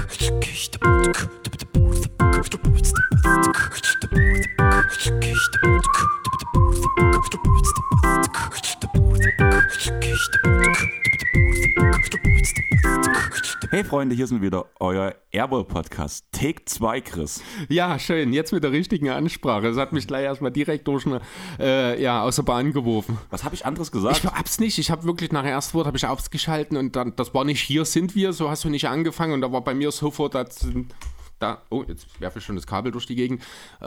Hey Freunde, hier sind wieder euer Airball-Podcast. Take 2, Chris. Ja, schön. Jetzt mit der richtigen Ansprache. Das hat mich gleich erstmal direkt aus der Bahn geworfen. Was habe ich anderes gesagt? Ich hab's nicht. Ich habe wirklich nach Erstwort habe ich ausgeschalten und dann, das war nicht hier sind wir, so hast du nicht angefangen und da war bei mir sofort oh, jetzt werfe ich schon das Kabel durch die Gegend.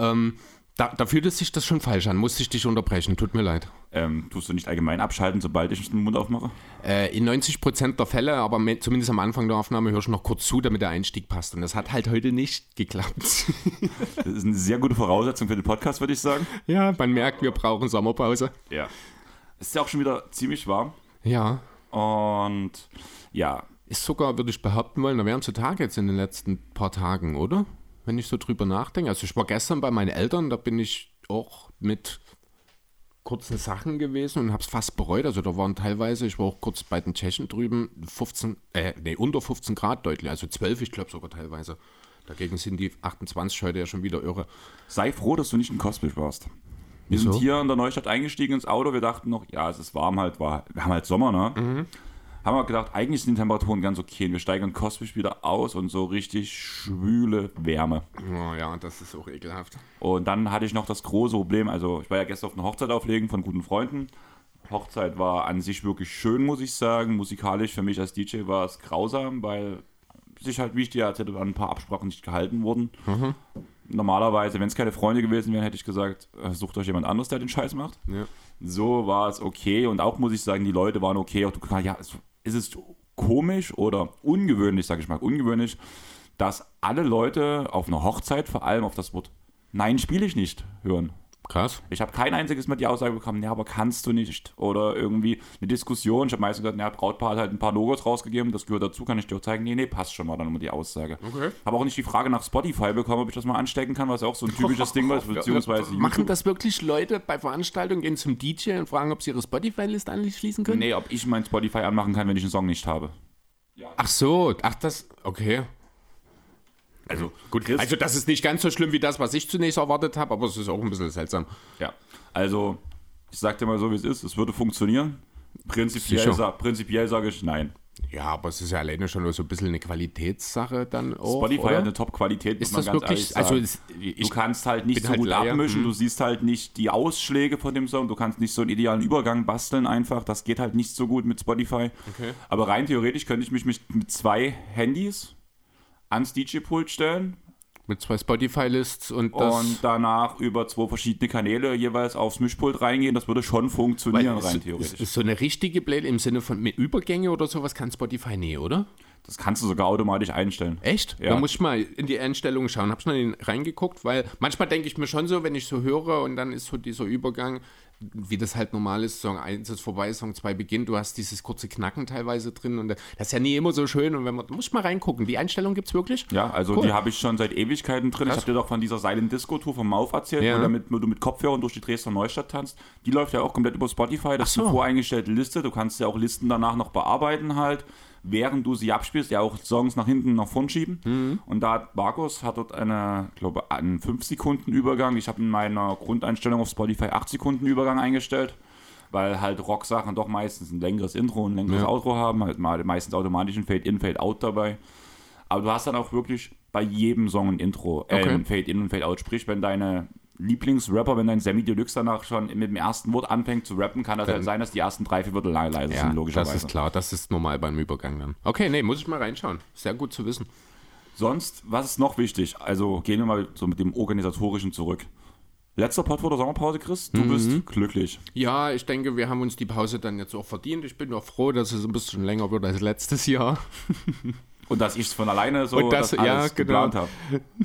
Da fühlte sich das schon falsch an. Musste ich dich unterbrechen. Tut mir leid. Tust du nicht allgemein abschalten, sobald ich den Mund aufmache? In 90% der Fälle, aber zumindest am Anfang der Aufnahme hörst du noch kurz zu, damit der Einstieg passt. Und das hat halt heute nicht geklappt. Das ist eine sehr gute Voraussetzung für den Podcast, würde ich sagen. Ja, man merkt, wir brauchen Sommerpause. Ja. Es ist ja auch schon wieder ziemlich warm. Ja. Und ja. Ist sogar, würde ich behaupten wollen, da wären zu Tage jetzt in den letzten paar Tagen, oder? Wenn ich so drüber nachdenke. Also ich war gestern bei meinen Eltern, da bin ich auch mit kurzen Sachen gewesen und habe es fast bereut. Also da waren teilweise, ich war auch kurz bei den Tschechen drüben, unter 15 Grad deutlich, also 12, ich glaube sogar teilweise. Dagegen sind die 28 heute ja schon wieder irre. Sei froh, dass du nicht in Coswig warst. Wir Wieso? sind hier in der Neustadt eingestiegen ins Auto, wir dachten noch, ja, es ist warm halt, wir haben halt Sommer, ne? Mhm. Haben wir gedacht, eigentlich sind die Temperaturen ganz okay. Und wir steigen in Coswig wieder aus und so richtig schwüle Wärme. Oh ja, das ist auch ekelhaft. Und dann hatte ich noch das große Problem, also ich war ja gestern auf einer Hochzeit auflegen von guten Freunden. Hochzeit war an sich wirklich schön, muss ich sagen. Musikalisch für mich als DJ war es grausam, weil sich halt, wie ich dir erzählt habe, an ein paar Absprachen nicht gehalten wurden. Mhm. Normalerweise, wenn es keine Freunde gewesen wären, hätte ich gesagt, sucht euch jemand anderes, der den Scheiß macht. Ja. So war es okay und auch, muss ich sagen, die Leute waren okay. Auch du kannst, ja, ist es komisch oder ungewöhnlich, sage ich mal, ungewöhnlich, dass alle Leute auf einer Hochzeit vor allem auf das Wort Nein, spiele ich nicht hören. Krass. Ich habe kein einziges Mal die Aussage bekommen, ja, aber kannst du nicht. Oder irgendwie eine Diskussion. Ich habe meistens gesagt, ja, Brautpaar hat halt ein paar Logos rausgegeben, das gehört dazu, kann ich dir auch zeigen. Nee, passt schon, war dann immer die Aussage. Okay. Habe auch nicht die Frage nach Spotify bekommen, ob ich das mal anstecken kann, was auch so ein typisches Ding war, beziehungsweise YouTube. Machen das wirklich Leute bei Veranstaltungen, gehen zum DJ und fragen, ob sie ihre Spotify-Liste anschließen können? Nee, ob ich mein Spotify anmachen kann, wenn ich einen Song nicht habe. Ja. Ach so, okay. Also gut, Chris, also das ist nicht ganz so schlimm wie das, was ich zunächst erwartet habe, aber es ist auch ein bisschen seltsam. Ja, also ich sag dir mal so, wie es ist, es würde funktionieren. Prinzipiell sage ich nein. Ja, aber es ist ja alleine schon so ein bisschen eine Qualitätssache dann auch, Spotify oder? hat eine Top-Qualität, muss man ganz ehrlich sagen. Also du kannst halt nicht so gut abmischen, du siehst halt nicht die Ausschläge von dem Song, du kannst nicht so einen idealen Übergang basteln einfach, das geht halt nicht so gut mit Spotify. Okay. Aber rein theoretisch könnte ich mich mit 2 Handys ans DJ-Pult stellen. Mit 2 Spotify-Lists und danach über 2 verschiedene Kanäle jeweils aufs Mischpult reingehen. Das würde schon funktionieren, rein theoretisch. Ist so eine richtige Playlist im Sinne von mit Übergänge oder sowas kann Spotify nie, oder? Das kannst du sogar automatisch einstellen. Echt? Ja. Da muss ich mal in die Einstellungen schauen. Hab schon reingeguckt, weil manchmal denke ich mir schon so, wenn ich so höre und dann ist so dieser Übergang, wie das halt normal ist, Song 1 ist vorbei, Song 2 beginnt, du hast dieses kurze Knacken teilweise drin und das ist ja nie immer so schön und da muss ich mal reingucken. Die Einstellung gibt's wirklich? Ja, also cool. Die habe ich schon seit Ewigkeiten drin. Krass. Ich habe dir doch von dieser Silent Disco Tour vom Mauf erzählt, ja. Wo du mit Kopfhörern durch die Dresdner Neustadt tanzt. Die läuft ja auch komplett über Spotify. Das ist eine voreingestellte Liste. Du kannst ja auch Listen danach noch bearbeiten halt, während du sie abspielst, ja auch Songs nach hinten, nach vorn schieben. Mhm. Und da hat Markus dort einen 5-Sekunden-Übergang. Ich habe in meiner Grundeinstellung auf Spotify 8-Sekunden Übergang eingestellt, weil halt Rocksachen doch meistens ein längeres Intro und ein längeres Outro haben, halt meistens automatisch ein Fade-In, Fade-Out dabei. Aber du hast dann auch wirklich bei jedem Song ein Intro, ein Fade-In und Fade-Out. Sprich, wenn deine Lieblingsrapper, wenn dein Sammy Deluxe danach schon mit dem ersten Wort anfängt zu rappen, kann das halt sein, dass die ersten 3-4 Wörter leise sind, logischerweise. Das ist klar, das ist normal beim Übergang dann. Okay, nee, muss ich mal reinschauen. Sehr gut zu wissen. Sonst, was ist noch wichtig? Also gehen wir mal so mit dem Organisatorischen zurück. Letzter Pod vor der Sommerpause, Chris. Du bist glücklich. Ja, ich denke, wir haben uns die Pause dann jetzt auch verdient. Ich bin auch froh, dass es ein bisschen länger wird als letztes Jahr. Und dass ich es von alleine so geplant habe.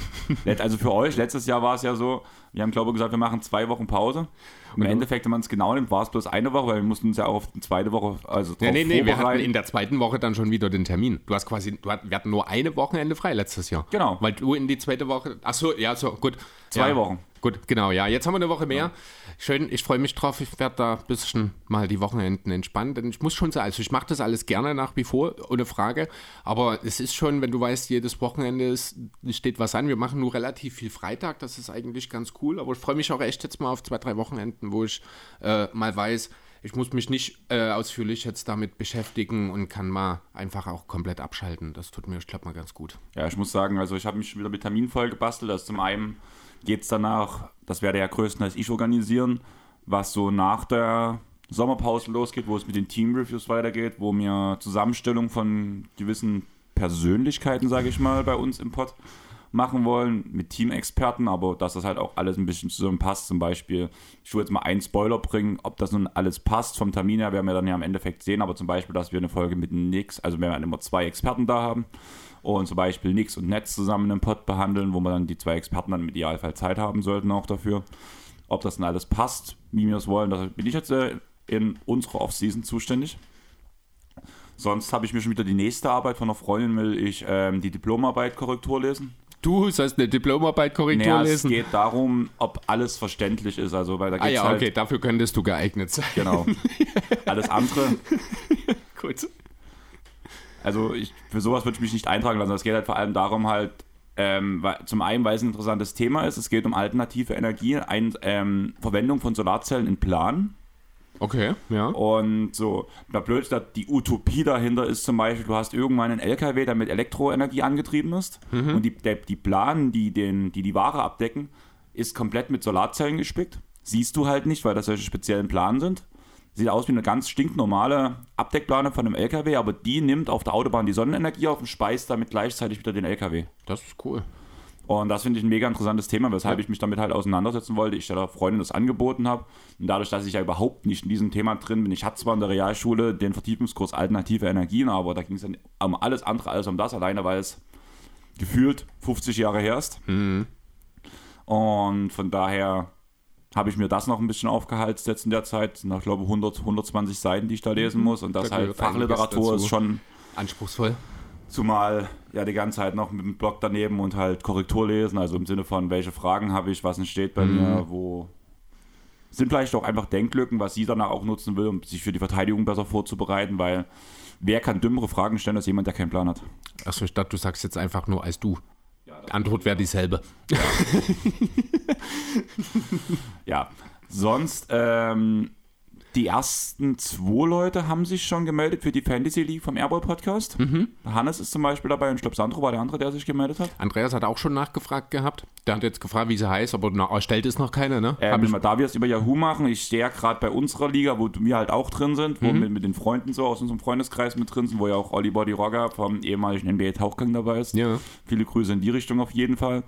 Also für euch, letztes Jahr war es ja so, wir haben, glaube ich, gesagt, wir machen 2 Wochen Pause. Im Endeffekt, wenn man es genau nimmt, war es bloß eine Woche, weil wir mussten uns ja auch auf die zweite Woche Nee, wir hatten in der zweiten Woche dann schon wieder den Termin. Wir hatten nur eine Wochenende frei letztes Jahr. Genau. Weil du in die zweite Woche, gut. 2 Wochen. Gut, genau, ja. Jetzt haben wir eine Woche mehr. Ja. Schön, ich freue mich drauf. Ich werde da ein bisschen mal die Wochenenden entspannen. Denn ich muss schon sagen, also ich mache das alles gerne nach wie vor, ohne Frage. Aber es ist schon, wenn du weißt, jedes Wochenende steht was an. Wir machen nur relativ viel Freitag. Das ist eigentlich ganz cool. Aber ich freue mich auch echt jetzt mal auf 2-3 Wochenenden, wo ich mal weiß, ich muss mich nicht ausführlich jetzt damit beschäftigen und kann mal einfach auch komplett abschalten. Das tut mir, ich glaube, mal ganz gut. Ja, ich muss sagen, also ich habe mich wieder mit Termin voll gebastelt. Also zum einen geht es danach, das werde ja größtenteils ich organisieren, was so nach der Sommerpause losgeht, wo es mit den Team-Reviews weitergeht, wo wir Zusammenstellung von gewissen Persönlichkeiten, sage ich mal, bei uns im Pod machen wollen, mit Teamexperten, aber dass das halt auch alles ein bisschen zusammenpasst. Zum Beispiel, ich will jetzt mal einen Spoiler bringen, ob das nun alles passt vom Termin her, werden wir dann ja im Endeffekt sehen, aber zum Beispiel, dass wir eine Folge mit Nix, also wir werden immer 2 Experten da haben und zum Beispiel Nix und Netz zusammen im Pod behandeln, wo wir dann die 2 Experten dann im Idealfall Zeit haben sollten auch dafür. Ob das dann alles passt, wie wir es wollen, da bin ich jetzt in unserer Off-Season zuständig. Sonst habe ich mir schon wieder die nächste Arbeit von einer Freundin, will ich die Diplomarbeit Korrektur lesen. Du sollst eine Diplomarbeit Korrektur lesen? Es geht darum, ob alles verständlich ist. Also, weil da geht's ja, okay, dafür könntest du geeignet sein. Genau. Alles andere. Gut. Also, für sowas würde ich mich nicht eintragen lassen. Es geht halt vor allem darum, halt, zum einen, weil es ein interessantes Thema ist, es geht um alternative Energie, Verwendung von Solarzellen in Plan. Okay, ja. Und so, da blöd ist, die Utopie dahinter ist zum Beispiel, du hast irgendwann einen LKW, der mit Elektroenergie angetrieben ist und die Planen, die Ware abdecken, ist komplett mit Solarzellen gespickt. Siehst du halt nicht, weil das solche speziellen Planen sind. Sieht aus wie eine ganz stinknormale Abdeckplane von einem LKW, aber die nimmt auf der Autobahn die Sonnenenergie auf und speist damit gleichzeitig wieder den LKW. Das ist cool. Und das finde ich ein mega interessantes Thema, weshalb ich mich damit halt auseinandersetzen wollte. Ich der Freundin das angeboten habe. Und dadurch, dass ich ja überhaupt nicht in diesem Thema drin bin, ich hatte zwar in der Realschule den Vertiefungskurs Alternative Energien, aber da ging es dann um alles andere als um das, alleine weil es gefühlt 50 Jahre her ist. Mhm. Und von daher habe ich mir das noch ein bisschen aufgehalst jetzt in der Zeit. Es sind, ich glaube, 120 Seiten, die ich da lesen muss. Und das halt Fachliteratur ist schon anspruchsvoll. Zumal ja die ganze Zeit noch mit dem Blog daneben und halt Korrektur lesen, also im Sinne von, welche Fragen habe ich, was entsteht bei mir, wo sind vielleicht auch einfach Denklücken, was sie danach auch nutzen will, um sich für die Verteidigung besser vorzubereiten, weil wer kann dümmere Fragen stellen als jemand, der keinen Plan hat? Achso, ich dachte, du sagst jetzt einfach nur als du. Ja, die Antwort wäre dieselbe. Ja, ja. Sonst, die ersten 2 Leute haben sich schon gemeldet für die Fantasy League vom Airball Podcast. Hannes ist zum Beispiel dabei und ich glaube, Sandro war der andere, der sich gemeldet hat. Andreas hat auch schon nachgefragt gehabt. Der hat jetzt gefragt, wie sie heißt, aber erstellt ist noch keine, ne? Da wir es über Yahoo machen, ich stehe ja gerade bei unserer Liga, wo wir halt auch drin sind, wo wir mit den Freunden so aus unserem Freundeskreis mit drin sind, wo ja auch Olli Body Rocker vom ehemaligen NBA Tauchgang dabei ist. Ja. Viele Grüße in die Richtung auf jeden Fall.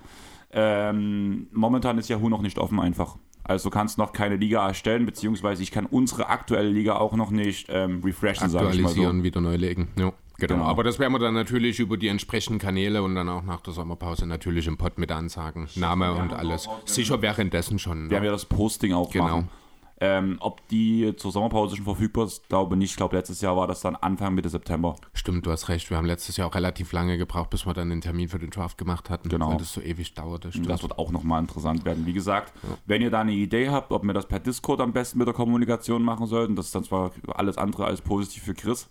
Momentan ist Yahoo noch nicht offen einfach. Also du kannst noch keine Liga erstellen, beziehungsweise ich kann unsere aktuelle Liga auch noch nicht refreshen, sage ich mal so. Aktualisieren, wieder neu legen. Ja, genau. Aber das werden wir dann natürlich über die entsprechenden Kanäle und dann auch nach der Sommerpause natürlich im Pod mit ansagen. Name und alles. Sicher währenddessen schon. Werden wir das Posting auch machen. Ob die zur Sommerpause schon verfügbar ist, glaube nicht. Ich glaube, letztes Jahr war das dann Anfang Mitte September. Stimmt, du hast recht. Wir haben letztes Jahr auch relativ lange gebraucht, bis wir dann den Termin für den Draft gemacht hatten. Genau. Weil das so ewig dauerte. Das wird auch nochmal interessant werden. Wie gesagt, wenn ihr da eine Idee habt, ob wir das per Discord am besten mit der Kommunikation machen sollten, das ist dann zwar alles andere als positiv für Chris.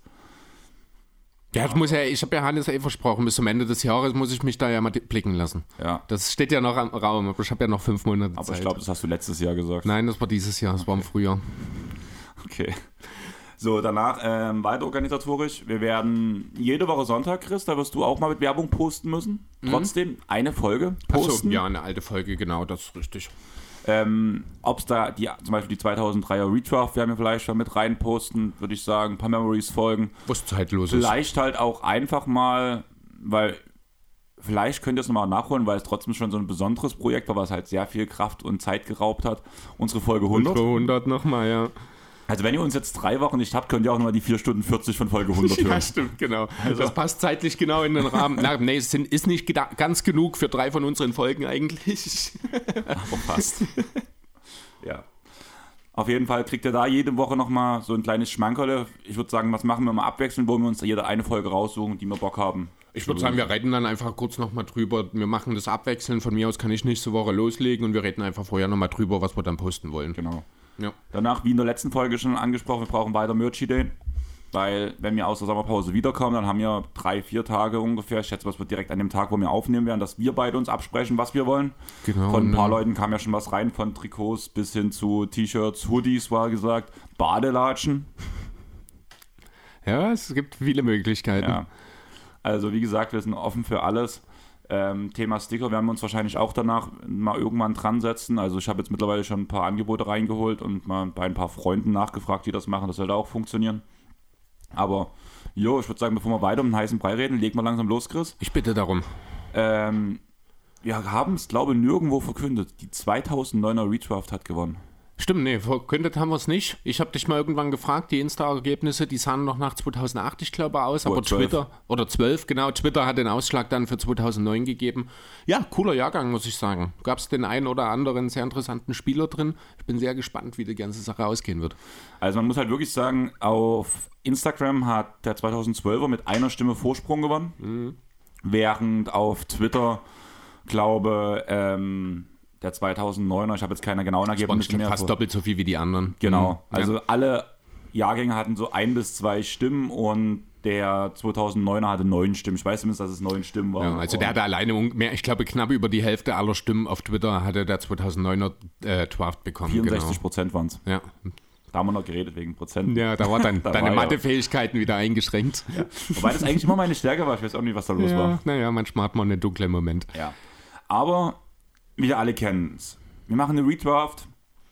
Ja, ich habe ja Hannes versprochen, bis zum Ende des Jahres muss ich mich da ja mal blicken lassen. Ja. Das steht ja noch am Raum, aber ich habe ja noch 5 Monate Zeit. Aber ich glaube, das hast du letztes Jahr gesagt. Nein, das war dieses Jahr, das war im Frühjahr. Okay. So, danach weiter organisatorisch. Wir werden jede Woche Sonntag, Chris, da wirst du auch mal mit Werbung posten müssen. Trotzdem eine Folge posten. Achso, ja, eine alte Folge, genau, das ist richtig. Ob es da zum Beispiel die 2003er Redraft werden wir vielleicht schon mit rein posten, würde ich sagen, ein paar Memories folgen. Was zeitlos ist. Vielleicht halt auch einfach mal, weil vielleicht könnt ihr es nochmal nachholen, weil es trotzdem schon so ein besonderes Projekt war, was halt sehr viel Kraft und Zeit geraubt hat. Unsere Folge 100. Unsere 100 nochmal, ja. Also wenn ihr uns jetzt 3 Wochen nicht habt, könnt ihr auch nochmal die 4 Stunden 40 von Folge 100 hören. Ja, stimmt, genau. Also. Das passt zeitlich genau in den Rahmen. Nee, es ist nicht ganz genug für 3 von unseren Folgen eigentlich. Aber fast. Ja. Auf jeden Fall kriegt ihr da jede Woche nochmal so ein kleines Schmankerle. Ich würde sagen, was machen wir mal abwechselnd, wo wir uns jede eine Folge raussuchen, die wir Bock haben, Ich würde sagen, wir reden dann einfach kurz nochmal drüber. Wir machen das abwechselnd. Von mir aus kann ich nächste Woche loslegen und wir reden einfach vorher nochmal drüber, was wir dann posten wollen. Genau. Ja. Danach, wie in der letzten Folge schon angesprochen, wir brauchen weiter Merch-Ideen. Weil, wenn wir aus der Sommerpause wiederkommen, dann haben wir 3-4 Tage ungefähr. Ich schätze, was wir direkt an dem Tag, wo wir aufnehmen werden, dass wir beide uns absprechen, was wir wollen. Genau. Von ein paar Leuten kam ja schon was rein, von Trikots bis hin zu T-Shirts, Hoodies, war gesagt, Badelatschen. Ja, es gibt viele Möglichkeiten. Ja. Also, wie gesagt, wir sind offen für alles. Thema Sticker werden wir uns wahrscheinlich auch danach mal irgendwann dran setzen. Also ich habe jetzt mittlerweile schon ein paar Angebote reingeholt und mal bei ein paar Freunden nachgefragt, die das machen. Das sollte auch funktionieren. Aber, ich würde sagen, bevor wir weiter um den heißen Brei reden, legen wir langsam los, Chris. Ich bitte darum. Wir haben es, glaube ich, nirgendwo verkündet. Die 2009er Redraft hat gewonnen. Stimmt, nee, verkündet haben wir es nicht. Ich habe dich mal irgendwann gefragt, die Insta-Ergebnisse, die sahen noch nach 2008, ich glaube, aus. Aber 12. Twitter, oder 12, genau, Twitter hat den Ausschlag dann für 2009 gegeben. Ja, cooler Jahrgang, muss ich sagen. Gab es den einen oder anderen sehr interessanten Spieler drin. Ich bin sehr gespannt, wie die ganze Sache ausgehen wird. Also man muss halt wirklich sagen, auf Instagram hat der 2012er mit einer Stimme Vorsprung gewonnen. Während auf Twitter, glaube der 2009er, ich habe jetzt keine genauen Ergebnisse mehr. Fast doppelt so viel wie die anderen. Genau, also alle Jahrgänge hatten so 1 bis 2 Stimmen und der 2009er hatte 9 Stimmen. Ich weiß zumindest, dass es 9 Stimmen waren. Ja, also der hatte alleine mehr, ich glaube knapp über die Hälfte aller Stimmen auf Twitter hatte der 2009er Draft bekommen. 64% waren es. Ja. Da haben wir noch geredet wegen Prozent. Ja, da war dann deine Mathefähigkeiten wieder eingeschränkt. Ja. Wobei das eigentlich immer meine Stärke war. Ich weiß auch nicht, was da los war. Naja, manchmal hat man einen dunklen Moment. Ja. Aber wir alle kennen es. Wir machen eine Redraft.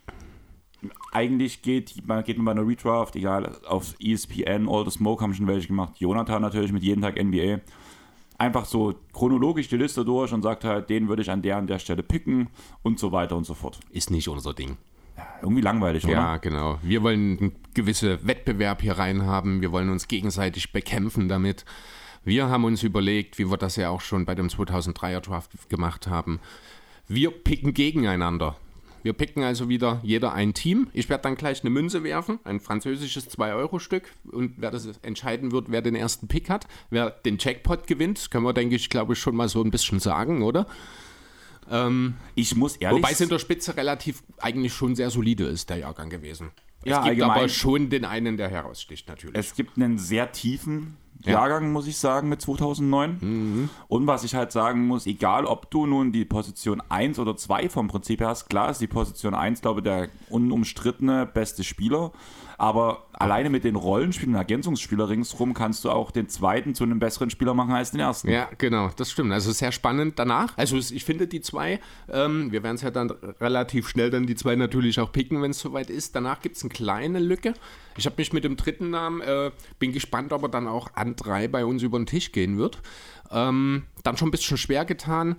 Eigentlich geht man bei einer Redraft, egal, auf ESPN, All the Smoke haben schon welche gemacht. Jonathan natürlich mit Jeden Tag NBA. Einfach so chronologisch die Liste durch und sagt halt, den würde ich an der Stelle picken und so weiter und so fort. Ist nicht unser Ding. Ja, irgendwie langweilig, oder? Ja, genau. Wir wollen einen gewissen Wettbewerb hier reinhaben. Wir wollen uns gegenseitig bekämpfen damit. Wir haben uns überlegt, wie wir das ja auch schon bei dem 2003er Draft gemacht haben. Wir picken gegeneinander. Wir picken also wieder jeder ein Team. Ich werde dann gleich eine Münze werfen, ein französisches 2-Euro-Stück. Und wer das entscheiden wird, wer den ersten Pick hat, wer den Jackpot gewinnt, das können wir, denke ich, glaube ich, schon mal so ein bisschen sagen, oder? Ich muss ehrlich... Wobei es in der Spitze relativ eigentlich schon sehr solide ist, der Jahrgang gewesen. Ja, es gibt allgemein, aber schon den einen, der heraussticht, natürlich. Es gibt einen sehr tiefen Jahrgang, muss ich sagen, mit 2009. Und was ich halt sagen muss, egal ob du nun die Position 1 oder 2 vom Prinzip her hast, klar ist die Position 1, glaube ich, der unumstrittene beste Spieler. Aber alleine mit den Rollenspielen und Ergänzungsspieler ringsrum kannst du auch den zweiten zu einem besseren Spieler machen als den ersten. Ja, genau, das stimmt. Also sehr spannend danach. Also ich finde die zwei, wir werden es ja dann relativ schnell dann die zwei natürlich auch picken, wenn es soweit ist. Danach gibt es eine kleine Lücke. Ich habe mich mit dem dritten Namen, bin gespannt, ob er dann auch an 3 bei uns über den Tisch gehen wird. Dann schon ein bisschen schwer getan.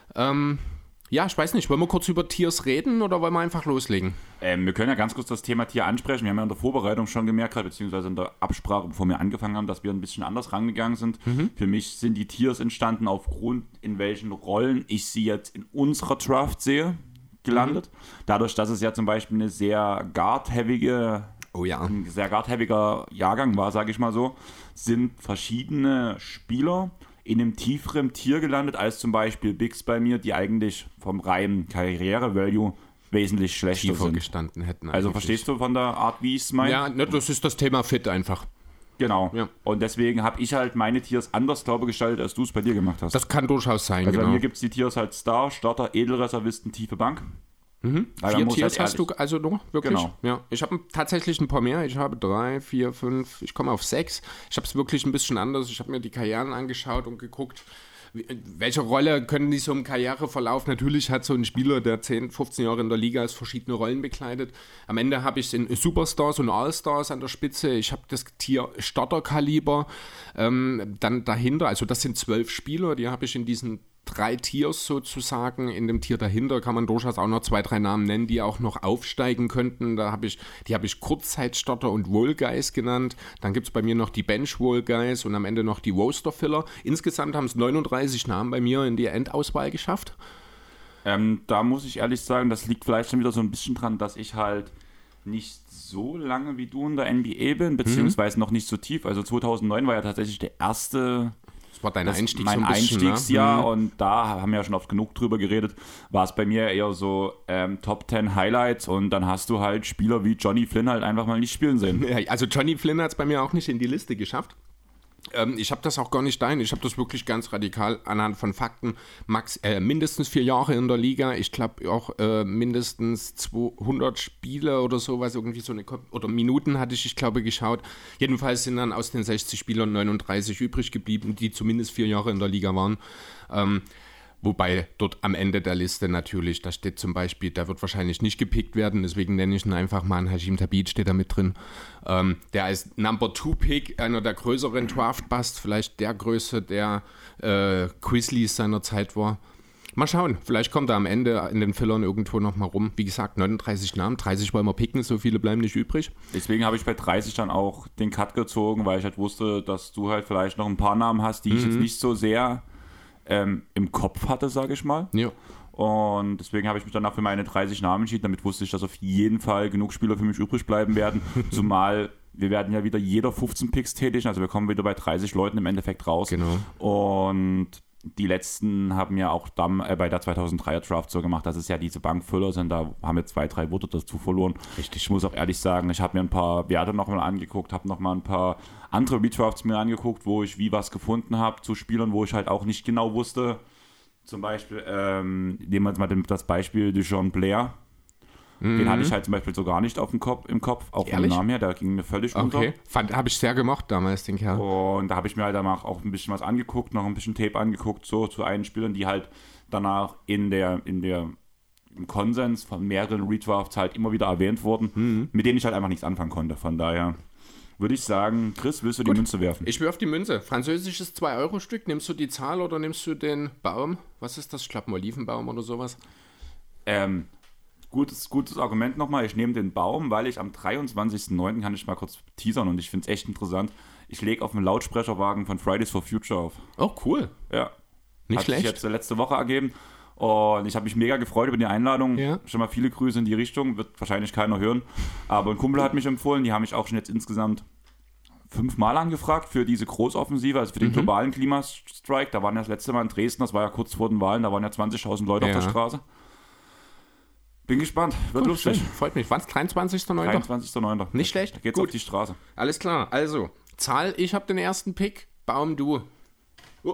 Ja, ich weiß nicht, wollen wir kurz über Tiers reden oder wollen wir einfach loslegen? Wir können ja ganz kurz das Thema Tier ansprechen. Wir haben ja in der Vorbereitung schon gemerkt, beziehungsweise in der Absprache, bevor wir angefangen haben, dass wir ein bisschen anders rangegangen sind. Für mich sind die Tiers entstanden aufgrund, in welchen Rollen ich sie jetzt in unserer Draft sehe, gelandet. Dadurch, dass es ja zum Beispiel eine sehr guard-heavige, ein sehr guard-heaviger Jahrgang war, sage ich mal so, sind verschiedene Spieler in einem tieferen Tier gelandet als zum Beispiel Bigs bei mir, die eigentlich vom reinen Karriere-Value wesentlich schlechter tiefer sind. Gestanden hätten. Also verstehst du von der Art, wie ich es meine? Ja, ne, das ist das Thema Fit einfach. Genau. Ja. Und deswegen habe ich halt meine Tiers anders, glaube ich, gestaltet, als du es bei dir gemacht hast. Das kann durchaus sein, also genau. Bei mir gibt es die Tiers halt Star, Starter, Edelreservisten, tiefe Bank. 4 Tiers halt hast du also noch, wirklich? Genau. Ja. Ich habe tatsächlich ein paar mehr. Ich habe 3, 4, 5, ich komme auf 6. Ich habe es wirklich ein bisschen anders. Ich habe mir die Karrieren angeschaut und geguckt, welche Rolle können die so im Karriereverlauf? Natürlich hat so ein Spieler, der 10, 15 Jahre in der Liga ist, verschiedene Rollen bekleidet. Am Ende habe ich in Superstars und Allstars an der Spitze. Ich habe das Tier Starterkaliber. Dann dahinter, also das sind 12 Spieler, die habe ich in diesen 3 Tiers sozusagen. In dem Tier dahinter kann man durchaus auch noch 2, 3 Namen nennen, die auch noch aufsteigen könnten. Die habe ich Kurzzeitstarter und Wohlgeist genannt. Dann gibt es bei mir noch die Bench Wohlgeist und am Ende noch die Roster-Filler. Insgesamt haben es 39 Namen bei mir in die Endauswahl geschafft. Da muss ich ehrlich sagen, das liegt vielleicht schon wieder so ein bisschen dran, dass ich halt nicht so lange wie du in der NBA bin, beziehungsweise noch nicht so tief. Also 2009 war ja tatsächlich der erste Das war dein Einstieg mein so ein bisschen, Einstiegsjahr, und da haben wir ja schon oft genug drüber geredet, war es bei mir eher so Top 10 Highlights, und dann hast du halt Spieler wie Johnny Flynn halt einfach mal nicht spielen sehen. Ja, also Johnny Flynn hat es bei mir auch nicht in die Liste geschafft. Ich habe das auch gar nicht ich habe das wirklich ganz radikal anhand von Fakten. Mindestens 4 Jahre in der Liga, ich glaube auch mindestens 200 Spiele oder sowas, irgendwie so oder Minuten hatte ich glaube geschaut. Jedenfalls sind dann aus den 60 Spielern 39 übrig geblieben, die zumindest 4 Jahre in der Liga waren. Wobei dort am Ende der Liste natürlich, da steht zum Beispiel, der wird wahrscheinlich nicht gepickt werden, deswegen nenne ich ihn einfach mal, Hashim Thabit steht da mit drin. Der als Number 2 Pick, einer der größeren Draft-Busts, vielleicht der Größe, der Grizzlies seiner Zeit war. Mal schauen, vielleicht kommt er am Ende in den Fillern irgendwo nochmal rum. Wie gesagt, 39 Namen, 30 wollen wir picken, so viele bleiben nicht übrig. Deswegen habe ich bei 30 dann auch den Cut gezogen, weil ich halt wusste, dass du halt vielleicht noch ein paar Namen hast, die ich jetzt nicht so sehr im Kopf hatte, sage ich mal. Ja. Und deswegen habe ich mich danach für meine 30 Namen entschieden. Damit wusste ich, dass auf jeden Fall genug Spieler für mich übrig bleiben werden. Zumal wir werden ja wieder jeder 15 Picks tätigen. Also wir kommen wieder bei 30 Leuten im Endeffekt raus. Genau. Und die letzten haben ja auch dann bei der 2003er Draft so gemacht, dass es ja diese Bankfüller sind. Da haben wir 2, 3 Worte dazu verloren. Richtig. Ich muss auch ehrlich sagen, ich habe mir ein paar Werte nochmal angeguckt, habe nochmal ein paar andere Redrafts mir angeguckt, wo ich wie was gefunden habe zu Spielern, wo ich halt auch nicht genau wusste. Zum Beispiel, nehmen wir jetzt mal das Beispiel Dijon Blair. Den hatte ich halt zum Beispiel so gar nicht im Kopf, auch vom Namen her, der ging mir völlig unter. Okay, habe ich sehr gemocht damals, den Kerl. Und da habe ich mir halt danach auch ein bisschen was angeguckt, noch ein bisschen Tape angeguckt, so zu einen Spielern, die halt danach im Konsens von mehreren Redrafts halt immer wieder erwähnt wurden, mit denen ich halt einfach nichts anfangen konnte. Von daher würde ich sagen, Chris, willst du die Münze werfen? Ich werfe die Münze. Französisches 2-Euro-Stück. Nimmst du die Zahl oder nimmst du den Baum? Was ist das? Ich glaube, ein Olivenbaum oder sowas. Gutes Argument nochmal. Ich nehme den Baum, weil ich am 23.09. kann ich mal kurz teasern und ich finde es echt interessant. Ich lege auf den Lautsprecherwagen von Fridays for Future auf. Oh, cool. Ja. Nicht schlecht. Hat sich jetzt letzte Woche ergeben. Und ich habe mich mega gefreut über die Einladung. Ja. Schon mal viele Grüße in die Richtung. Wird wahrscheinlich keiner hören. Aber ein Kumpel hat mich empfohlen. Die haben mich auch schon jetzt insgesamt 5 Mal angefragt für diese Großoffensive, also für den globalen Klimastrike. Da waren ja das letzte Mal in Dresden, das war ja kurz vor den Wahlen, da waren ja 20.000 Leute auf der Straße. Bin gespannt, wird lustig. Schön. Freut mich. Wann? 23.09.? 23.09. Nicht schlecht. Da geht's auf die Straße. Alles klar. Also, Zahl, ich habe den ersten Pick. Baum, du. Oh.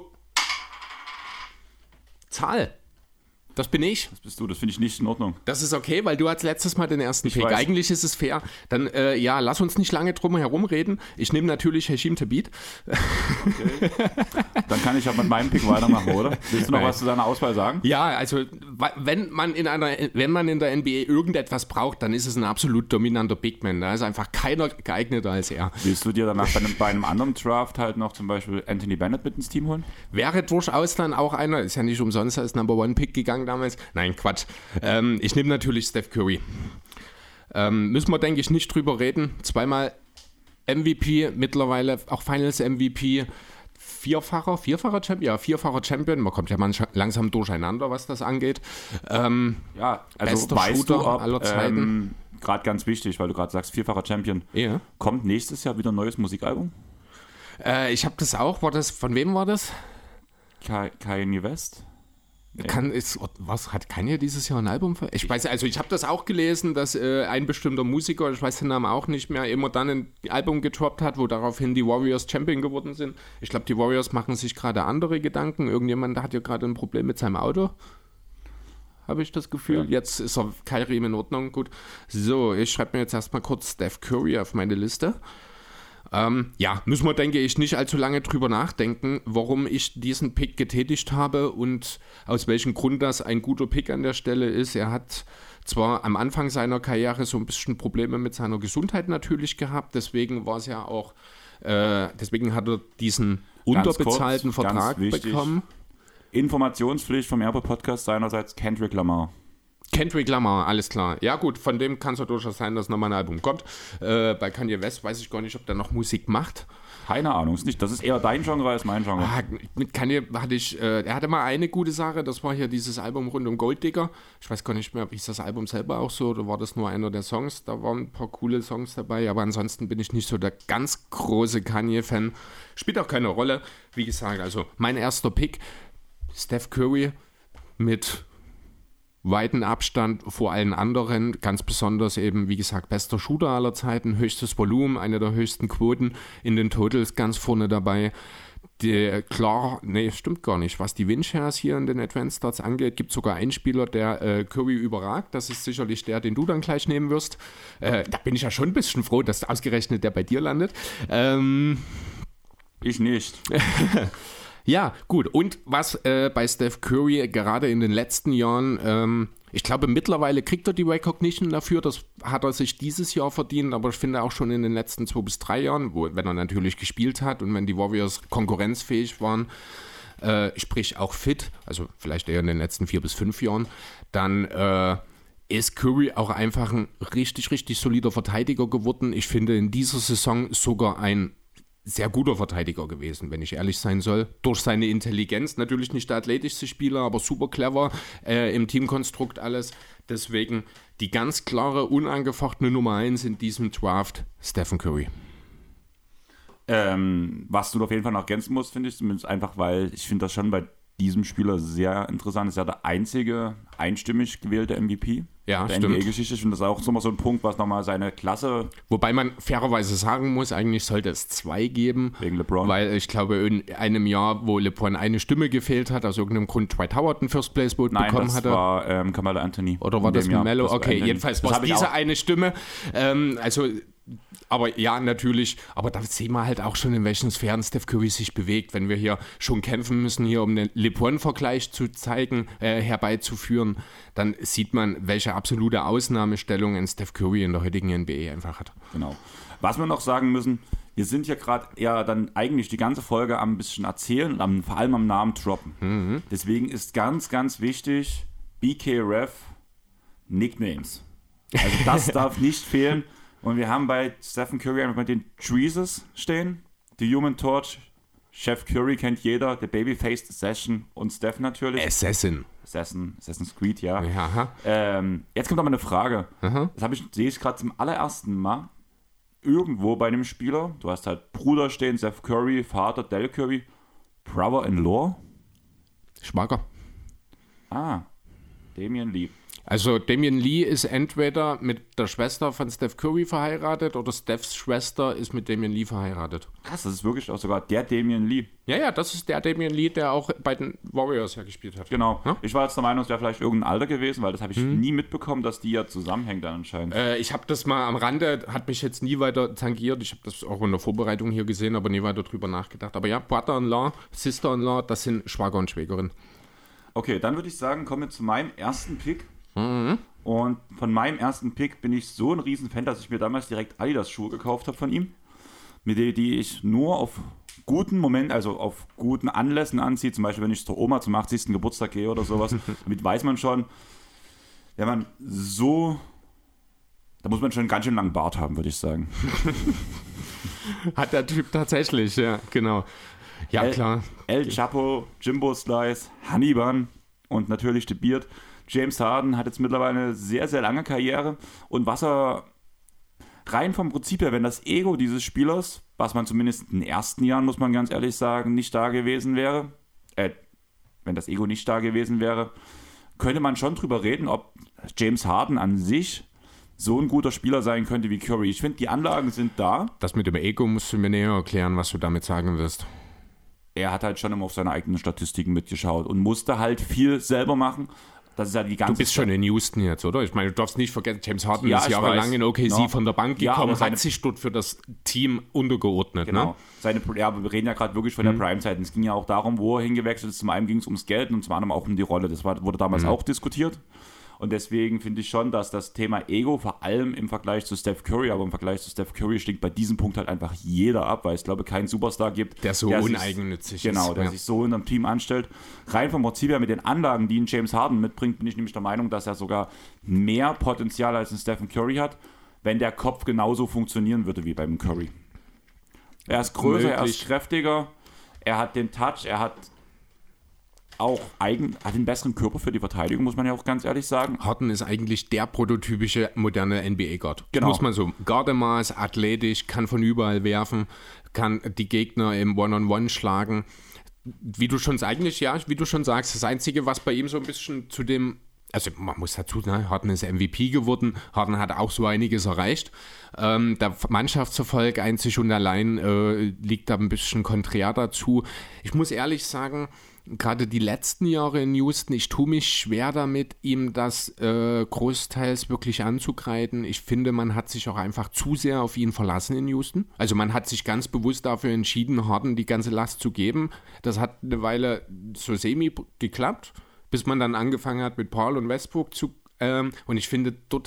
Zahl. Das bin ich. Das bist du, das finde ich nicht in Ordnung. Das ist okay, weil du hattest letztes Mal den ersten Pick. Weiß. Eigentlich ist es fair. Dann, lass uns nicht lange drum herum reden. Ich nehme natürlich Hashim Thabit. Okay. Dann kann ich ja mit meinem Pick weitermachen, oder? Willst du noch was zu deiner Auswahl sagen? Ja, also wenn man in der NBA irgendetwas braucht, dann ist es ein absolut dominanter Big Man. Da ist einfach keiner geeigneter als er. Willst du dir danach bei einem anderen Draft halt noch zum Beispiel Anthony Bennett mit ins Team holen? Wäre durchaus dann auch einer, ist ja nicht umsonst als Number One Pick gegangen damals. Nein, Quatsch. Ich nehme natürlich Steph Curry. Müssen wir, denke ich, nicht drüber reden. 2-mal MVP, mittlerweile auch Finals MVP. Vierfacher Champion? Ja, vierfacher Champion. Man kommt ja langsam durcheinander, was das angeht. Also bester weißt Shooter du, ob, aller Zeiten. Gerade ganz wichtig, weil du gerade sagst, vierfacher Champion. Ja. Kommt nächstes Jahr wieder ein neues Musikalbum? Ich habe das auch. Von wem war das? Kanye West? Hat Kanye dieses Jahr ein Album veröffentlicht? Ich weiß, also ich habe das auch gelesen, dass ein bestimmter Musiker, ich weiß den Namen auch nicht mehr, immer dann ein Album getroppt hat, wo daraufhin die Warriors Champion geworden sind. Ich glaube, die Warriors machen sich gerade andere Gedanken. Irgendjemand hat ja gerade ein Problem mit seinem Auto. Habe ich das Gefühl. Ja. Jetzt ist Kyrie in Ordnung. Gut. So, ich schreibe mir jetzt erstmal kurz Steph Curry auf meine Liste. Müssen wir, denke ich, nicht allzu lange drüber nachdenken, warum ich diesen Pick getätigt habe und aus welchem Grund das ein guter Pick an der Stelle ist. Er hat zwar am Anfang seiner Karriere so ein bisschen Probleme mit seiner Gesundheit natürlich gehabt, deswegen war es ja auch, deswegen hat er diesen unterbezahlten Vertrag bekommen. Informationspflicht vom Erbe-Podcast seinerseits Kendrick Lamar. Kendrick Lamar, alles klar. Ja gut, von dem kann es ja durchaus sein, dass nochmal ein Album kommt. Bei Kanye West weiß ich gar nicht, ob der noch Musik macht. Keine Ahnung, das ist eher dein Genre als mein Genre. Mit Kanye er hatte mal eine gute Sache, das war hier dieses Album rund um Golddigger. Ich weiß gar nicht mehr, hieß das Album selber auch so oder war das nur einer der Songs? Da waren ein paar coole Songs dabei, aber ansonsten bin ich nicht so der ganz große Kanye-Fan. Spielt auch keine Rolle. Wie gesagt, also mein erster Pick, Steph Curry mit weiten Abstand vor allen anderen, ganz besonders eben, wie gesagt, bester Shooter aller Zeiten, höchstes Volumen, eine der höchsten Quoten in den Totals ganz vorne dabei. Stimmt gar nicht. Was die Win-Shares hier in den Advanced Stats angeht, gibt es sogar einen Spieler, der Curry überragt. Das ist sicherlich der, den du dann gleich nehmen wirst. Da bin ich ja schon ein bisschen froh, dass ausgerechnet der bei dir landet. Ich nicht. Ja, gut. Und was bei Steph Curry gerade in den letzten Jahren, ich glaube mittlerweile kriegt er die Recognition dafür, das hat er sich dieses Jahr verdient, aber ich finde auch schon in den letzten 2 bis 3 Jahren, wenn er natürlich gespielt hat und wenn die Warriors konkurrenzfähig waren, sprich auch fit, also vielleicht eher in den letzten 4 bis 5 Jahren, dann ist Curry auch einfach ein richtig, richtig solider Verteidiger geworden. Ich finde in dieser Saison sogar ein sehr guter Verteidiger gewesen, wenn ich ehrlich sein soll. Durch seine Intelligenz, natürlich nicht der athletischste Spieler, aber super clever im Teamkonstrukt alles. Deswegen die ganz klare, unangefochtene Nummer 1 in diesem Draft, Stephen Curry. Was du auf jeden Fall noch ergänzen musst, finde ich, zumindest einfach, weil ich finde das schon bei diesem Spieler sehr interessant. Ist ja der einzige einstimmig gewählte MVP der NBA-Geschichte. Ich finde das auch so ein Punkt, was nochmal seine Klasse... Wobei man fairerweise sagen muss, eigentlich sollte es 2 geben. Wegen LeBron. Weil ich glaube, in einem Jahr, wo LeBron eine Stimme gefehlt hat, aus irgendeinem Grund Dwight Howard ein First-Place-Vote bekommen hatte. Nein, das war Carmelo Anthony. Oder war das Melo? Okay, jedenfalls war es diese eine Stimme. Aber ja, natürlich, aber da sehen wir halt auch schon, in welchen Sphären Steph Curry sich bewegt, wenn wir hier schon kämpfen müssen, hier um den LeBron-Vergleich zu zeigen, herbeizuführen, dann sieht man, welche absolute Ausnahmestellung ein Steph Curry in der heutigen NBA einfach hat. Genau. Was wir noch sagen müssen, wir sind ja gerade eher dann eigentlich die ganze Folge am bisschen erzählen und vor allem am Namen droppen. Mhm. Deswegen ist ganz, ganz wichtig, BKRef Nicknames. Also das darf nicht fehlen. Und wir haben bei Stephen Curry einfach mit den Treeses stehen. The Human Torch, Chef Curry kennt jeder, der Babyface Assassin und Steph natürlich. Assassin's Creed, ja. Jetzt kommt aber eine Frage. Aha. Das sehe ich gerade zum allerersten Mal irgendwo bei einem Spieler. Du hast halt Bruder stehen, Steph Curry, Vater Del Curry, Brother-in-Law. Schwager. Damian Lee. Also Damian Lee ist entweder mit der Schwester von Steph Curry verheiratet oder Stephs Schwester ist mit Damian Lee verheiratet. Krass, das ist wirklich auch sogar der Damian Lee. Ja, das ist der Damian Lee, der auch bei den Warriors ja gespielt hat. Genau. Ja? Ich war jetzt der Meinung, es wäre vielleicht irgendein Alter gewesen, weil das habe ich nie mitbekommen, dass die ja zusammenhängt dann anscheinend. Ich habe das mal am Rande, hat mich jetzt nie weiter tangiert. Ich habe das auch in der Vorbereitung hier gesehen, aber nie weiter drüber nachgedacht. Aber ja, Brother-in-law, Sister-in-law, das sind Schwager und Schwägerin. Okay, dann würde ich sagen, kommen wir zu meinem ersten Pick. Mhm. Und von meinem ersten Pick bin ich so ein Riesenfan, dass ich mir damals direkt Adidas-Schuhe gekauft habe von ihm, mit denen die ich nur auf guten Momenten, also auf guten Anlässen anziehe, zum Beispiel wenn ich zur Oma zum 80. Geburtstag gehe oder sowas, damit weiß man schon, wenn man so, da muss man schon einen ganz schön langen Bart haben, würde ich sagen. Hat der Typ tatsächlich, ja, genau. Ja, klar. El Chapo, Jimbo Slice, Honeybun und natürlich The Beard. James Harden hat jetzt mittlerweile eine sehr, sehr lange Karriere und was er rein vom Prinzip her, wenn das Ego dieses Spielers, was man zumindest in den ersten Jahren, muss man ganz ehrlich sagen, nicht da gewesen wäre, wenn das Ego nicht da gewesen wäre, könnte man schon drüber reden, ob James Harden an sich so ein guter Spieler sein könnte wie Curry. Ich finde, die Anlagen sind da. Das mit dem Ego musst du mir näher erklären, was du damit sagen wirst. Er hat halt schon immer auf seine eigenen Statistiken mitgeschaut und musste halt viel selber machen. Das ist ja die ganze Du bist schon in Houston jetzt, oder? Ich meine, du darfst nicht vergessen, James Harden ist jahrelang in OKC von der Bank gekommen, hat sich dort für das Team untergeordnet. Genau. Ne? Wir reden ja gerade wirklich von der Prime-Zeit. Es ging ja auch darum, wo er hingewechselt ist. Zum einen ging es ums Geld und zum anderen auch um die Rolle. Das wurde damals auch diskutiert. Und deswegen finde ich schon, dass das Thema Ego, vor allem im Vergleich zu Steph Curry, aber im Vergleich zu Steph Curry stinkt bei diesem Punkt halt einfach jeder ab, weil es, glaube ich, keinen Superstar gibt, der so uneigennützig ist. Genau, der sich so in einem Team anstellt. Rein vom Prinzip her mit den Anlagen, die ein James Harden mitbringt, bin ich nämlich der Meinung, dass er sogar mehr Potenzial als ein Stephen Curry hat, wenn der Kopf genauso funktionieren würde wie beim Curry. Er ist größer, er ist kräftiger, er hat den Touch, er hat auch hat einen besseren Körper für die Verteidigung, muss man ja auch ganz ehrlich sagen. Harden ist eigentlich der prototypische moderne NBA-Guard. Genau. Muss man so. Gardemaß, athletisch, kann von überall werfen, kann die Gegner im One-on-One schlagen. Wie du schon sagst, das Einzige, was bei ihm so ein bisschen zu dem, also man muss dazu sagen, Harden ist MVP geworden, Harden hat auch so einiges erreicht. Der Mannschaftserfolg einzig und allein liegt da ein bisschen konträr dazu. Ich muss ehrlich sagen, gerade die letzten Jahre in Houston, ich tue mich schwer damit, ihm das großteils wirklich anzukreiden. Ich finde, man hat sich auch einfach zu sehr auf ihn verlassen in Houston. Also man hat sich ganz bewusst dafür entschieden, Harden die ganze Last zu geben. Das hat eine Weile so semi geklappt, bis man dann angefangen hat mit Paul und Westbrook und ich finde, dort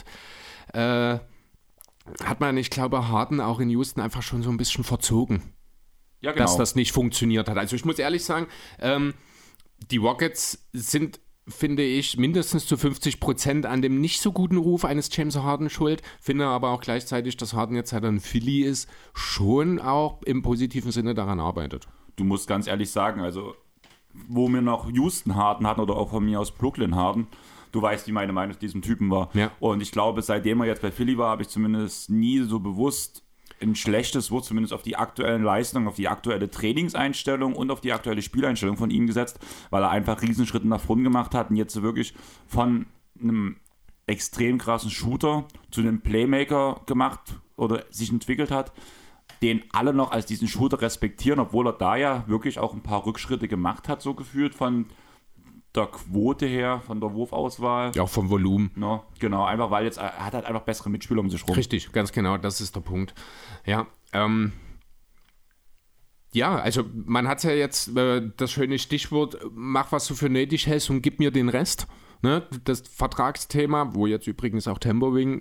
hat man, ich glaube, Harden auch in Houston einfach schon so ein bisschen verzogen. Ja, genau. Dass das nicht funktioniert hat. Also ich muss ehrlich sagen, die Rockets sind, finde ich, mindestens zu 50% an dem nicht so guten Ruf eines James Harden schuld. Finde aber auch gleichzeitig, dass Harden jetzt halt ein Philly ist, schon auch im positiven Sinne daran arbeitet. Du musst ganz ehrlich sagen, also wo wir noch Houston Harden hatten oder auch von mir aus Brooklyn Harden, du weißt, wie meine Meinung zu diesem Typen war. Ja. Und ich glaube, seitdem er jetzt bei Philly war, habe ich zumindest nie so bewusst ein schlechtes Wort zumindest auf die aktuellen Leistungen, auf die aktuelle Trainingseinstellung und auf die aktuelle Spieleinstellung von ihm gesetzt, weil er einfach Riesenschritte nach vorn gemacht hat und jetzt wirklich von einem extrem krassen Shooter zu einem Playmaker gemacht oder sich entwickelt hat, den alle noch als diesen Shooter respektieren, obwohl er da ja wirklich auch ein paar Rückschritte gemacht hat, so gefühlt von der Quote her, von der Wurfauswahl. Ja, auch vom Volumen. No, genau, einfach weil jetzt er hat halt einfach bessere Mitspieler um sich rum. Richtig, ganz genau, das ist der Punkt. Ja, also man hat ja jetzt das schöne Stichwort, mach was du für nötig hältst und gib mir den Rest. Ne? Das Vertragsthema, wo jetzt übrigens auch Timberwing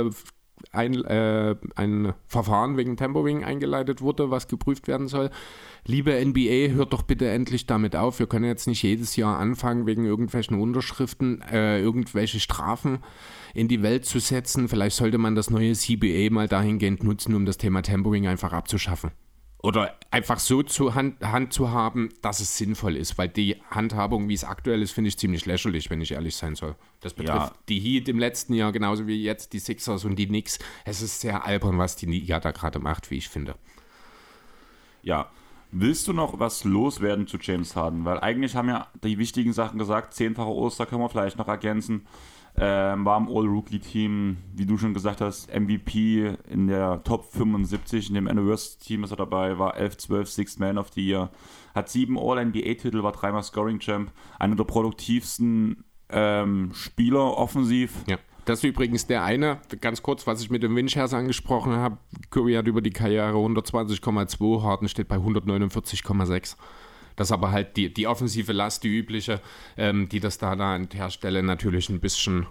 ein Verfahren wegen Timberwing eingeleitet wurde, was geprüft werden soll. Liebe NBA, hört doch bitte endlich damit auf. Wir können jetzt nicht jedes Jahr anfangen, wegen irgendwelchen Unterschriften irgendwelche Strafen in die Welt zu setzen. Vielleicht sollte man das neue CBA mal dahingehend nutzen, um das Thema Tampering einfach abzuschaffen. Oder einfach so zur Hand zu haben, dass es sinnvoll ist. Weil die Handhabung, wie es aktuell ist, finde ich ziemlich lächerlich, wenn ich ehrlich sein soll. Das betrifft die Heat im letzten Jahr genauso wie jetzt die Sixers und die Knicks. Es ist sehr albern, was die Liga da gerade macht, wie ich finde. Ja. Willst du noch was loswerden zu James Harden? Weil eigentlich haben ja die wichtigen Sachen gesagt. 10-fache All-Star können wir vielleicht noch ergänzen. War im All-Rookie-Team, wie du schon gesagt hast, MVP in der Top 75. In dem Anniversary-Team ist er dabei, war 11-12 Sixth Man of the Year. Hat 7 All-NBA-Titel, war 3-mal Scoring-Champ. Einer der produktivsten Spieler offensiv. Ja. Das ist übrigens der eine, ganz kurz, was ich mit dem Winchers angesprochen habe. Curry hat über die Karriere 120,2, Harden steht bei 149,6. Das ist aber halt die offensive Last, die übliche, die das da an der Stelle natürlich ein bisschen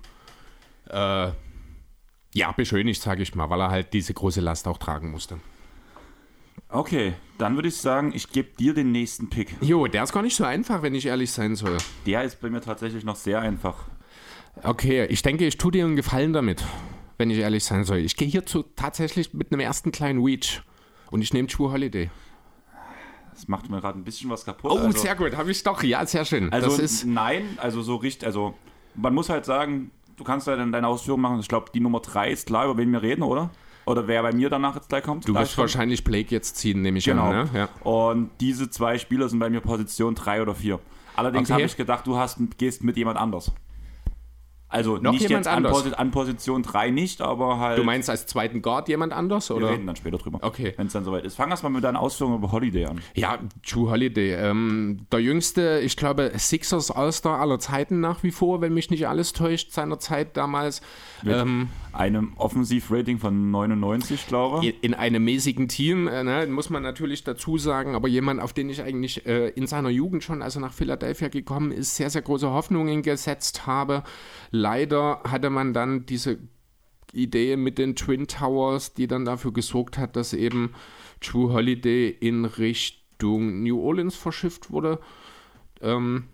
beschönigt, sage ich mal, weil er halt diese große Last auch tragen musste. Okay, dann würde ich sagen, ich gebe dir den nächsten Pick. Jo, der ist gar nicht so einfach, wenn ich ehrlich sein soll. Der ist bei mir tatsächlich noch sehr einfach. Okay, ich denke, ich tue dir einen Gefallen damit, wenn ich ehrlich sein soll. Ich gehe hierzu tatsächlich mit einem ersten kleinen Reach und ich nehme Jrue Holiday. Das macht mir gerade ein bisschen was kaputt. Oh, sehr gut, habe ich doch. Ja, sehr schön. Also nein, also so richtig, also man muss halt sagen, du kannst halt deine Ausführungen machen. Ich glaube, die Nummer 3 ist klar, über wen wir reden, oder? Oder wer bei mir danach jetzt gleich kommt. Du wirst wahrscheinlich Blake jetzt ziehen, nehme ich an. Ne? Ja. Und diese 2 Spieler sind bei mir Position 3 oder 4. Allerdings habe ich gedacht, gehst mit jemand anders. Also noch nicht jemand jetzt an Position 3 nicht, aber halt... Du meinst als zweiten Guard jemand anders? Oder? Wir reden dann später drüber, okay, wenn es dann soweit ist. Fang erst mal mit deinen Ausführungen über Holiday an. Ja, Jrue Holiday. Der jüngste, ich glaube, Sixers All-Star aller Zeiten nach wie vor, wenn mich nicht alles täuscht, seiner Zeit damals. Mit einem Offensivrating von 99, glaube ich. In einem mäßigen Team, muss man natürlich dazu sagen, aber jemand, auf den ich eigentlich in seiner Jugend schon, als er nach Philadelphia gekommen ist, sehr, sehr große Hoffnungen gesetzt habe. Leider hatte man dann diese Idee mit den Twin Towers, die dann dafür gesorgt hat, dass eben Jrue Holiday in Richtung New Orleans verschifft wurde.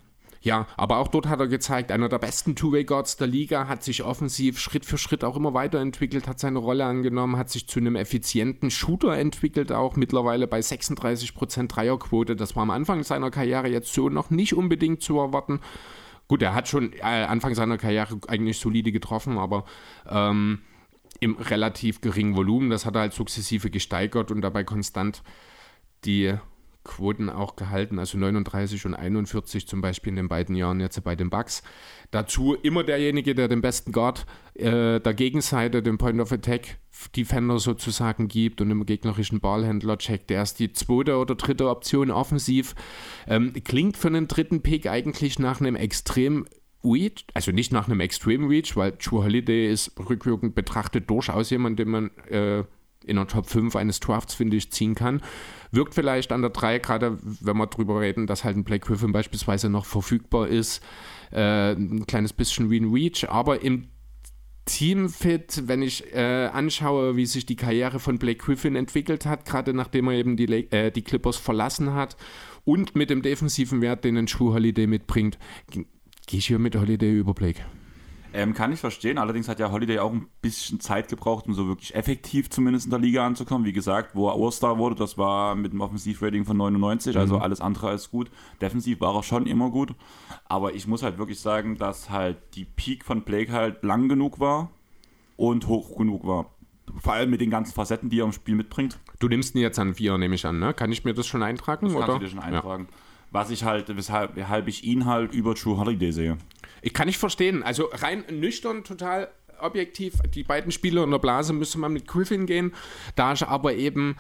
Ja, aber auch dort hat er gezeigt, einer der besten Two-Way-Guards der Liga, hat sich offensiv Schritt für Schritt auch immer weiterentwickelt, hat seine Rolle angenommen, hat sich zu einem effizienten Shooter entwickelt, auch mittlerweile bei 36% Dreierquote. Das war am Anfang seiner Karriere jetzt so noch nicht unbedingt zu erwarten. Gut, er hat schon Anfang seiner Karriere eigentlich solide getroffen, aber im relativ geringen Volumen. Das hat er halt sukzessive gesteigert und dabei konstant die Quoten auch gehalten, also 39 und 41 zum Beispiel in den beiden Jahren jetzt bei den Bucks. Dazu immer derjenige, der den besten Guard der Gegenseite, den Point of Attack Defender sozusagen gibt und im gegnerischen Ballhändler checkt. Der ist die zweite oder dritte Option offensiv. Klingt für einen dritten Pick eigentlich nach einem extrem Reach, also nicht nach einem Extreme Reach, weil Jrue Holiday ist rückwirkend betrachtet durchaus jemand, den man in der Top 5 eines Drafts, finde ich, ziehen kann. Wirkt vielleicht an der 3, gerade wenn wir drüber reden, dass halt ein Blake Griffin beispielsweise noch verfügbar ist, ein kleines bisschen wie ein Reach, aber im Teamfit, wenn ich anschaue, wie sich die Karriere von Blake Griffin entwickelt hat, gerade nachdem er eben die Clippers verlassen hat und mit dem defensiven Wert, den ein Jrue Holiday mitbringt, gehe ich hier mit Holiday über Blake. Kann ich verstehen, allerdings hat ja Holiday auch ein bisschen Zeit gebraucht, um so wirklich effektiv zumindest in der Liga anzukommen. Wie gesagt, wo er All-Star wurde, das war mit einem Offensivrating von 99, also alles andere als gut. Defensiv war er schon immer gut, aber ich muss halt wirklich sagen, dass halt die Peak von Blake halt lang genug war und hoch genug war. Vor allem mit den ganzen Facetten, die er im Spiel mitbringt. Du nimmst ihn jetzt an 4, nehme ich an, ne? Kann ich mir das schon eintragen? Das oder? Kannst du dir schon eintragen. Ja. Was ich halt, weshalb ich ihn halt über Jrue Holiday sehe. Ich kann nicht verstehen. Also rein nüchtern, total objektiv. Die beiden Spieler in der Blase müsste man mit Griffin gehen. Da ich aber eben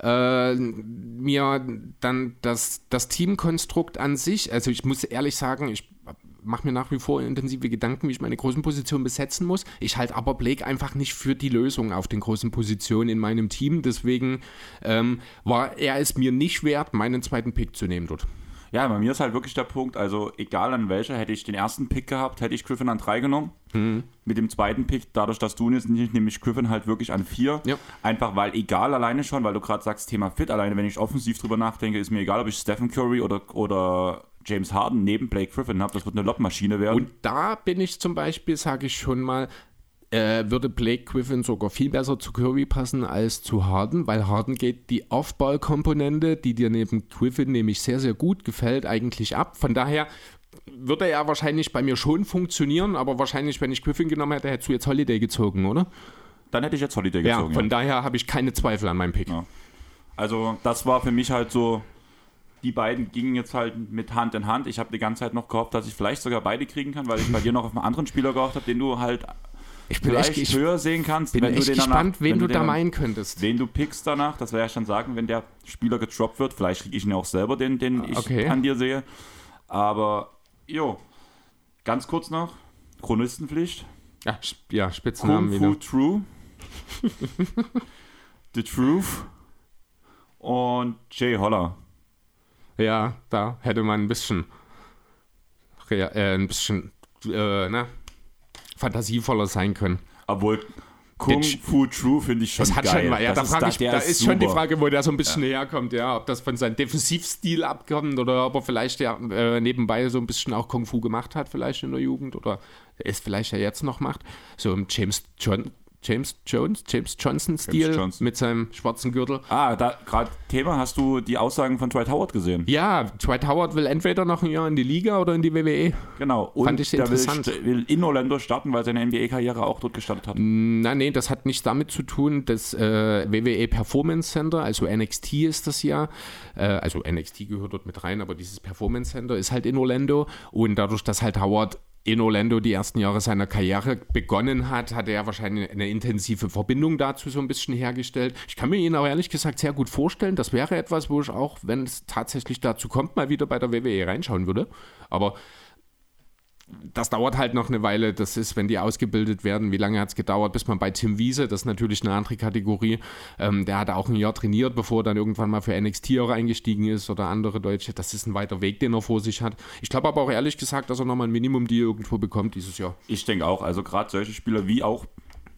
mir dann das Teamkonstrukt an sich, also ich muss ehrlich sagen, ich mache mir nach wie vor intensive Gedanken, wie ich meine großen Positionen besetzen muss. Ich halte aber Blake einfach nicht für die Lösung auf den großen Positionen in meinem Team. Deswegen war er es mir nicht wert, meinen zweiten Pick zu nehmen dort. Ja, bei mir ist halt wirklich der Punkt, also egal an welcher, hätte ich den ersten Pick gehabt, hätte ich Griffin an 3 genommen. Mit dem zweiten Pick, dadurch, dass du ihn jetzt nicht, nehme ich Griffin halt wirklich an 4. Ja. Einfach weil egal alleine schon, weil du gerade sagst, Thema Fit, alleine wenn ich offensiv drüber nachdenke, ist mir egal, ob ich Stephen Curry oder James Harden neben Blake Griffin habe, das wird eine Lob-Maschine werden. Und da bin ich zum Beispiel, sage ich schon mal, würde Blake Griffin sogar viel besser zu Curry passen als zu Harden, weil Harden geht die Off-Ball-Komponente, die dir neben Griffin nämlich sehr, sehr gut gefällt, eigentlich ab. Von daher würde er wahrscheinlich bei mir schon funktionieren, aber wahrscheinlich, wenn ich Griffin genommen hätte, hättest du jetzt Holiday gezogen, oder? Dann hätte ich jetzt Holiday gezogen. Ja, von daher habe ich keine Zweifel an meinem Pick. Ja. Also das war für mich halt so, die beiden gingen jetzt halt mit Hand in Hand. Ich habe die ganze Zeit noch gehofft, dass ich vielleicht sogar beide kriegen kann, weil ich bei dir noch auf einen anderen Spieler gehofft habe, den du halt vielleicht höher sehen kannst. Bin echt gespannt, wen du da meinen könntest. Wen du pickst danach, das werde ich schon sagen, wenn der Spieler gedroppt wird. Vielleicht kriege ich ihn ja auch selber, den ich an dir sehe. Aber, ganz kurz noch, Chronistenpflicht. Ja, Spitznamen Kung Fu True. The Truth. Und Jay Holler. Ja, da hätte man ein bisschen fantasievoller sein können. Obwohl Kung Fu True finde ich schon das hat geil. Schon mal, ja, da ist schon die Frage, wo der so ein bisschen herkommt, ja, ob das von seinem Defensivstil abkommt oder ob er vielleicht nebenbei so ein bisschen auch Kung Fu gemacht hat, vielleicht in der Jugend oder es vielleicht ja jetzt noch macht. So im James Johnson-Stil mit seinem schwarzen Gürtel. Da gerade Thema, hast du die Aussagen von Dwight Howard gesehen? Ja, Dwight Howard will entweder noch ein Jahr in die Liga oder in die WWE. Genau, und fand ich interessant. Will in Orlando starten, weil seine NBA-Karriere auch dort gestartet hat. Nee, das hat nichts damit zu tun, das WWE Performance Center, also NXT ist das ja, also NXT gehört dort mit rein, aber dieses Performance Center ist halt in Orlando und dadurch, dass halt Howard in Orlando die ersten Jahre seiner Karriere begonnen hat, hat er wahrscheinlich eine intensive Verbindung dazu so ein bisschen hergestellt. Ich kann mir ihn auch ehrlich gesagt sehr gut vorstellen. Das wäre etwas, wo ich auch, wenn es tatsächlich dazu kommt, mal wieder bei der WWE reinschauen würde. Aber das dauert halt noch eine Weile. Das ist, wenn die ausgebildet werden. Wie lange hat es gedauert, bis man bei Tim Wiese, das ist natürlich eine andere Kategorie, der hat auch ein Jahr trainiert, bevor er dann irgendwann mal für NXT auch eingestiegen ist oder andere Deutsche. Das ist ein weiter Weg, den er vor sich hat. Ich glaube aber auch ehrlich gesagt, dass er nochmal ein Minimum-Deal irgendwo bekommt dieses Jahr. Ich denke auch. Also gerade solche Spieler wie auch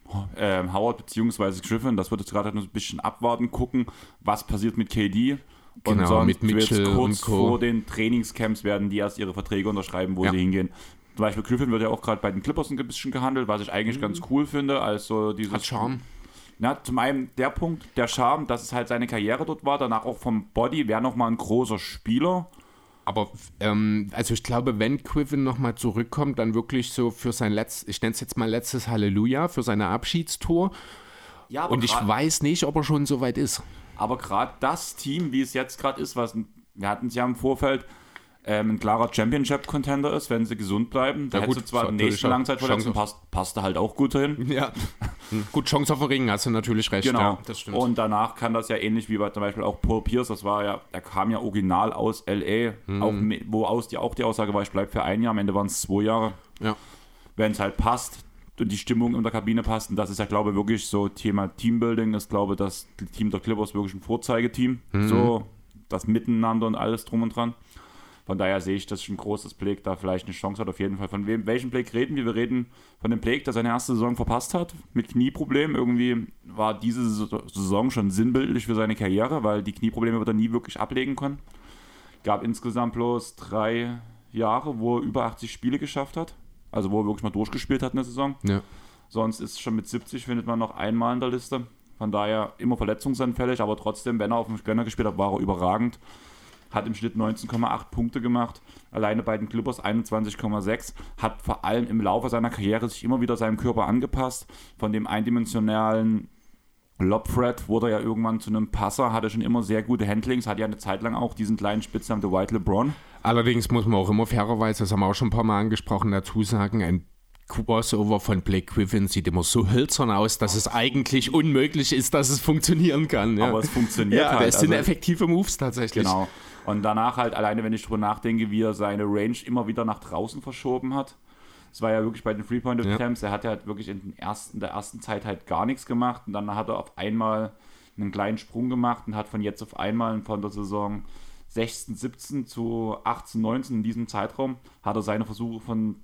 Howard bzw. Griffin, das wird jetzt gerade noch ein bisschen abwarten, gucken, was passiert mit KD. Und genau, sonst mit Mitchell kurz und Co. vor den Trainingscamps werden die erst ihre Verträge unterschreiben, wo sie hingehen. Zum Beispiel Griffin wird ja auch gerade bei den Clippers ein bisschen gehandelt, was ich eigentlich ganz cool finde. Also dieses Hat Charme. Na, zum einen der Punkt, der Charme, dass es halt seine Karriere dort war, danach auch vom Body, wäre nochmal ein großer Spieler. Aber, also ich glaube, wenn Griffin nochmal zurückkommt, dann wirklich so für sein ich nenne es jetzt mal letztes Halleluja, für seine Abschiedstour. Ja, und ich weiß nicht, ob er schon so weit ist. Aber gerade das Team, wie es jetzt gerade ist, wir hatten es ja im Vorfeld, ein klarer Championship-Contender ist, wenn sie gesund bleiben. Da hättest du zwar den nächsten Langzeitverletzung, passt da halt auch gut hin. Ja, gut, Chance auf den Ring, hast du natürlich recht. Genau, ja, das stimmt. Und danach kann das ja ähnlich wie bei zum Beispiel auch Paul Pierce, er kam ja original aus L.A., wo die Aussage war, ich bleibe für ein Jahr, am Ende waren es 2 Jahre. Ja. Wenn es halt passt und die Stimmung in der Kabine passt, und das ist ja, glaube ich, wirklich so Thema Teambuilding, ist, glaube ich, das Team der Clippers wirklich ein Vorzeigeteam, so das Miteinander und alles drum und dran. Von daher sehe ich, dass ein großes Blake da vielleicht eine Chance hat, auf jeden Fall. Von welchem Blake reden wir? Wir reden von dem Blake, der seine erste Saison verpasst hat, mit Knieproblemen. Irgendwie war diese Saison schon sinnbildlich für seine Karriere, weil die Knieprobleme wird er nie wirklich ablegen können. Gab insgesamt bloß 3 Jahre, wo er über 80 Spiele geschafft hat. Also wo er wirklich mal durchgespielt hat in der Saison. Ja. Sonst ist schon mit 70, findet man noch einmal in der Liste. Von daher immer verletzungsanfällig, aber trotzdem, wenn er auf dem Gönner gespielt hat, war er überragend. Hat im Schnitt 19,8 Punkte gemacht, alleine bei den Clippers 21,6, hat vor allem im Laufe seiner Karriere sich immer wieder seinem Körper angepasst. Von dem eindimensionalen Lob-Threat wurde er ja irgendwann zu einem Passer, hatte schon immer sehr gute Handlings, hatte ja eine Zeit lang auch diesen kleinen Spitznamen, The White LeBron. Allerdings muss man auch immer fairerweise, das haben wir auch schon ein paar Mal angesprochen, dazu sagen, ein Crossover von Blake Griffin sieht immer so hölzern aus, dass es eigentlich unmöglich ist, dass es funktionieren kann. Ja. Aber es funktioniert halt. Es sind effektive Moves tatsächlich. Genau. Und danach halt, alleine wenn ich drüber nachdenke, wie er seine Range immer wieder nach draußen verschoben hat. Es war ja wirklich bei den Three-Point-Attempts, er hat ja halt wirklich in der ersten Zeit halt gar nichts gemacht. Und dann hat er auf einmal einen kleinen Sprung gemacht und hat von jetzt auf einmal von der Saison 16, 17 zu 18, 19 in diesem Zeitraum hat er seine Versuche von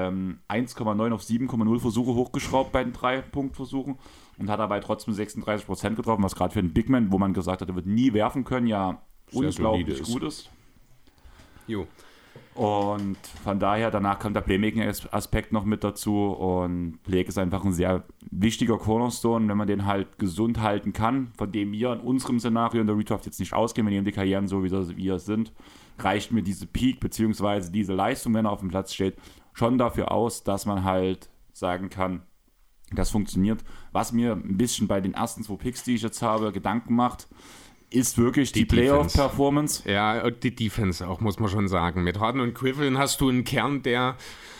1,9 auf 7,0 Versuche hochgeschraubt bei den 3-Punkt-Versuchen und hat dabei trotzdem 36% getroffen, was gerade für einen Big Man, wo man gesagt hat, er wird nie werfen können, ja sehr unglaublich gut ist. Jo. Und von daher, danach kam der Playmaking-Aspekt noch mit dazu und Blake ist einfach ein sehr wichtiger Cornerstone, wenn man den halt gesund halten kann, von dem wir in unserem Szenario in der Redraft jetzt nicht ausgehen, wir nehmen die Karrieren so, wie er sind, reicht mir diese Peak bzw. diese Leistung, wenn er auf dem Platz steht, schon dafür aus, dass man halt sagen kann, das funktioniert. Was mir ein bisschen bei den ersten 2 Picks, die ich jetzt habe, Gedanken macht, ist wirklich die Playoff-Performance. Ja, und die Defense auch, muss man schon sagen. Mit Harden und Griffin hast du einen Kern, der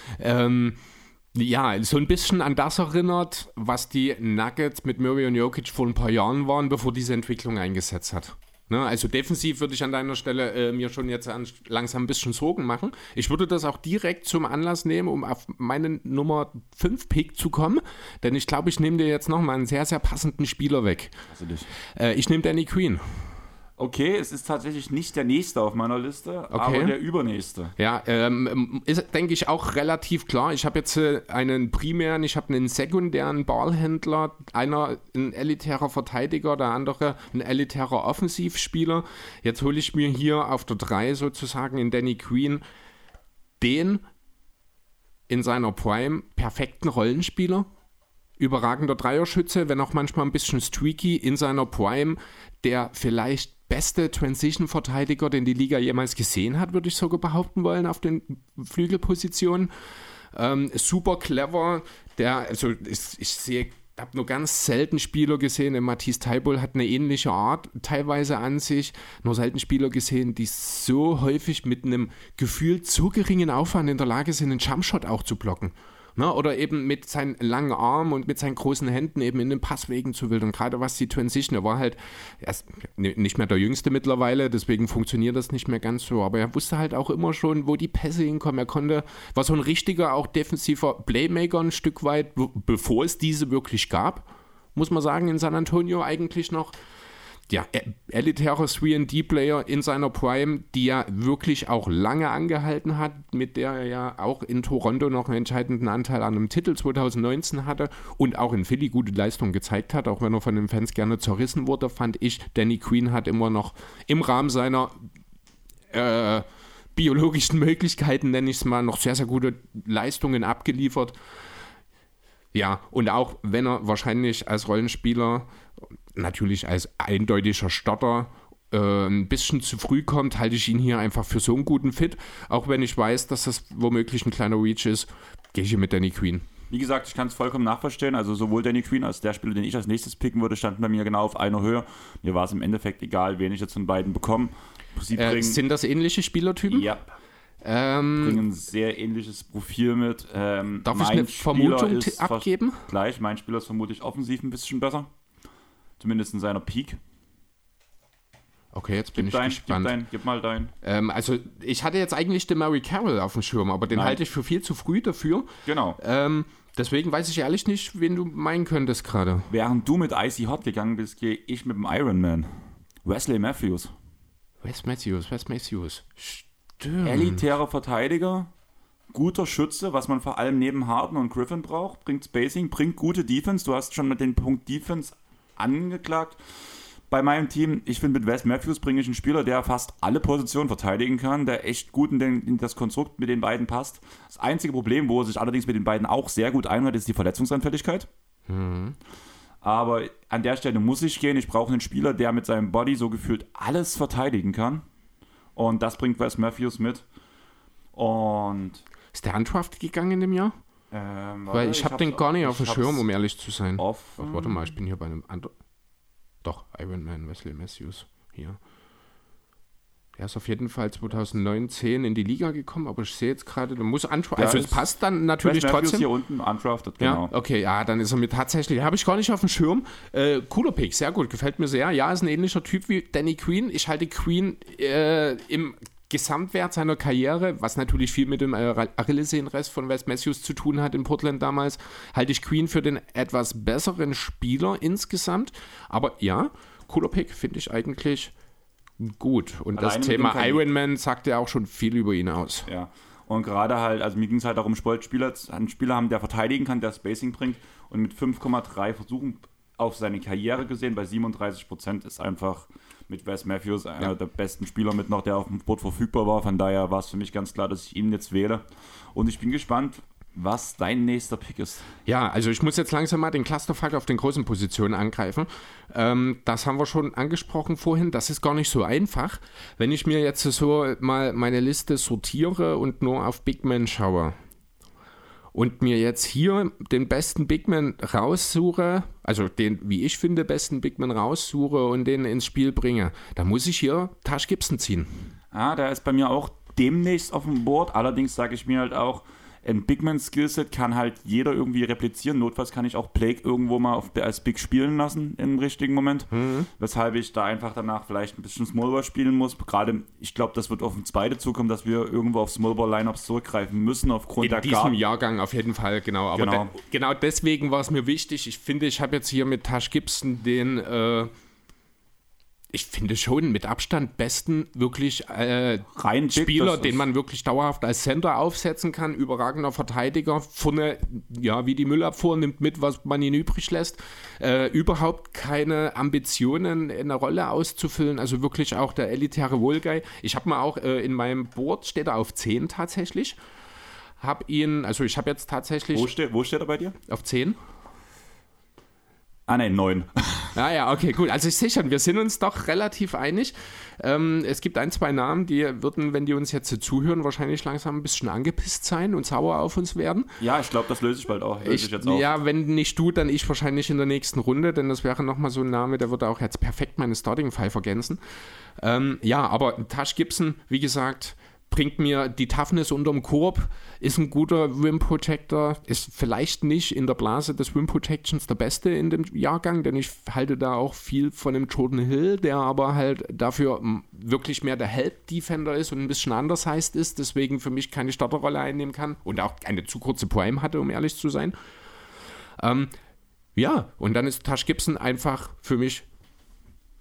so ein bisschen an das erinnert, was die Nuggets mit Murray und Jokic vor ein paar Jahren waren, bevor diese Entwicklung eingesetzt hat. Ne, also defensiv würde ich an deiner Stelle mir schon jetzt langsam ein bisschen Sorgen machen. Ich würde das auch direkt zum Anlass nehmen, um auf meinen Nummer 5 Pick zu kommen, denn ich glaube, ich nehme dir jetzt nochmal einen sehr, sehr passenden Spieler weg. Ich nehme Danny Green. Okay, es ist tatsächlich nicht der nächste auf meiner Liste, aber der übernächste. Ja, ist, denke ich, auch relativ klar. Ich habe jetzt einen primären, ich habe einen sekundären Ballhändler, einer ein elitärer Verteidiger, der andere ein elitärer Offensivspieler. Jetzt hole ich mir hier auf der 3 sozusagen in Danny Green den in seiner Prime perfekten Rollenspieler. Überragender Dreierschütze, wenn auch manchmal ein bisschen streaky in seiner Prime, der vielleicht beste Transition-Verteidiger, den die Liga jemals gesehen hat, würde ich sogar behaupten wollen, auf den Flügelpositionen. Super clever, ich habe nur ganz selten Spieler gesehen, der Matisse Thybulle hat eine ähnliche Art teilweise an sich, nur selten Spieler gesehen, die so häufig mit einem gefühlt so geringen Aufwand in der Lage sind, einen Jumpshot auch zu blocken. Ne, oder eben mit seinen langen Armen und mit seinen großen Händen eben in den Passwegen zu wildern. Gerade was die Transition, er war halt erst nicht mehr der Jüngste mittlerweile, deswegen funktioniert das nicht mehr ganz so. Aber er wusste halt auch immer schon, wo die Pässe hinkommen. War so ein richtiger, auch defensiver Playmaker ein Stück weit, bevor es diese wirklich gab, muss man sagen, in San Antonio eigentlich noch. ja, elitärer 3&D-Player in seiner Prime, die ja wirklich auch lange angehalten hat, mit der er ja auch in Toronto noch einen entscheidenden Anteil an einem Titel 2019 hatte und auch in Philly gute Leistung gezeigt hat, auch wenn er von den Fans gerne zerrissen wurde, fand ich, Danny Quinn hat immer noch im Rahmen seiner biologischen Möglichkeiten, nenne ich es mal, noch sehr, sehr gute Leistungen abgeliefert. Ja, und auch wenn er wahrscheinlich als Rollenspieler, natürlich als eindeutiger Stotter, ein bisschen zu früh kommt, halte ich ihn hier einfach für so einen guten Fit. Auch wenn ich weiß, dass das womöglich ein kleiner Reach ist, gehe ich hier mit Danny Quinn. Wie gesagt, ich kann es vollkommen nachverstehen. Also sowohl Danny Quinn als der Spieler, den ich als nächstes picken würde, standen bei mir genau auf einer Höhe. Mir war es im Endeffekt egal, wen ich jetzt von beiden bekomme. Sind das ähnliche Spielertypen? Ja. Bringen ein sehr ähnliches Profil mit. Darf ich eine Vermutung abgeben? Gleich, mein Spieler ist vermutlich offensiv ein bisschen besser. Zumindest in seiner Peak. Okay, jetzt bin ich gespannt. Gib mal dein. Also ich hatte jetzt eigentlich den Murray Carroll auf dem Schirm, aber den halte ich für viel zu früh dafür. Genau. Deswegen weiß ich ehrlich nicht, wen du meinen könntest gerade. Während du mit Icy Hot gegangen bist, gehe ich mit dem Iron Man. Wesley Matthews. Wes Matthews. Stimmt. Elitärer Verteidiger, guter Schütze, was man vor allem neben Harden und Griffin braucht, bringt Spacing, bringt gute Defense. Du hast schon mit dem Punkt Defense angeklagt. Bei meinem Team, ich finde, mit Wes Matthews bringe ich einen Spieler, der fast alle Positionen verteidigen kann, der echt gut in das Konstrukt mit den beiden passt. Das einzige Problem, wo er sich allerdings mit den beiden auch sehr gut einhört, ist die Verletzungsanfälligkeit. Aber an der Stelle muss ich gehen. Ich brauche einen Spieler, der mit seinem Body so gefühlt alles verteidigen kann. Und das bringt Wes Matthews mit. Und ist der undrafted gegangen in dem Jahr? Weil ich habe den gar nicht auf dem Schirm, um ehrlich zu sein. Warte mal, ich bin hier bei einem anderen. Doch, Iron Man, Wesley Matthews. Hier. Er ist auf jeden Fall 2019 in die Liga gekommen, aber ich sehe jetzt gerade, da muss undrafted. Also es passt dann natürlich Wes trotzdem. Hier unten, undrafted, genau. Ja, okay, ja, dann ist er mir tatsächlich, habe ich gar nicht auf dem Schirm. Cooler Pick, sehr gut, gefällt mir sehr. Ja, ist ein ähnlicher Typ wie Danny Quinn. Ich halte Quinn im Gesamtwert seiner Karriere, was natürlich viel mit dem Achillessehnenriss von Wes Matthews zu tun hat in Portland damals, halte ich Quinn für den etwas besseren Spieler insgesamt. Aber ja, cooler Pick, finde ich eigentlich gut. Und alleine das Thema Iron Man sagt ja auch schon viel über ihn aus. Ja, und gerade halt, also mir ging es halt darum, einen Spieler haben, der verteidigen kann, der Spacing bringt und mit 5,3 Versuchen auf seine Karriere gesehen, bei 37% ist einfach mit Wes Matthews einer der besten Spieler mit noch, der auf dem Board verfügbar war. Von daher war es für mich ganz klar, dass ich ihn jetzt wähle. Und ich bin gespannt, was dein nächster Pick ist. Ja, also ich muss jetzt langsam mal den Clusterfuck auf den großen Positionen angreifen. Das haben wir schon angesprochen vorhin. Das ist gar nicht so einfach. Wenn ich mir jetzt so mal meine Liste sortiere und nur auf Big Men schaue und mir jetzt hier den besten Big Man raussuche, also den, wie ich finde, besten Big Man raussuche und den ins Spiel bringe, dann muss ich hier Taj Gibson ziehen. Der ist bei mir auch demnächst auf dem Board. Allerdings sage ich mir halt auch, ein Big-Man-Skillset kann halt jeder irgendwie replizieren. Notfalls kann ich auch Blake irgendwo mal als Big spielen lassen im richtigen Moment. Weshalb ich da einfach danach vielleicht ein bisschen Smallball spielen muss. Gerade, ich glaube, das wird auf uns beide zukommen, dass wir irgendwo auf Smallball-Lineups zurückgreifen müssen aufgrund der diesem Jahrgang auf jeden Fall, genau. Aber genau deswegen war es mir wichtig. Ich finde, ich habe jetzt hier mit Taj Gibson den ich finde schon mit Abstand besten wirklich Spieler, den man wirklich dauerhaft als Center aufsetzen kann, überragender Verteidiger, vorne, ja, wie die Müllabfuhr, nimmt mit, was man ihn übrig lässt, überhaupt keine Ambitionen in der Rolle auszufüllen, also wirklich auch der elitäre Wohlguy. Ich habe mal auch in meinem Board, steht er auf 10 tatsächlich, ich habe jetzt tatsächlich... Wo steht er bei dir? Auf 10. Nein, 9. Ja, okay, gut. Also ich sehe schon, wir sind uns doch relativ einig. Es gibt 1, 2 Namen, die würden, wenn die uns jetzt zuhören, wahrscheinlich langsam ein bisschen angepisst sein und sauer auf uns werden. Ja, ich glaube, das löse ich bald auch. Ja, wenn nicht du, dann ich wahrscheinlich in der nächsten Runde, denn das wäre nochmal so ein Name, der würde auch jetzt perfekt meine Starting Five ergänzen. Aber Taj Gibson, wie gesagt, bringt mir die Toughness unterm Korb, ist ein guter Rim Protector, ist vielleicht nicht in der Blase des Rim Protections der Beste in dem Jahrgang, denn ich halte da auch viel von dem Jordan Hill, der aber halt dafür wirklich mehr der Help-Defender ist und ein bisschen undersized ist, deswegen für mich keine Starterrolle einnehmen kann und auch eine zu kurze Prime hatte, um ehrlich zu sein. Und dann ist Taj Gibson einfach für mich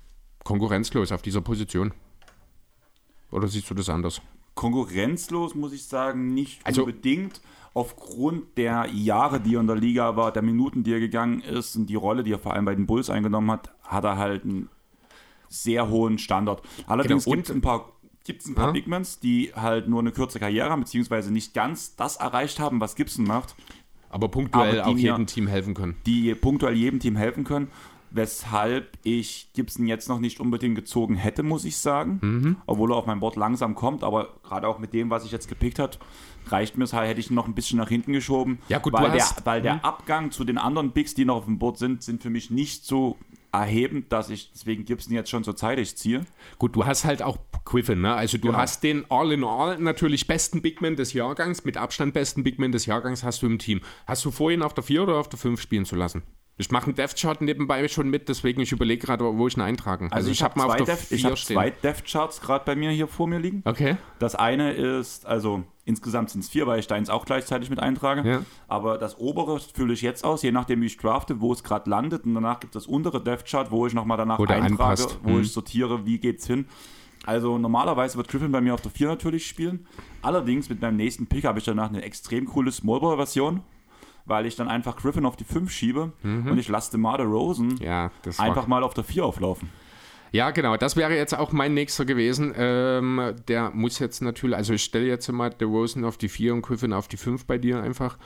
konkurrenzlos auf dieser Position. Oder siehst du das anders? Konkurrenzlos, muss ich sagen, nicht unbedingt. Aufgrund der Jahre, die er in der Liga war, der Minuten, die er gegangen ist und die Rolle, die er vor allem bei den Bulls eingenommen hat, hat er halt einen sehr hohen Standard. Allerdings gibt es ein paar Bigmans, die halt nur eine kurze Karriere haben, beziehungsweise nicht ganz das erreicht haben, was Gibson macht. Aber punktuell auch jedem Team helfen können. Die punktuell jedem Team helfen können, weshalb ich Gibson jetzt noch nicht unbedingt gezogen hätte, muss ich sagen. Obwohl er auf mein Board langsam kommt, aber gerade auch mit dem, was ich jetzt gepickt habe, reicht mir es halt, hätte ich ihn noch ein bisschen nach hinten geschoben. Ja, gut, weil der Abgang zu den anderen Bigs, die noch auf dem Board sind für mich nicht so erhebend, dass ich deswegen Gibson jetzt schon so zeitig ziehe. Gut, du hast halt auch Griffin, ne? Also du hast den All-in-All natürlich besten Bigman des Jahrgangs, mit Abstand besten Bigman des Jahrgangs hast du im Team. Hast du vor, ihn auf der 4 oder auf der 5 spielen zu lassen? Ich mache einen Death-Chart nebenbei schon mit, deswegen ich überlege gerade, wo ich ihn eintragen. Also ich habe mal auf der 4 stehen. 2 Death-Charts gerade bei mir hier vor mir liegen. Okay. Das eine ist, also insgesamt sind es 4, weil ich da eins auch gleichzeitig mit eintrage. Ja. Aber das obere fülle ich jetzt aus, je nachdem wie ich drafte, wo es gerade landet. Und danach gibt es das untere Death-Chart, wo ich nochmal danach eintrage, wo ich sortiere, wie geht's hin. Also normalerweise wird Griffin bei mir auf der 4 natürlich spielen. Allerdings mit meinem nächsten Pick habe ich danach eine extrem coole Smallball-Version, weil ich dann einfach Griffin auf die 5 schiebe und ich lasse DeMar DeRozan einfach mal auf der 4 auflaufen. Ja, genau, das wäre jetzt auch mein nächster gewesen. Der muss jetzt natürlich, also ich stelle jetzt mal DeRozan auf die 4 und Griffin auf die 5 bei dir einfach.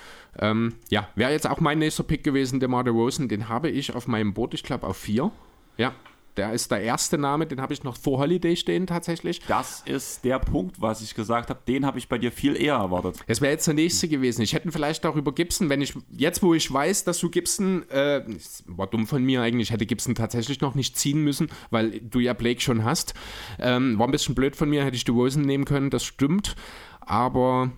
Wäre jetzt auch mein nächster Pick gewesen, DeMar DeRozan. Den habe ich auf meinem Board, ich glaube auf 4. Ja. Der ist der erste Name, den habe ich noch vor Holiday stehen tatsächlich. Das ist der Punkt, was ich gesagt habe, den habe ich bei dir viel eher erwartet. Das wäre jetzt der nächste gewesen. Ich hätte vielleicht auch über Gibson, wo ich weiß, dass du Gibson, war dumm von mir eigentlich, ich hätte Gibson tatsächlich noch nicht ziehen müssen, weil du ja Blake schon hast. War ein bisschen blöd von mir, hätte ich DeRozan nehmen können, das stimmt, aber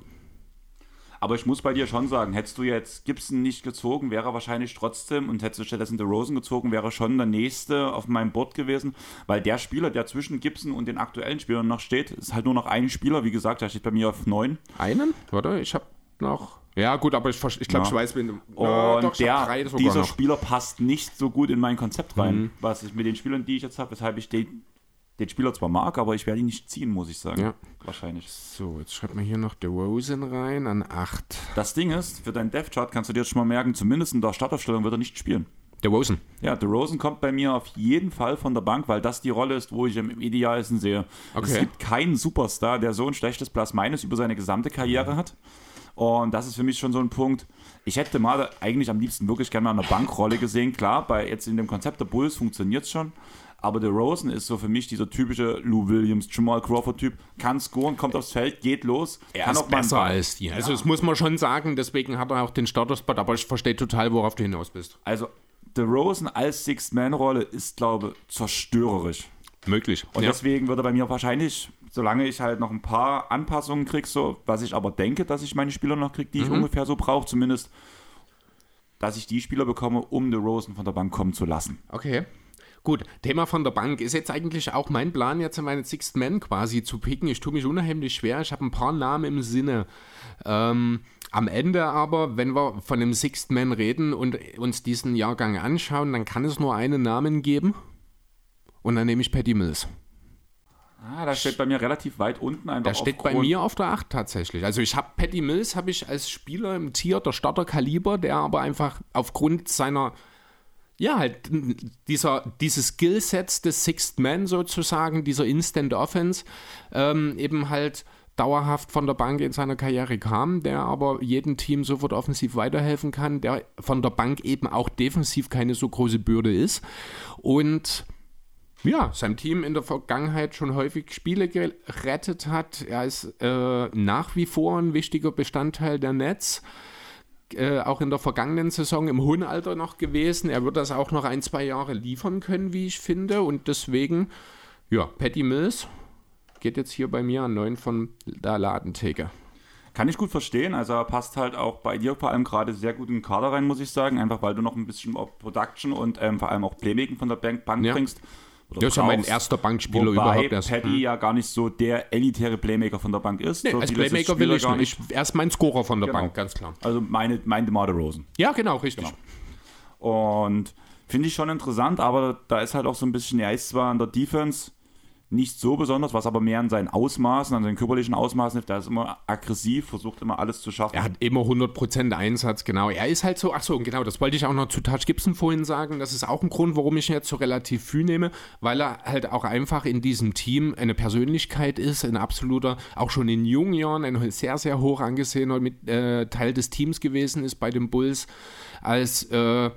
ich muss bei dir schon sagen, hättest du jetzt Gibson nicht gezogen, wäre er wahrscheinlich trotzdem, und hättest du stattdessen DeRozan gezogen, wäre schon der nächste auf meinem Board gewesen, weil der Spieler, der zwischen Gibson und den aktuellen Spielern noch steht, ist halt nur noch ein Spieler, wie gesagt, der steht bei mir auf 9. Einen? Warte, ich habe noch... Ja gut, aber ich glaube, ich weiß, wen du... Und dieser Spieler passt nicht so gut in mein Konzept rein, was ich mit den Spielern, die ich jetzt habe, weshalb ich den Spieler zwar mag, aber ich werde ihn nicht ziehen, muss ich sagen. Ja. Wahrscheinlich. So, jetzt schreibt man hier noch DeRozan rein an 8. Das Ding ist, für deinen Death-Chart kannst du dir jetzt schon mal merken, zumindest in der Startaufstellung wird er nicht spielen. DeRozan? Ja, DeRozan kommt bei mir auf jeden Fall von der Bank, weil das die Rolle ist, wo ich im idealsten sehe. Okay. Es gibt keinen Superstar, der so ein schlechtes Plus-Minus über seine gesamte Karriere hat. Und das ist für mich schon so ein Punkt. Ich hätte mal eigentlich am liebsten wirklich gerne mal eine Bankrolle gesehen. Klar, jetzt in dem Konzept der Bulls funktioniert es schon. Aber DeRozan ist so für mich dieser typische Lou Williams, Jamal Crawford-Typ. Kann scoren, kommt aufs Feld, geht los. Er ist besser als die. Also das muss man schon sagen, deswegen hat er auch den Starter-Spot. Aber ich verstehe total, worauf du hinaus bist. Also DeRozan als Sixth-Man-Rolle ist, glaube ich, zerstörerisch. Möglich. Und deswegen würde er bei mir wahrscheinlich, solange ich halt noch ein paar Anpassungen kriege, so, was ich aber denke, dass ich meine Spieler noch kriege, die ich ungefähr so brauche, zumindest, dass ich die Spieler bekomme, um DeRozan von der Bank kommen zu lassen. Okay. Gut, Thema von der Bank ist jetzt eigentlich auch mein Plan, jetzt in meinen Sixth Man quasi zu picken. Ich tue mich unheimlich schwer, ich habe ein paar Namen im Sinne. Am Ende aber, wenn wir von dem Sixth Man reden und uns diesen Jahrgang anschauen, dann kann es nur einen Namen geben und dann nehme ich Patty Mills. Das steht bei mir relativ weit unten. Der steht bei mir auf der 8 tatsächlich. Also ich habe Patty Mills als Spieler im Tier der Starterkaliber, der aber einfach aufgrund seiner dieses Skillsets des Sixth Man sozusagen, dieser Instant Offense, eben halt dauerhaft von der Bank in seiner Karriere kam, der aber jedem Team sofort offensiv weiterhelfen kann, der von der Bank eben auch defensiv keine so große Bürde ist und sein Team in der Vergangenheit schon häufig Spiele gerettet hat. Er ist nach wie vor ein wichtiger Bestandteil der Nets. Auch in der vergangenen Saison im hohen Alter noch gewesen. Er wird das auch noch 1-2 Jahre liefern können, wie ich finde. Und deswegen, Patty Mills geht jetzt hier bei mir an 9 von der Ladentheke. Kann ich gut verstehen. Also er passt halt auch bei dir vor allem gerade sehr gut in den Kader rein, muss ich sagen. Einfach weil du noch ein bisschen Production und vor allem auch Playmaking von der Bank bringst. Das ist ja mein erster Bankspieler überhaupt. Wobei Patty ja gar nicht so der elitäre Playmaker von der Bank ist. Nee, so als Playmaker will ich nicht. Er ist mein Scorer von der Bank, ganz klar. Also mein DeMar DeRozan. Ja, genau, richtig. Genau. Und Finde ich schon interessant, aber da ist halt auch so ein bisschen, er ist zwar in der Defense nicht so besonders, was aber mehr an seinen Ausmaßen, an seinen körperlichen Ausmaßen hilft. Der ist immer aggressiv, versucht immer alles zu schaffen. Er hat immer 100% Einsatz, genau. Er ist halt so, genau, das wollte ich auch noch zu Taj Gibson vorhin sagen. Das ist auch ein Grund, warum ich ihn jetzt so relativ früh nehme, weil er halt auch einfach in diesem Team eine Persönlichkeit ist, ein absoluter, auch schon in jungen Jahren, ein sehr, sehr hoch angesehener Teil des Teams gewesen ist bei den Bulls als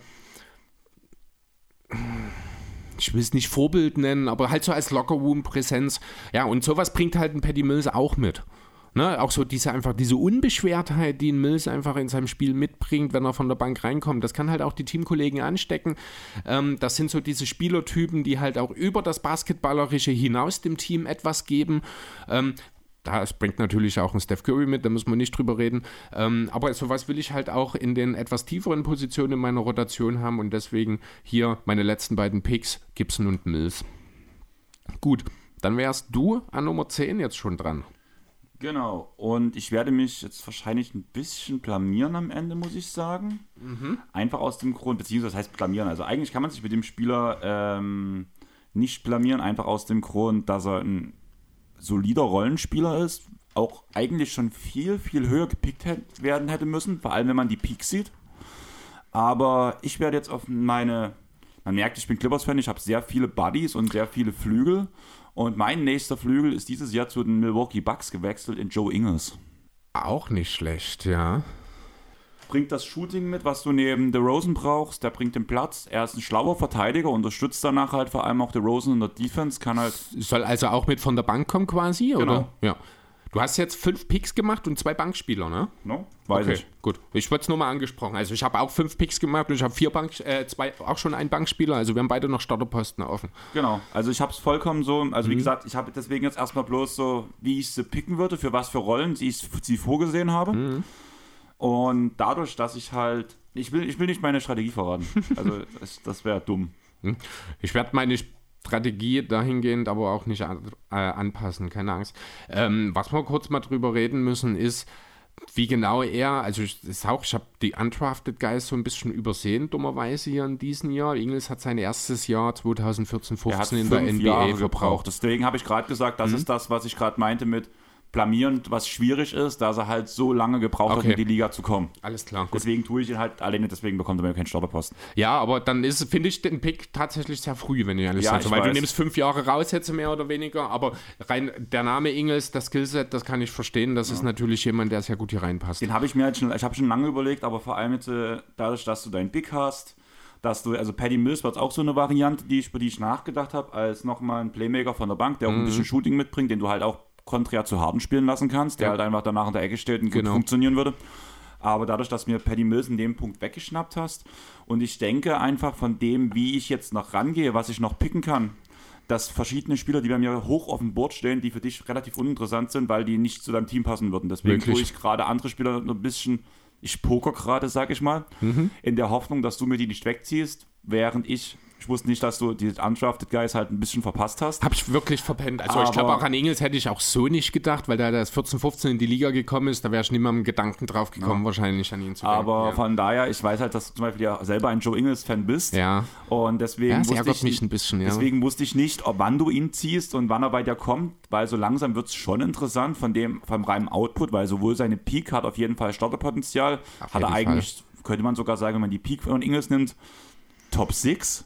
ich will es nicht Vorbild nennen, aber halt so als Lockerroom-Präsenz. Ja, und sowas bringt halt ein Patty Mills auch mit. Ne? Auch so diese Unbeschwertheit, die ein Mills einfach in seinem Spiel mitbringt, wenn er von der Bank reinkommt. Das kann halt auch die Teamkollegen anstecken. Das sind so diese Spielertypen, die halt auch über das Basketballerische hinaus dem Team etwas geben. Das bringt natürlich auch ein Steph Curry mit, da müssen wir nicht drüber reden. Aber sowas will ich halt auch in den etwas tieferen Positionen in meiner Rotation haben und deswegen hier meine letzten beiden Picks, Gibson und Mills. Gut, dann wärst du an Nummer 10 jetzt schon dran. Genau, und ich werde mich jetzt wahrscheinlich ein bisschen blamieren am Ende, muss ich sagen. Einfach aus dem Grund, beziehungsweise das heißt blamieren, also eigentlich kann man sich mit dem Spieler nicht blamieren, einfach aus dem Grund, dass er ein solider Rollenspieler ist, auch eigentlich schon viel, viel höher gepickt werden hätte müssen, vor allem wenn man die Peaks sieht. Aber ich werde jetzt auf man merkt, ich bin Clippers-Fan, ich habe sehr viele Buddies und sehr viele Flügel und mein nächster Flügel ist dieses Jahr zu den Milwaukee Bucks gewechselt in Joe Ingles. Auch nicht schlecht, ja. Bringt das Shooting mit, was du neben DeRozan brauchst, der bringt den Platz, er ist ein schlauer Verteidiger, unterstützt danach halt vor allem auch DeRozan in der Defense, kann halt... Soll also auch mit von der Bank kommen quasi, genau. Oder? Ja. Du hast jetzt 5 Picks gemacht und 2 Bankspieler, ne? No, weiß ich. Gut. Ich würde es nur mal angesprochen. Also ich habe auch 5 Picks gemacht und ich habe 2, auch schon einen Bankspieler, also wir haben beide noch Starterposten offen. Genau, also ich habe es vollkommen so, also wie gesagt, ich habe deswegen jetzt erstmal bloß so, wie ich sie picken würde, für was für Rollen ich sie vorgesehen habe. Und dadurch, dass ich halt, ich will nicht meine Strategie verraten. Also das wäre dumm. Ich werde meine Strategie dahingehend aber auch nicht anpassen, keine Angst. Was wir kurz mal drüber reden müssen, ist, wie genau also ich habe die Undrafted Guys so ein bisschen übersehen, dummerweise hier in diesem Jahr. Ingles hat sein erstes Jahr 2014-15 in der NBA verbraucht. Deswegen habe ich gerade gesagt, das ist das, was ich gerade meinte mit blamierend, was schwierig ist, dass er halt so lange gebraucht hat, in die Liga zu kommen. Alles klar. Gut. Deswegen tue ich ihn halt alleine, deswegen bekommt er mir keinen Starterposten. Ja, aber dann finde ich den Pick tatsächlich sehr früh, wenn ich ehrlich sage. Weil du nimmst 5 Jahre raus, jetzt mehr oder weniger, aber rein der Name Ingles, das Skillset, das kann ich verstehen, das ist natürlich jemand, der sehr gut hier reinpasst. Den habe ich mir ich habe schon lange überlegt, aber vor allem jetzt dadurch, dass du deinen Pick hast, also Patty Mills war auch so eine Variante, über die ich nachgedacht habe, als nochmal ein Playmaker von der Bank, der auch ein bisschen Shooting mitbringt, den du halt auch konträr zu Harden spielen lassen kannst, der halt einfach danach in der Ecke steht und gut funktionieren würde. Aber dadurch, dass mir Patty Mills in dem Punkt weggeschnappt hast und ich denke einfach von dem, wie ich jetzt noch rangehe, was ich noch picken kann, dass verschiedene Spieler, die bei mir hoch auf dem Board stehen, die für dich relativ uninteressant sind, weil die nicht zu deinem Team passen würden. Deswegen tue ich gerade andere Spieler ein bisschen, ich poker gerade, sag ich mal, in der Hoffnung, dass du mir die nicht wegziehst, während ich wusste nicht, dass du die Undrafted Guys halt ein bisschen verpasst hast. Hab ich wirklich verpennt. Also ich glaube auch an Ingles hätte ich auch so nicht gedacht, weil der erst 14, 15 in die Liga gekommen ist, da wäre ich nicht mal mit dem Gedanken drauf gekommen, wahrscheinlich an ihn zu denken. Aber von daher, ich weiß halt, dass du zum Beispiel ja selber ein Joe Ingles-Fan bist. Ja. Und deswegen deswegen wusste ich nicht, wann du ihn ziehst und wann er bei dir kommt, weil so langsam wird es schon interessant vom reinen Output, weil sowohl seine Peak hat auf jeden Fall Starterpotenzial, hat er eigentlich, könnte man sogar sagen, wenn man die Peak von Ingles nimmt, Top 6.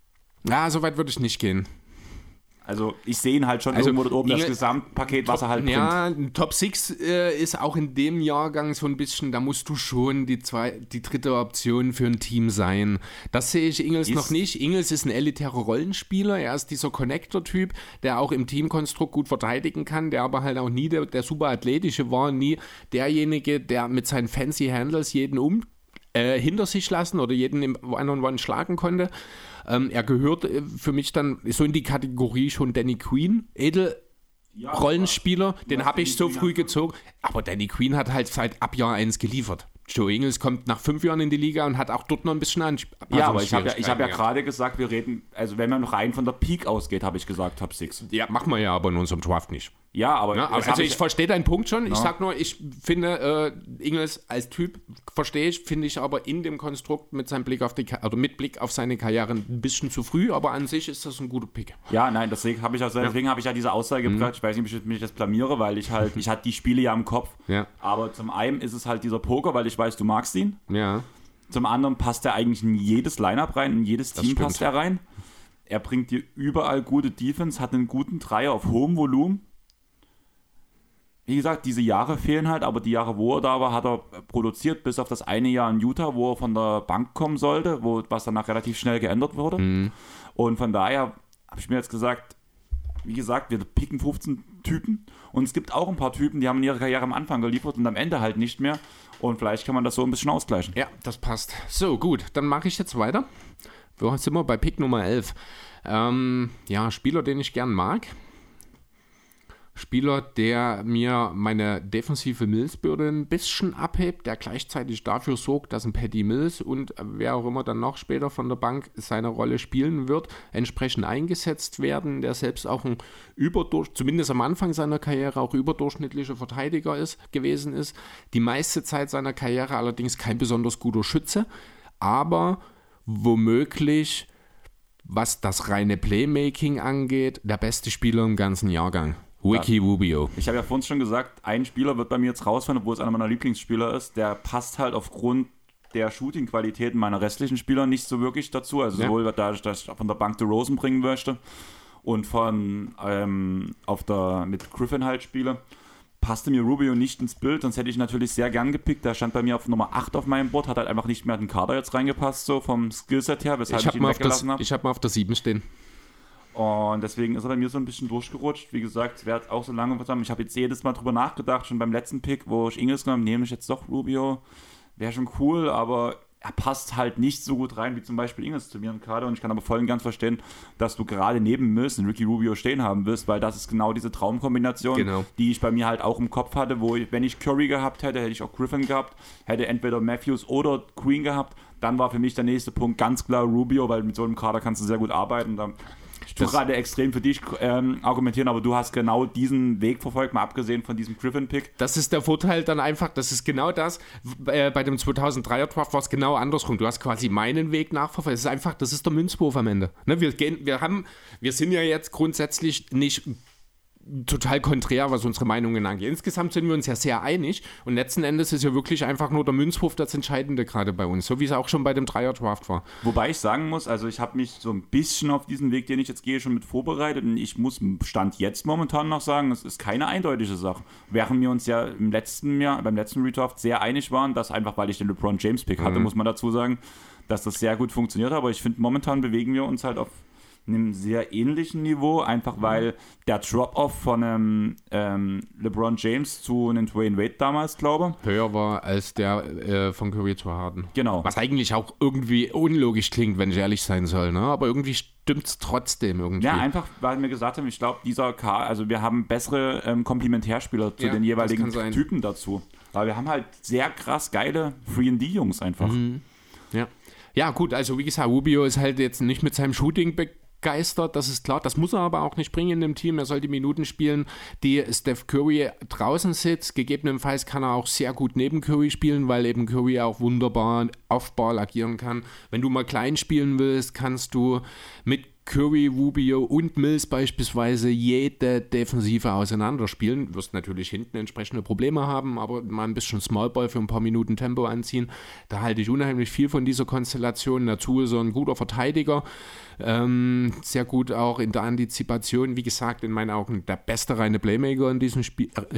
Ja, so weit würde ich nicht gehen. Also ich sehe ihn halt schon irgendwo dort oben, das Gesamtpaket, was er halt bringt. Ja, Top 6 ist auch in dem Jahrgang so ein bisschen, da musst du schon die dritte Option für ein Team sein. Das sehe ich Ingles noch nicht. Ingles ist ein elitärer Rollenspieler, er ist dieser Connector-Typ, der auch im Teamkonstrukt gut verteidigen kann, der aber halt auch nie der super athletische war, nie derjenige, der mit seinen fancy Handles jeden hinter sich lassen oder jeden im One-on-One schlagen konnte. Er gehört für mich dann so in die Kategorie schon Danny Quinn, Rollenspieler, den habe ich so früh gezogen. Aber Danny Quinn hat halt seit ab Jahr 1 geliefert. Joe Ingles kommt nach 5 Jahren in die Liga und hat auch dort noch ein bisschen Ja, aber ich habe ja gerade gesagt, wir reden, also wenn man noch rein von der Peak ausgeht, habe ich gesagt, Top 6. Ja, machen wir ja aber in unserem Draft nicht. Ja, aber... Ja, also ich verstehe deinen Punkt schon. Ich sag nur, ich finde Ingles als Typ verstehe ich, finde ich aber in dem Konstrukt mit Blick auf seine Karriere ein bisschen zu früh, aber an sich ist das ein guter Pick. Ja, nein, deswegen habe ich ja diese Aussage gebracht. Ich weiß nicht, ob ich mich das blamiere, weil ich hatte die Spiele ja im Kopf. Ja. Aber zum einen ist es halt dieser Poker, weil ich weiß, du magst ihn. Ja. Zum anderen passt er eigentlich in jedes Line-Up rein, in jedes Team passt er rein. Er bringt dir überall gute Defense, hat einen guten Dreier auf hohem Volumen. Wie gesagt, diese Jahre fehlen halt, aber die Jahre, wo er da war, hat er produziert, bis auf das eine Jahr in Utah, wo er von der Bank kommen sollte, was danach relativ schnell geändert wurde. Mhm. Und von daher habe ich mir jetzt gesagt, wie gesagt, wir picken 15 Typen und es gibt auch ein paar Typen, die haben in ihrer Karriere am Anfang geliefert und am Ende halt nicht mehr. Und vielleicht kann man das so ein bisschen ausgleichen. Ja, das passt. So, gut, dann mache ich jetzt weiter. Wo sind wir? Bei Pick Nummer 11. Spieler, den ich gern mag. Spieler, der mir meine defensive Mills-Bürde ein bisschen abhebt, der gleichzeitig dafür sorgt, dass ein Patty Mills und wer auch immer dann noch später von der Bank seine Rolle spielen wird, entsprechend eingesetzt werden, der selbst auch ein zumindest am Anfang seiner Karriere auch überdurchschnittlicher Verteidiger gewesen ist, die meiste Zeit seiner Karriere allerdings kein besonders guter Schütze, aber womöglich, was das reine Playmaking angeht, der beste Spieler im ganzen Jahrgang. Ricky Rubio. Ich habe ja vorhin schon gesagt, ein Spieler wird bei mir jetzt rausfallen, obwohl es einer meiner Lieblingsspieler ist. Der passt halt aufgrund der Shooting-Qualitäten meiner restlichen Spieler nicht so wirklich dazu. Also sowohl dadurch, dass ich von der Bank DeRozan bringen möchte und mit Griffin halt spiele, passte mir Rubio nicht ins Bild. Sonst hätte ich natürlich sehr gern gepickt. Der stand bei mir auf Nummer 8 auf meinem Board, hat halt einfach nicht mehr in den Kader jetzt reingepasst, so vom Skillset her, weshalb ich ihn weggelassen habe. Ich habe mal auf der 7 stehen. Und deswegen ist er bei mir so ein bisschen durchgerutscht. Wie gesagt, es wäre auch so lange zusammen. Ich habe jetzt jedes Mal drüber nachgedacht, schon beim letzten Pick, wo ich Ingles genommen habe, nehme ich jetzt doch Rubio. Wäre schon cool, aber er passt halt nicht so gut rein, wie zum Beispiel Ingles zu mir im Kader. Und ich kann aber voll und ganz verstehen, dass du gerade neben Mills einen Ricky Rubio stehen haben wirst, weil das ist genau diese Traumkombination, die ich bei mir halt auch im Kopf hatte, wenn ich Curry gehabt hätte, hätte ich auch Griffin gehabt, hätte entweder Matthews oder Green gehabt. Dann war für mich der nächste Punkt ganz klar Rubio, weil mit so einem Kader kannst du sehr gut arbeiten. Ich tue gerade extrem für dich argumentieren, aber du hast genau diesen Weg verfolgt, mal abgesehen von diesem Griffin-Pick. Das ist der Vorteil dann einfach, das ist genau das. Bei dem 2003er Draft war es genau andersrum. Du hast quasi meinen Weg nachverfolgt. Das ist einfach, das ist der Münzwurf am Ende. Ne, wir sind ja jetzt grundsätzlich nicht total konträr, was unsere Meinungen angeht. Insgesamt sind wir uns ja sehr einig und letzten Endes ist ja wirklich einfach nur der Münzwurf das Entscheidende gerade bei uns, so wie es auch schon bei dem Dreier-Draft war. Wobei ich sagen muss, also ich habe mich so ein bisschen auf diesen Weg, den ich jetzt gehe, schon mit vorbereitet und ich muss Stand jetzt momentan noch sagen, es ist keine eindeutige Sache. Während wir uns ja beim letzten Redraft sehr einig waren, dass einfach, weil ich den LeBron James Pick hatte, muss man dazu sagen, dass das sehr gut funktioniert hat, aber ich finde, momentan bewegen wir uns halt auf einem sehr ähnlichen Niveau, einfach weil der Drop-Off von LeBron James zu einem Dwayne Wade damals, glaube ich, höher war als der von Curry zu Harden. Genau. Was eigentlich auch irgendwie unlogisch klingt, wenn ich ehrlich sein soll, ne? Aber irgendwie stimmt es trotzdem irgendwie. Ja, einfach, weil wir gesagt haben, ich glaube, also wir haben bessere Komplementärspieler zu den jeweiligen Typen dazu. Weil wir haben halt sehr krass geile 3&D-Jungs einfach. Mhm. Ja, gut, also wie gesagt, Rubio ist halt jetzt nicht mit seinem Shooting begeistert, das ist klar. Das muss er aber auch nicht bringen in dem Team. Er soll die Minuten spielen, die Steph Curry draußen sitzt. Gegebenenfalls kann er auch sehr gut neben Curry spielen, weil eben Curry auch wunderbar off-Ball agieren kann. Wenn du mal klein spielen willst, kannst du mit Curry, Rubio und Mills beispielsweise jede Defensive auseinanderspielen. Du wirst natürlich hinten entsprechende Probleme haben, aber mal ein bisschen Smallball für ein paar Minuten Tempo anziehen. Da halte ich unheimlich viel von dieser Konstellation. Dazu ist er ein guter Verteidiger. Sehr gut auch in der Antizipation. Wie gesagt, in meinen Augen der beste reine Playmaker in diesem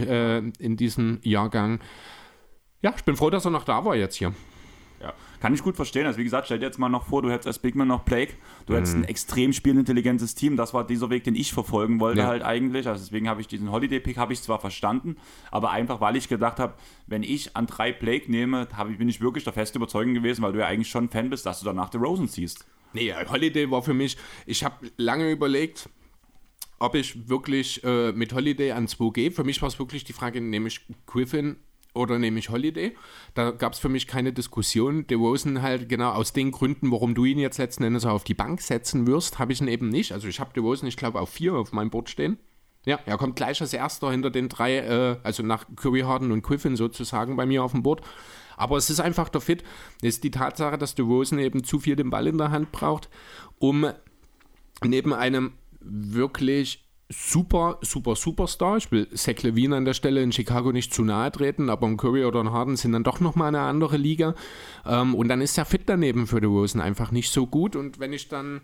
in diesem Jahrgang. Ja, ich bin froh, dass er noch da war jetzt hier. Ja, kann ich gut verstehen. Also wie gesagt, stell dir jetzt mal noch vor, du hättest als Big Man noch Blake, du hättest ein extrem spielintelligentes Team. Das war dieser Weg, den ich verfolgen wollte halt eigentlich. Also deswegen habe ich diesen Holiday-Pick zwar verstanden, aber einfach, weil ich gedacht habe, wenn ich an 3 Blake nehme, bin ich wirklich der feste Überzeugung gewesen, weil du ja eigentlich schon Fan bist, dass du danach DeRozan ziehst. Nee, Holiday war für mich, ich habe lange überlegt, ob ich wirklich mit Holiday an 2 gehe. Für mich war es wirklich die Frage, nehme ich Griffin oder nehme ich Holiday? Da gab es für mich keine Diskussion. DeRozan halt genau aus den Gründen, warum du ihn jetzt letzten Endes auf die Bank setzen wirst, habe ich ihn eben nicht. Also ich habe DeRozan, ich glaube, auf 4 auf meinem Board stehen. Ja, er kommt gleich als erster hinter den 3, also nach Curry, Harden und Griffin sozusagen bei mir auf dem Board. Aber es ist einfach der Fit. Es ist die Tatsache, dass DeRozan eben zu viel den Ball in der Hand braucht, um neben einem wirklich Superstar. Ich will Zach LaVine an der Stelle in Chicago nicht zu nahe treten, aber ein Curry oder ein Harden sind dann doch nochmal eine andere Liga. Und dann ist der Fit daneben für DeRozan einfach nicht so gut. Und wenn ich dann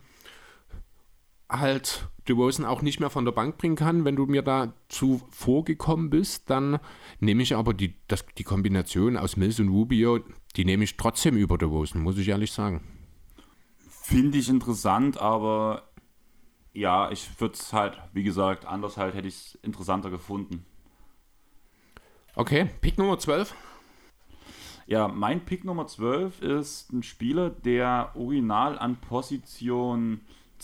halt DeRozan auch nicht mehr von der Bank bringen kann, wenn du mir da zuvorgekommen bist, dann nehme ich aber die Kombination aus Mills und Rubio, die nehme ich trotzdem über DeRozan, muss ich ehrlich sagen. Finde ich interessant, aber ja, ich würde es halt, wie gesagt, anders halt hätte ich es interessanter gefunden. Okay, Pick Nummer 12. Ja, mein Pick Nummer 12 ist ein Spieler, der original an Position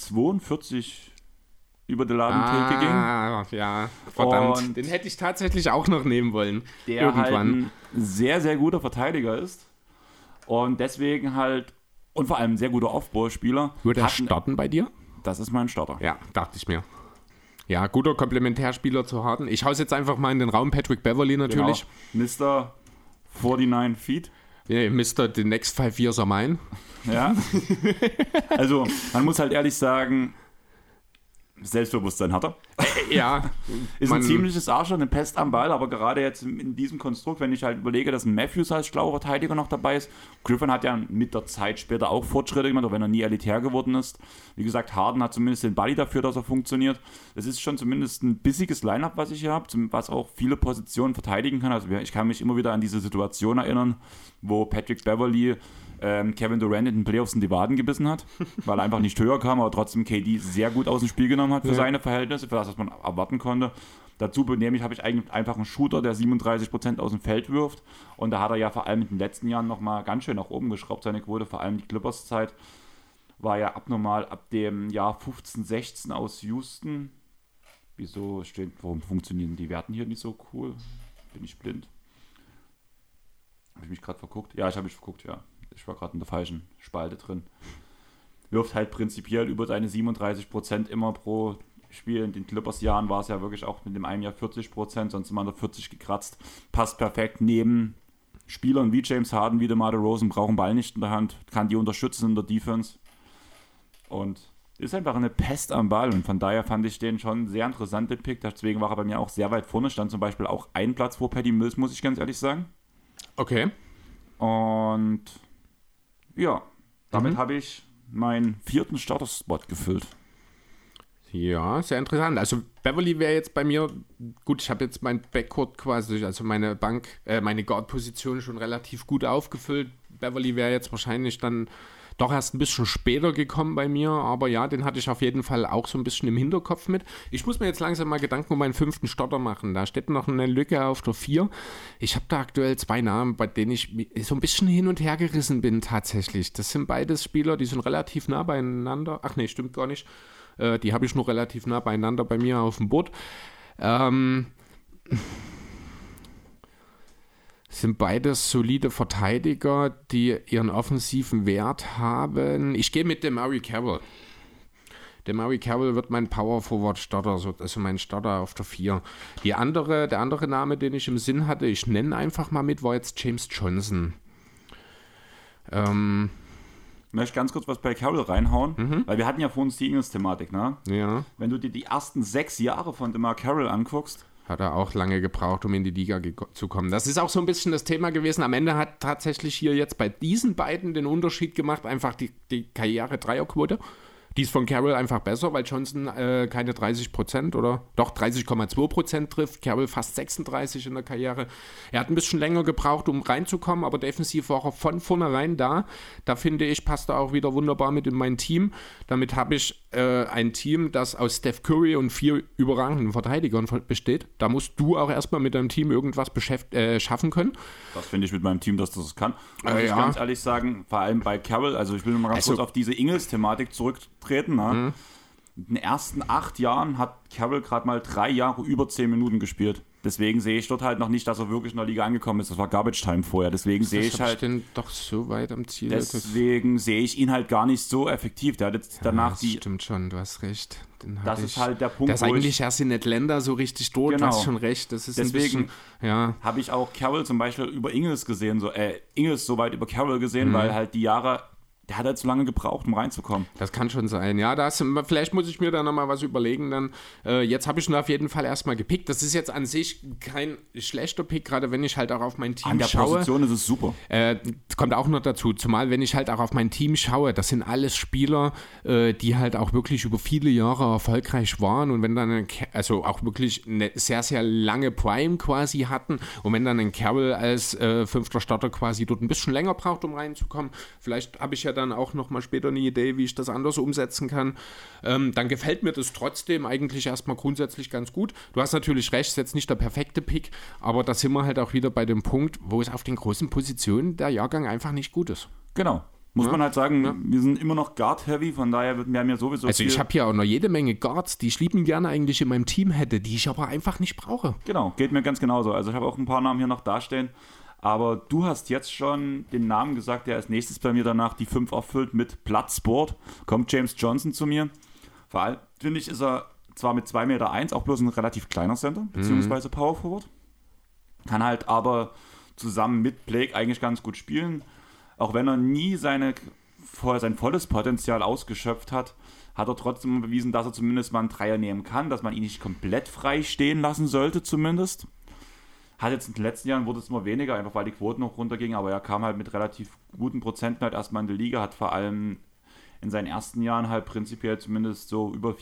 42 über die Ladentheke ging. Ja, verdammt. Und den hätte ich tatsächlich auch noch nehmen wollen. Der irgendwann halt ein sehr, sehr guter Verteidiger ist. Und deswegen halt, und vor allem ein sehr guter Off-Ball-Spieler. Würde er starten bei dir? Das ist mein Starter. Ja, dachte ich mir. Ja, guter Komplementärspieler zu Harden. Ich hau's jetzt einfach mal in den Raum. Patrick Beverley natürlich. Genau. Mr. 49 Feet. Yeah, Mr. The Next 5 Years are mine. Ja. Also, man muss halt ehrlich sagen, Selbstbewusstsein hat er. Ja. Ist ein ziemliches Arschloch, eine Pest am Ball, aber gerade jetzt in diesem Konstrukt, wenn ich halt überlege, dass ein Matthews als schlauer Verteidiger noch dabei ist. Griffin hat ja mit der Zeit später auch Fortschritte gemacht, auch wenn er nie elitär geworden ist. Wie gesagt, Harden hat zumindest den Body dafür, dass er funktioniert. Es ist schon zumindest ein bissiges Line-Up, was ich hier habe, was auch viele Positionen verteidigen kann. Also ich kann mich immer wieder an diese Situation erinnern, wo Patrick Beverley Kevin Durant in den Playoffs in die Waden gebissen hat, weil er einfach nicht höher kam, aber trotzdem KD sehr gut aus dem Spiel genommen hat für seine Verhältnisse, für das, was man erwarten konnte. Dazu habe ich eigentlich einfach einen Shooter, der 37% aus dem Feld wirft, und da hat er ja vor allem in den letzten Jahren nochmal ganz schön nach oben geschraubt, seine Quote, vor allem die Clippers-Zeit war ja abnormal ab dem Jahr 15, 16 aus Houston. Warum funktionieren die Werten hier nicht so cool? Bin ich blind? Habe ich mich gerade verguckt? Ja, ich habe mich verguckt, ja. Ich war gerade in der falschen Spalte drin. Wirft halt prinzipiell über seine 37% immer pro Spiel. In den Clippers-Jahren war es ja wirklich auch mit dem einen Jahr 40%, sonst immer unter 40 gekratzt. Passt perfekt neben Spielern wie James Harden, wie DeMar DeRozan, brauchen Ball nicht in der Hand, kann die unterstützen in der Defense. Und ist einfach eine Pest am Ball, und von daher fand ich den schon sehr interessant, den Pick. Deswegen war er bei mir auch sehr weit vorne, stand zum Beispiel auch einen Platz vor Patty Mills, muss ich ganz ehrlich sagen. Okay. Und ja, damit habe ich meinen 4. Starter-Spot gefüllt. Ja, sehr interessant. Also Beverley wäre jetzt bei mir, gut, ich habe jetzt mein Backcourt quasi, also meine meine Guard-Position schon relativ gut aufgefüllt. Beverley wäre jetzt wahrscheinlich dann doch erst ein bisschen später gekommen bei mir, aber ja, den hatte ich auf jeden Fall auch so ein bisschen im Hinterkopf mit. Ich muss mir jetzt langsam mal Gedanken um meinen 5. Starter machen. Da steht noch eine Lücke auf der 4. Ich habe da aktuell 2 Namen, bei denen ich so ein bisschen hin und her gerissen bin tatsächlich. Das sind beides Spieler, die sind relativ nah beieinander. Ach nee, stimmt gar nicht. Die habe ich nur relativ nah beieinander bei mir auf dem Boot. Sind beides solide Verteidiger, die ihren offensiven Wert haben. Ich gehe mit DeMarre Carroll. DeMarre Carroll wird mein Power-Forward-Starter, also mein Starter auf der 4. Der andere Name, den ich im Sinn hatte, ich nenne einfach mal mit, war jetzt James Johnson. Ich möchte ganz kurz was bei Carroll reinhauen, weil wir hatten ja vorhin die Ingles-Thematik, ne? Ja. Wenn du dir die ersten 6 Jahre von DeMarre Carroll anguckst, hat er auch lange gebraucht, um in die Liga zu kommen. Das ist auch so ein bisschen das Thema gewesen. Am Ende hat tatsächlich hier jetzt bei diesen beiden den Unterschied gemacht, einfach die Karriere-Dreierquote. Die ist von Carroll einfach besser, weil Johnson keine 30% oder doch 30,2% trifft. Carroll fast 36 in der Karriere. Er hat ein bisschen länger gebraucht, um reinzukommen, aber defensiv war er von vornherein da. Da finde ich, passt er auch wieder wunderbar mit in mein Team. Damit habe ich ein Team, das aus Steph Curry und 4 überragenden Verteidigern besteht. Da musst du auch erstmal mit deinem Team irgendwas schaffen können. Das finde ich mit meinem Team, dass das kann. Und ich ganz ehrlich sagen, vor allem bei Carroll, also ich will noch mal ganz kurz auf diese Ingles-Thematik zurücktreten. Ne? In den ersten 8 Jahren hat Carroll gerade mal 3 Jahre über 10 Minuten gespielt. Deswegen sehe ich dort halt noch nicht, dass er wirklich in der Liga angekommen ist. Das war Garbage Time vorher. Deswegen sehe ich halt. Den doch so weit am Ziel. Deswegen sehe ich ihn halt gar nicht so effektiv. Der hat jetzt danach das stimmt schon, du hast recht. Das ist halt der Punkt. Der ist eigentlich erst in Atlanta so richtig durch. Genau. Du hast schon recht. Das ist deswegen ja. habe ich auch Carroll zum Beispiel über Ingles gesehen. Ingles so weit über Carroll gesehen, weil halt die Jahre. Der hat halt so lange gebraucht, um reinzukommen. Das kann schon sein. Ja, vielleicht muss ich mir da nochmal was überlegen. Dann jetzt habe ich ihn auf jeden Fall erstmal gepickt. Das ist jetzt an sich kein schlechter Pick, gerade wenn ich halt auch auf mein Team schaue. An der Position ist es super. Kommt auch noch dazu. Zumal, wenn ich halt auch auf mein Team schaue, das sind alles Spieler, die halt auch wirklich über viele Jahre erfolgreich waren. Und wenn dann, also auch wirklich eine sehr, sehr lange Prime quasi hatten. Und wenn dann ein Carroll als 5. Starter quasi dort ein bisschen länger braucht, um reinzukommen, vielleicht habe ich ja dann auch noch mal später eine Idee, wie ich das anders umsetzen kann, dann gefällt mir das trotzdem eigentlich erstmal grundsätzlich ganz gut. Du hast natürlich recht, ist jetzt nicht der perfekte Pick, aber da sind wir halt auch wieder bei dem Punkt, wo es auf den großen Positionen der Jahrgang einfach nicht gut ist. Genau. Muss man halt sagen, wir sind immer noch Guard-heavy, von daher wir haben ja sowieso also ich habe hier auch noch jede Menge Guards, die ich liebend gerne eigentlich in meinem Team hätte, die ich aber einfach nicht brauche. Genau, geht mir ganz genauso. Also ich habe auch ein paar Namen hier noch dastehen. Aber du hast jetzt schon den Namen gesagt, der als nächstes bei mir danach die 5 erfüllt mit Platzsport. Kommt James Johnson zu mir. Vor allem, finde ich, ist er zwar mit 2,1 Meter auch bloß ein relativ kleiner Center, beziehungsweise Power Forward. Kann halt aber zusammen mit Blake eigentlich ganz gut spielen. Auch wenn er nie sein volles Potenzial ausgeschöpft hat, hat er trotzdem bewiesen, dass er zumindest mal einen Dreier nehmen kann, dass man ihn nicht komplett frei stehen lassen sollte zumindest. Hat jetzt in den letzten Jahren wurde es immer weniger, einfach weil die Quoten noch runtergingen, aber er kam halt mit relativ guten Prozenten halt erstmal in die Liga, hat vor allem in seinen ersten Jahren halt prinzipiell zumindest so über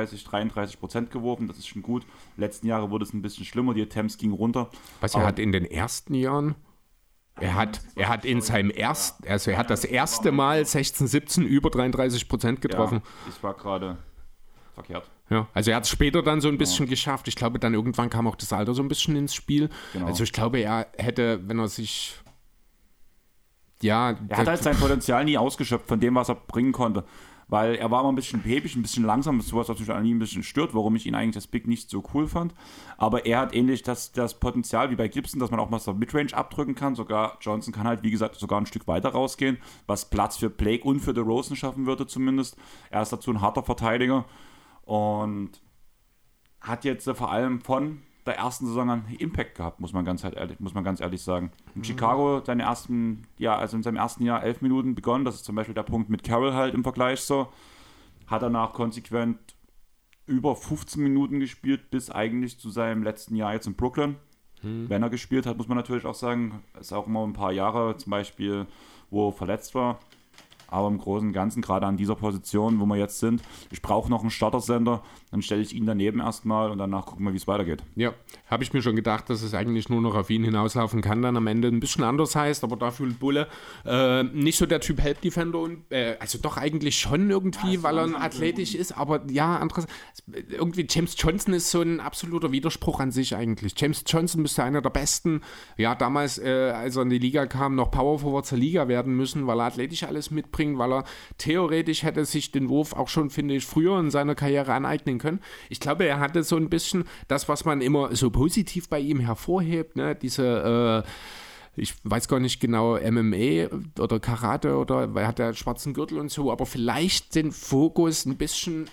34-33% geworfen, das ist schon gut. Letzten Jahre wurde es ein bisschen schlimmer, die Attempts gingen runter. Was er hat in den ersten Jahren? Er hat in seinem ersten, also er hat das erste Mal 16-17 über 33% getroffen. Ja, ich war gerade verkehrt. Ja, also er hat es später dann so ein bisschen geschafft. Ich glaube, dann irgendwann kam auch das Alter so ein bisschen ins Spiel. Genau. Also ich glaube, er hätte, wenn er sich... Ja, er hat halt sein Potenzial nie ausgeschöpft von dem, was er bringen konnte. Weil er war immer ein bisschen behäbig, ein bisschen langsam, sowas natürlich an ihm ein bisschen stört, warum ich ihn eigentlich das Pick nicht so cool fand. Aber er hat ähnlich das Potenzial wie bei Gibson, dass man auch mal so Midrange abdrücken kann. Sogar Johnson kann halt, wie gesagt, sogar ein Stück weiter rausgehen, was Platz für Blake und für DeRozan schaffen würde zumindest. Er ist dazu ein harter Verteidiger. Und hat jetzt vor allem von der ersten Saison an Impact gehabt, muss man ganz ehrlich sagen. In Chicago in seinem ersten Jahr 11 Minuten begonnen, das ist zum Beispiel der Punkt mit Carroll halt im Vergleich so. Hat danach konsequent über 15 Minuten gespielt, bis eigentlich zu seinem letzten Jahr jetzt in Brooklyn. Wenn er gespielt hat, muss man natürlich auch sagen, ist auch immer ein paar Jahre, zum Beispiel, wo er verletzt war. Aber im Großen und Ganzen, gerade an dieser Position, wo wir jetzt sind, ich brauche noch einen Starter-Sender, dann stelle ich ihn daneben erstmal und danach gucken wir, wie es weitergeht. Ja, habe ich mir schon gedacht, dass es eigentlich nur noch auf ihn hinauslaufen kann, dann am Ende ein bisschen anders heißt, aber dafür Bulle nicht so der Typ Help-Defender und also doch eigentlich schon irgendwie, ja, weil er athletisch ist, aber ja, anderes, irgendwie James Johnson ist so ein absoluter Widerspruch an sich eigentlich. James Johnson müsste einer der besten, ja damals, als er in die Liga kam, noch Power Forward zur Liga werden müssen, weil er athletisch alles mitbringt, weil er theoretisch hätte sich den Wurf auch schon, finde ich, früher in seiner Karriere aneignen können. Ich glaube, er hatte so ein bisschen das, was man immer so positiv bei ihm hervorhebt, ne? Diese, ich weiß gar nicht genau, MMA oder Karate oder weil er hat ja schwarzen Gürtel und so, aber vielleicht den Fokus ein bisschen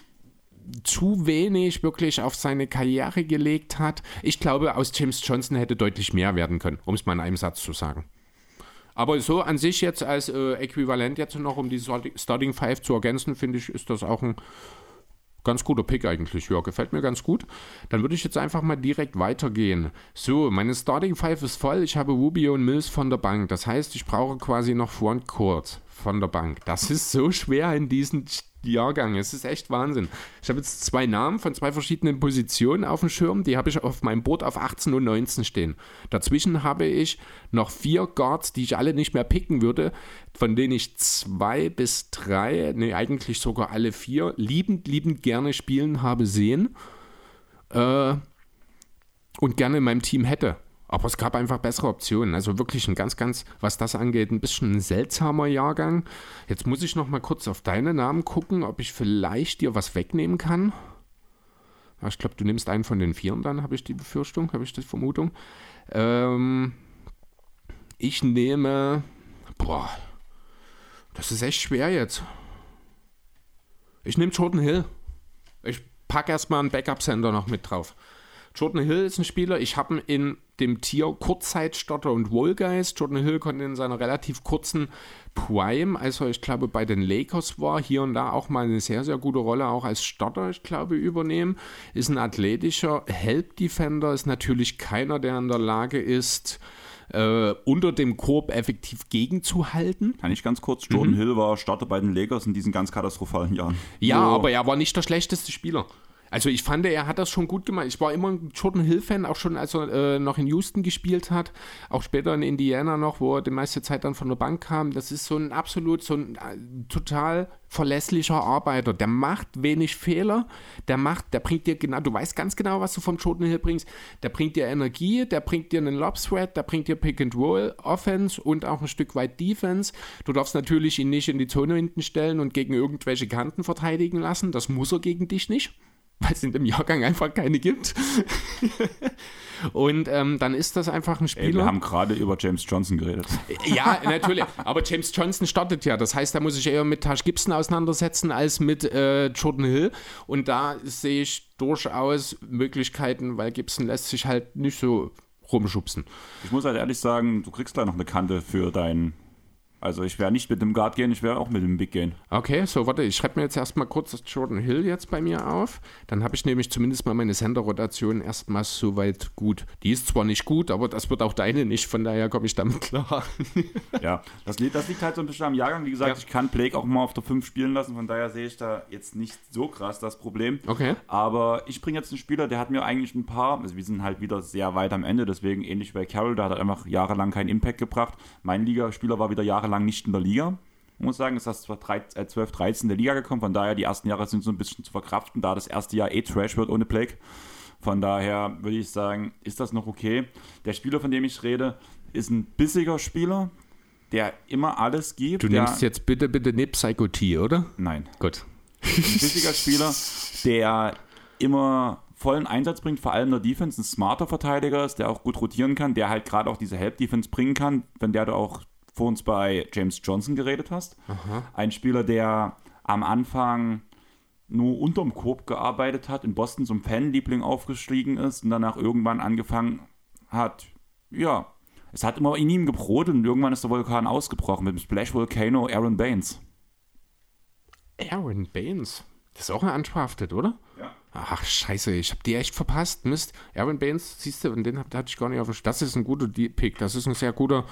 zu wenig wirklich auf seine Karriere gelegt hat. Ich glaube, aus James Johnson hätte deutlich mehr werden können, um es mal in einem Satz zu sagen. Aber so an sich jetzt als Äquivalent jetzt noch, um die Starting Five zu ergänzen, finde ich, ist das auch ein ganz guter Pick eigentlich. Ja, gefällt mir ganz gut. Dann würde ich jetzt einfach mal direkt weitergehen. So, meine Starting Five ist voll. Ich habe Rubio und Mills von der Bank. Das heißt, ich brauche quasi noch Frontcourt von der Bank. Das ist so schwer in diesem Jahrgang. Es ist echt Wahnsinn. Ich habe jetzt 2 Namen von 2 verschiedenen Positionen auf dem Schirm. Die habe ich auf meinem Board auf 18 und 19 stehen. Dazwischen habe ich noch 4 Guards, die ich alle nicht mehr picken würde, von denen ich 2 bis 3, eigentlich sogar alle 4, liebend gerne spielen habe sehen und gerne in meinem Team hätte. Aber es gab einfach bessere Optionen. Also wirklich ein ganz, was das angeht, ein bisschen ein seltsamer Jahrgang. Jetzt muss ich noch mal kurz auf deine Namen gucken, ob ich vielleicht dir was wegnehmen kann. Ich glaube, du nimmst einen von den 4, dann habe ich die Befürchtung, habe ich die Vermutung. Ich nehme, das ist echt schwer jetzt. Ich nehme Jordan Hill. Ich packe erstmal einen Backup-Center noch mit drauf. Jordan Hill ist ein Spieler, ich habe ihn in dem Tier Kurzzeitstotter und Wohlgeist. Jordan Hill konnte in seiner relativ kurzen Prime, also ich glaube bei den Lakers war, hier und da auch mal eine sehr, sehr gute Rolle auch als Stotter, ich glaube, übernehmen. Ist ein athletischer Help-Defender, ist natürlich keiner, der in der Lage ist, unter dem Korb effektiv gegenzuhalten. Kann ich ganz kurz, Jordan Hill war Starter bei den Lakers in diesen ganz katastrophalen Jahren. Ja, aber er war nicht der schlechteste Spieler. Also ich fand, er hat das schon gut gemacht. Ich war immer ein Jordan Hill-Fan, auch schon als er noch in Houston gespielt hat, auch später in Indiana noch, wo er die meiste Zeit dann von der Bank kam. Das ist so ein total verlässlicher Arbeiter. Der macht wenig Fehler, der bringt dir genau, du weißt ganz genau, was du vom Jordan Hill bringst. Der bringt dir Energie, der bringt dir einen Lob-Threat, der bringt dir Pick-and-Roll-Offense und auch ein Stück weit Defense. Du darfst natürlich ihn nicht in die Zone hinten stellen und gegen irgendwelche Kanten verteidigen lassen. Das muss er gegen dich nicht, weil es in dem Jahrgang einfach keine gibt. Und dann ist das einfach ein Spieler. Wir haben gerade über James Johnson geredet. Ja, natürlich. Aber James Johnson startet ja. Das heißt, da muss ich eher mit Taj Gibson auseinandersetzen als mit Jordan Hill. Und da sehe ich durchaus Möglichkeiten, weil Gibson lässt sich halt nicht so rumschubsen. Ich muss halt ehrlich sagen, du kriegst da noch eine Kante für deinen. Also ich werde nicht mit dem Guard gehen, ich werde auch mit dem Big gehen. Okay, so warte, ich schreibe mir jetzt erstmal kurz das Jordan Hill jetzt bei mir auf. Dann habe ich nämlich zumindest mal meine Center-Rotation erstmal soweit gut. Die ist zwar nicht gut, aber das wird auch deine nicht, von daher komme ich damit klar. Ja, das liegt halt so ein bisschen am Jahrgang. Wie gesagt, Ich kann Blake auch mal auf der 5 spielen lassen, von daher sehe ich da jetzt nicht so krass das Problem. Okay. Aber ich bringe jetzt einen Spieler, der hat mir eigentlich ein paar, also wir sind halt wieder sehr weit am Ende, deswegen ähnlich wie bei Carroll, da hat er einfach jahrelang keinen Impact gebracht. Mein Ligaspieler war wieder jahrelang nicht in der Liga. Ich muss sagen, ist das 12, 13 der Liga gekommen, von daher die ersten Jahre sind so ein bisschen zu verkraften, da das erste Jahr Trash wird ohne Blake. Von daher würde ich sagen, ist das noch okay. Der Spieler, von dem ich rede, ist ein bissiger Spieler, der immer alles gibt. Du nimmst jetzt bitte nicht Psycho T, oder? Nein. Gut. Ein bissiger Spieler, der immer vollen Einsatz bringt, vor allem in der Defense, ein smarter Verteidiger ist, der auch gut rotieren kann, der halt gerade auch diese Help-Defense bringen kann, wenn der du auch vor uns bei James Johnson geredet hast. Aha. Ein Spieler, der am Anfang nur unterm Korb gearbeitet hat, in Boston zum Fanliebling aufgestiegen ist und danach irgendwann angefangen hat, ja, es hat immer in ihm gebrodelt und irgendwann ist der Vulkan ausgebrochen mit dem Splash Volcano Aaron Baines. Aaron Baines? Das ist auch ein undrafted, oder? Ja. Ach, scheiße, ich habe die echt verpasst. Mist. Aaron Baines, siehst du, und den hatte ich gar nicht auf dem. Das ist ein guter Pick, das ist ein sehr guter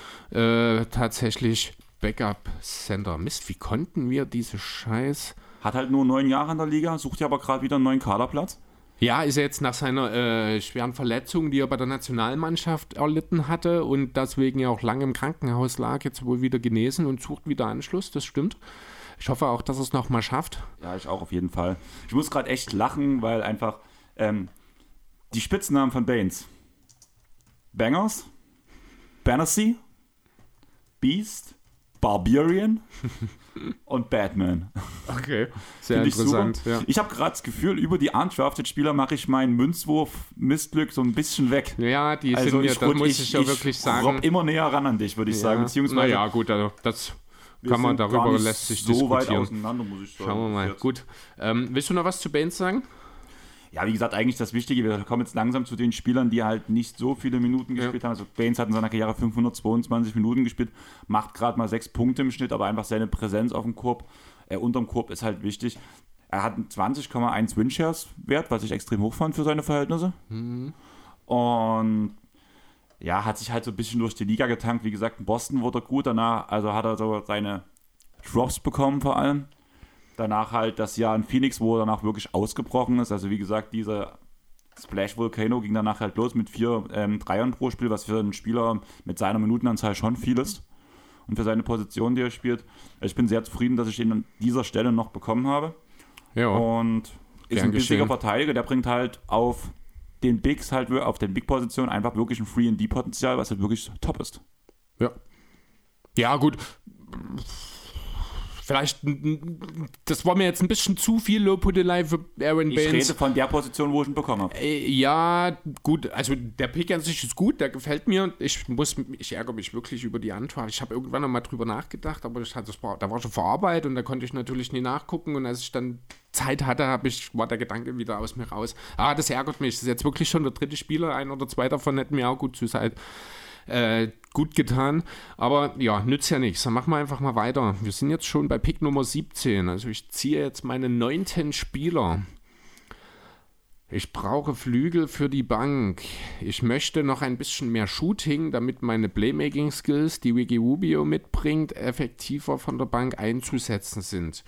tatsächlich Backup-Center. Mist, wie konnten wir diese Scheiß... Hat halt nur 9 Jahre in der Liga, sucht ja aber gerade wieder einen neuen Kaderplatz. Ja, ist er jetzt nach seiner schweren Verletzung, die er bei der Nationalmannschaft erlitten hatte und deswegen ja auch lange im Krankenhaus lag, jetzt wohl wieder genesen und sucht wieder Anschluss, das stimmt. Ich hoffe auch, dass er es nochmal schafft. Ja, ich auch auf jeden Fall. Ich muss gerade echt lachen, weil einfach die Spitznamen von Baines: Bangers, Bannersy, Beast, Barbarian und Batman. Okay, sehr interessant. Ja. Ich habe gerade das Gefühl, über die Undrafted-Spieler mache ich meinen Münzwurf-Mistglück so ein bisschen weg. Ja, die sind mir, das muss ich ja wirklich sagen. Ich immer näher ran an dich, würde ich sagen. Beziehungsweise, naja, gut, also das kann man darüber, lässt sich so diskutieren. Weit auseinander, muss ich sagen. Schauen wir mal. Jetzt. Gut. Willst du noch was zu Baines sagen? Ja, wie gesagt, eigentlich das Wichtige, wir kommen jetzt langsam zu den Spielern, die halt nicht so viele Minuten gespielt haben. Also Baines hat in seiner Karriere 522 Minuten gespielt, macht gerade mal 6 Punkte im Schnitt, aber einfach seine Präsenz auf dem Korb, unterm Korb ist halt wichtig. Er hat einen 20,1 Win-Shares-Wert, was ich extrem hoch fand für seine Verhältnisse. Mhm. Und ja, hat sich halt so ein bisschen durch die Liga getankt. Wie gesagt, in Boston wurde er gut, danach also hat er so seine Drops bekommen vor allem. Danach halt das Jahr in Phoenix, wo er danach wirklich ausgebrochen ist. Also wie gesagt, dieser Splash Volcano ging danach halt los mit 4 Dreiern pro Spiel, was für einen Spieler mit seiner Minutenanzahl schon viel ist. Und für seine Position, die er spielt. Ich bin sehr zufrieden, dass ich ihn an dieser Stelle noch bekommen habe. Ja. Und ist ein bissiger Verteidiger, der bringt halt auf den Bigs halt auf den Big-Positionen einfach wirklich ein Free-and-D-Potenzial, was halt wirklich top ist. Ja. Ja, gut. Vielleicht, das war mir jetzt ein bisschen zu viel Lobhudelei für Aaron Baines. Ich rede von der Position, wo ich ihn bekommen habe. Ja, gut, also der Pick an sich ist gut, der gefällt mir. Ich ärgere mich wirklich über die Antwort. Ich habe irgendwann noch mal drüber nachgedacht, aber da war schon vor Arbeit und da konnte ich natürlich nie nachgucken. Und als ich dann Zeit hatte, war der Gedanke wieder aus mir raus. Das ärgert mich. Das ist jetzt wirklich schon der dritte Spieler. 1 oder 2 davon hätten mir auch gut getan, aber ja, nützt ja nichts. Dann machen wir einfach mal weiter. Wir sind jetzt schon bei Pick Nummer 17, also ich ziehe jetzt meinen 9. Spieler. Ich brauche Flügel für die Bank. Ich möchte noch ein bisschen mehr Shooting, damit meine Playmaking-Skills, die Ricky Rubio mitbringt, effektiver von der Bank einzusetzen sind.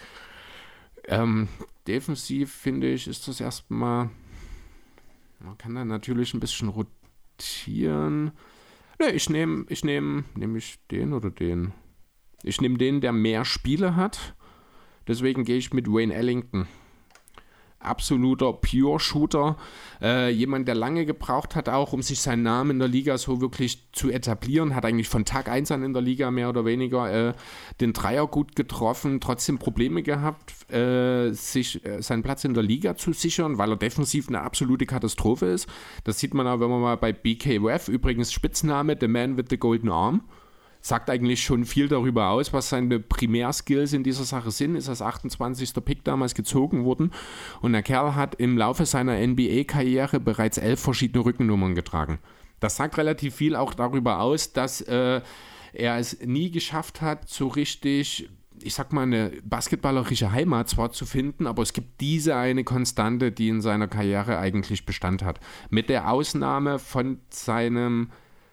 Defensiv, finde ich, ist das erstmal, man kann da natürlich ein bisschen rotieren. Ne, ich nehme den oder den? Ich nehme den, der mehr Spiele hat. Deswegen gehe ich mit Wayne Ellington. Absoluter Pure-Shooter. Jemand, der lange gebraucht hat, auch um sich seinen Namen in der Liga so wirklich zu etablieren. Hat eigentlich von Tag 1 an in der Liga mehr oder weniger den Dreier gut getroffen. Trotzdem Probleme gehabt, sich seinen Platz in der Liga zu sichern, weil er defensiv eine absolute Katastrophe ist. Das sieht man auch, wenn man mal bei BKWF, übrigens Spitzname, The Man with the Golden Arm, sagt eigentlich schon viel darüber aus, was seine Primärskills in dieser Sache sind. Ist als 28. Pick damals gezogen worden und der Kerl hat im Laufe seiner NBA-Karriere bereits 11 verschiedene Rückennummern getragen. Das sagt relativ viel auch darüber aus, dass er es nie geschafft hat, so richtig, ich sag mal, eine basketballerische Heimat zwar zu finden, aber es gibt diese eine Konstante, die in seiner Karriere eigentlich Bestand hat. Mit der Ausnahme von seinem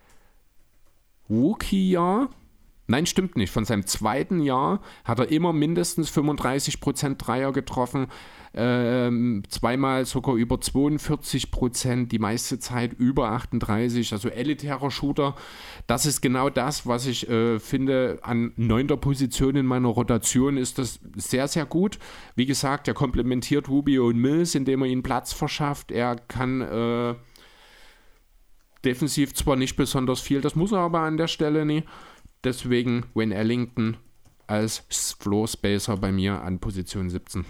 Rookie-Jahr, nein, stimmt nicht, von seinem 2. Jahr hat er immer mindestens 35% Dreier getroffen, zweimal sogar über 42%, die meiste Zeit über 38%, also elitärer Shooter. Das ist genau das, was ich finde, an 9. Position in meiner Rotation ist das sehr, sehr gut. Wie gesagt, er komplementiert Rubio und Mills, indem er ihnen Platz verschafft. Er kann defensiv zwar nicht besonders viel, das muss er aber an der Stelle nie. Deswegen Wayne Ellington als Floor Spacer bei mir an Position 17.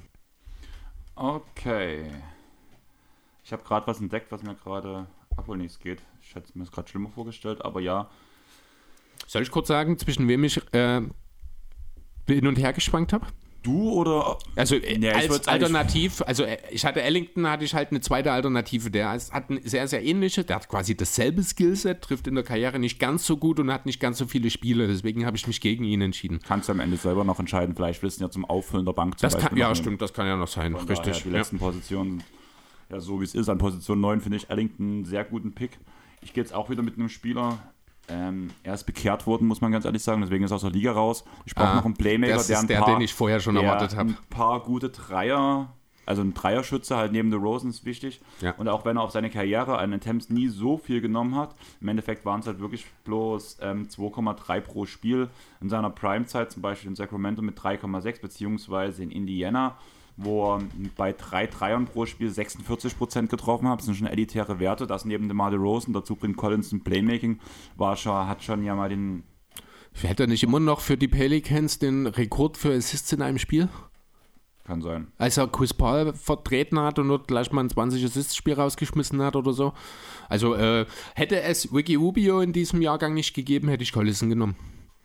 Okay. Ich habe gerade was entdeckt, was mir gerade obwohl nichts geht. Ich hätte es mir gerade schlimmer vorgestellt, aber ja. Soll ich kurz sagen, zwischen wem ich hin und her geschwankt habe? Du oder? Also als Alternativ, also ich hatte Ellington, hatte ich halt eine zweite Alternative, der hat ein sehr, sehr ähnliche, der hat quasi dasselbe Skillset, trifft in der Karriere nicht ganz so gut und hat nicht ganz so viele Spiele, deswegen habe ich mich gegen ihn entschieden. Kannst du am Ende selber noch entscheiden, vielleicht willst du ja zum Auffüllen der Bank zum Beispiel. Ja, stimmt, das kann ja noch sein, richtig. Die letzten Positionen, ja so wie es ist, an Position 9 finde ich Ellington einen sehr guten Pick. Ich gehe jetzt auch wieder mit einem Spieler. Er ist bekehrt worden, muss man ganz ehrlich sagen, deswegen ist er aus der Liga raus. Ich brauche noch einen Playmaker, den ich vorher schon erwartet habe. Ein paar gute Dreier, also ein Dreierschütze halt neben DeRozan ist wichtig. Ja. Und auch wenn er auf seine Karriere an Attempts nie so viel genommen hat, im Endeffekt waren es halt wirklich bloß 2,3 pro Spiel. In seiner Prime-Zeit zum Beispiel in Sacramento mit 3,6, beziehungsweise in Indiana, wo er bei 3 Dreiern pro Spiel 46% getroffen hat. Das sind schon elitäre Werte. Das neben DeMar DeRozan, dazu bringt Collins ein Playmaking, hat schon ja mal den... Hätte er nicht immer noch für die Pelicans den Rekord für Assists in einem Spiel? Kann sein. Als er Chris Paul vertreten hat und dort gleich mal ein 20-Assist-Spiel rausgeschmissen hat oder so. Also hätte es Ricky Rubio in diesem Jahrgang nicht gegeben, hätte ich Collison genommen.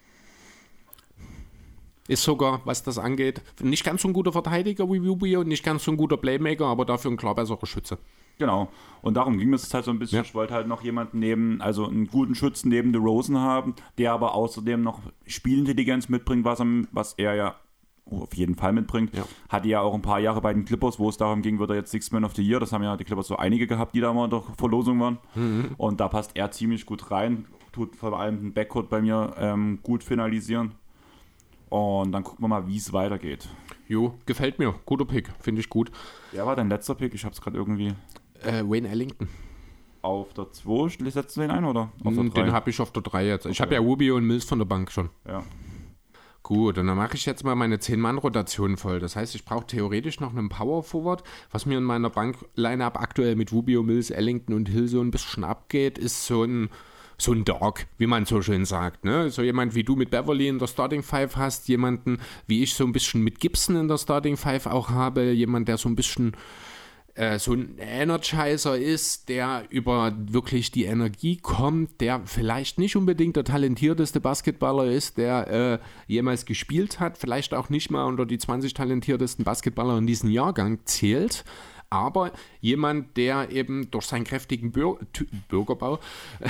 Ist sogar, was das angeht, nicht ganz so ein guter Verteidiger wie Rubio, nicht ganz so ein guter Playmaker, aber dafür ein klar besserer Schütze. Genau. Und darum ging es halt so ein bisschen. Ja. Ich wollte halt noch jemanden also einen guten Schützen neben DeRozan haben, der aber außerdem noch Spielintelligenz mitbringt, was er ja auf jeden Fall mitbringt. Ja. Hatte ja auch ein paar Jahre bei den Clippers, wo es darum ging, wird er jetzt Sixth Man of the Year. Das haben ja die Clippers so einige gehabt, die da mal in der Verlosung waren. Mhm. Und da passt er ziemlich gut rein. Tut vor allem den Backcourt bei mir gut finalisieren. Und dann gucken wir mal, wie es weitergeht. Jo, gefällt mir. Guter Pick, finde ich gut. Wer war dein letzter Pick? Ich habe es gerade irgendwie... Wayne Ellington. Auf der 2 setzt du den ein, oder? Auf der 3? Den habe ich auf der 3 jetzt. Okay. Ich habe ja Rubio und Mills von der Bank schon. Ja. Gut, und dann mache ich jetzt mal meine 10-Mann-Rotation voll. Das heißt, ich brauche theoretisch noch einen Power-Forward. Was mir in meiner Bank-Line-Up aktuell mit Rubio, Mills, Ellington und Hill so ein bisschen abgeht, ist so ein so ein Dog, wie man so schön sagt. Ne? So jemand wie du mit Beverly in der Starting Five hast, jemanden wie ich so ein bisschen mit Gibson in der Starting Five auch habe, jemand, der so ein bisschen so ein Energizer ist, der über wirklich die Energie kommt, der vielleicht nicht unbedingt der talentierteste Basketballer ist, der jemals gespielt hat, vielleicht auch nicht mal unter die 20 talentiertesten Basketballer in diesem Jahrgang zählt, aber jemand, der eben durch seinen kräftigen Bürgerbau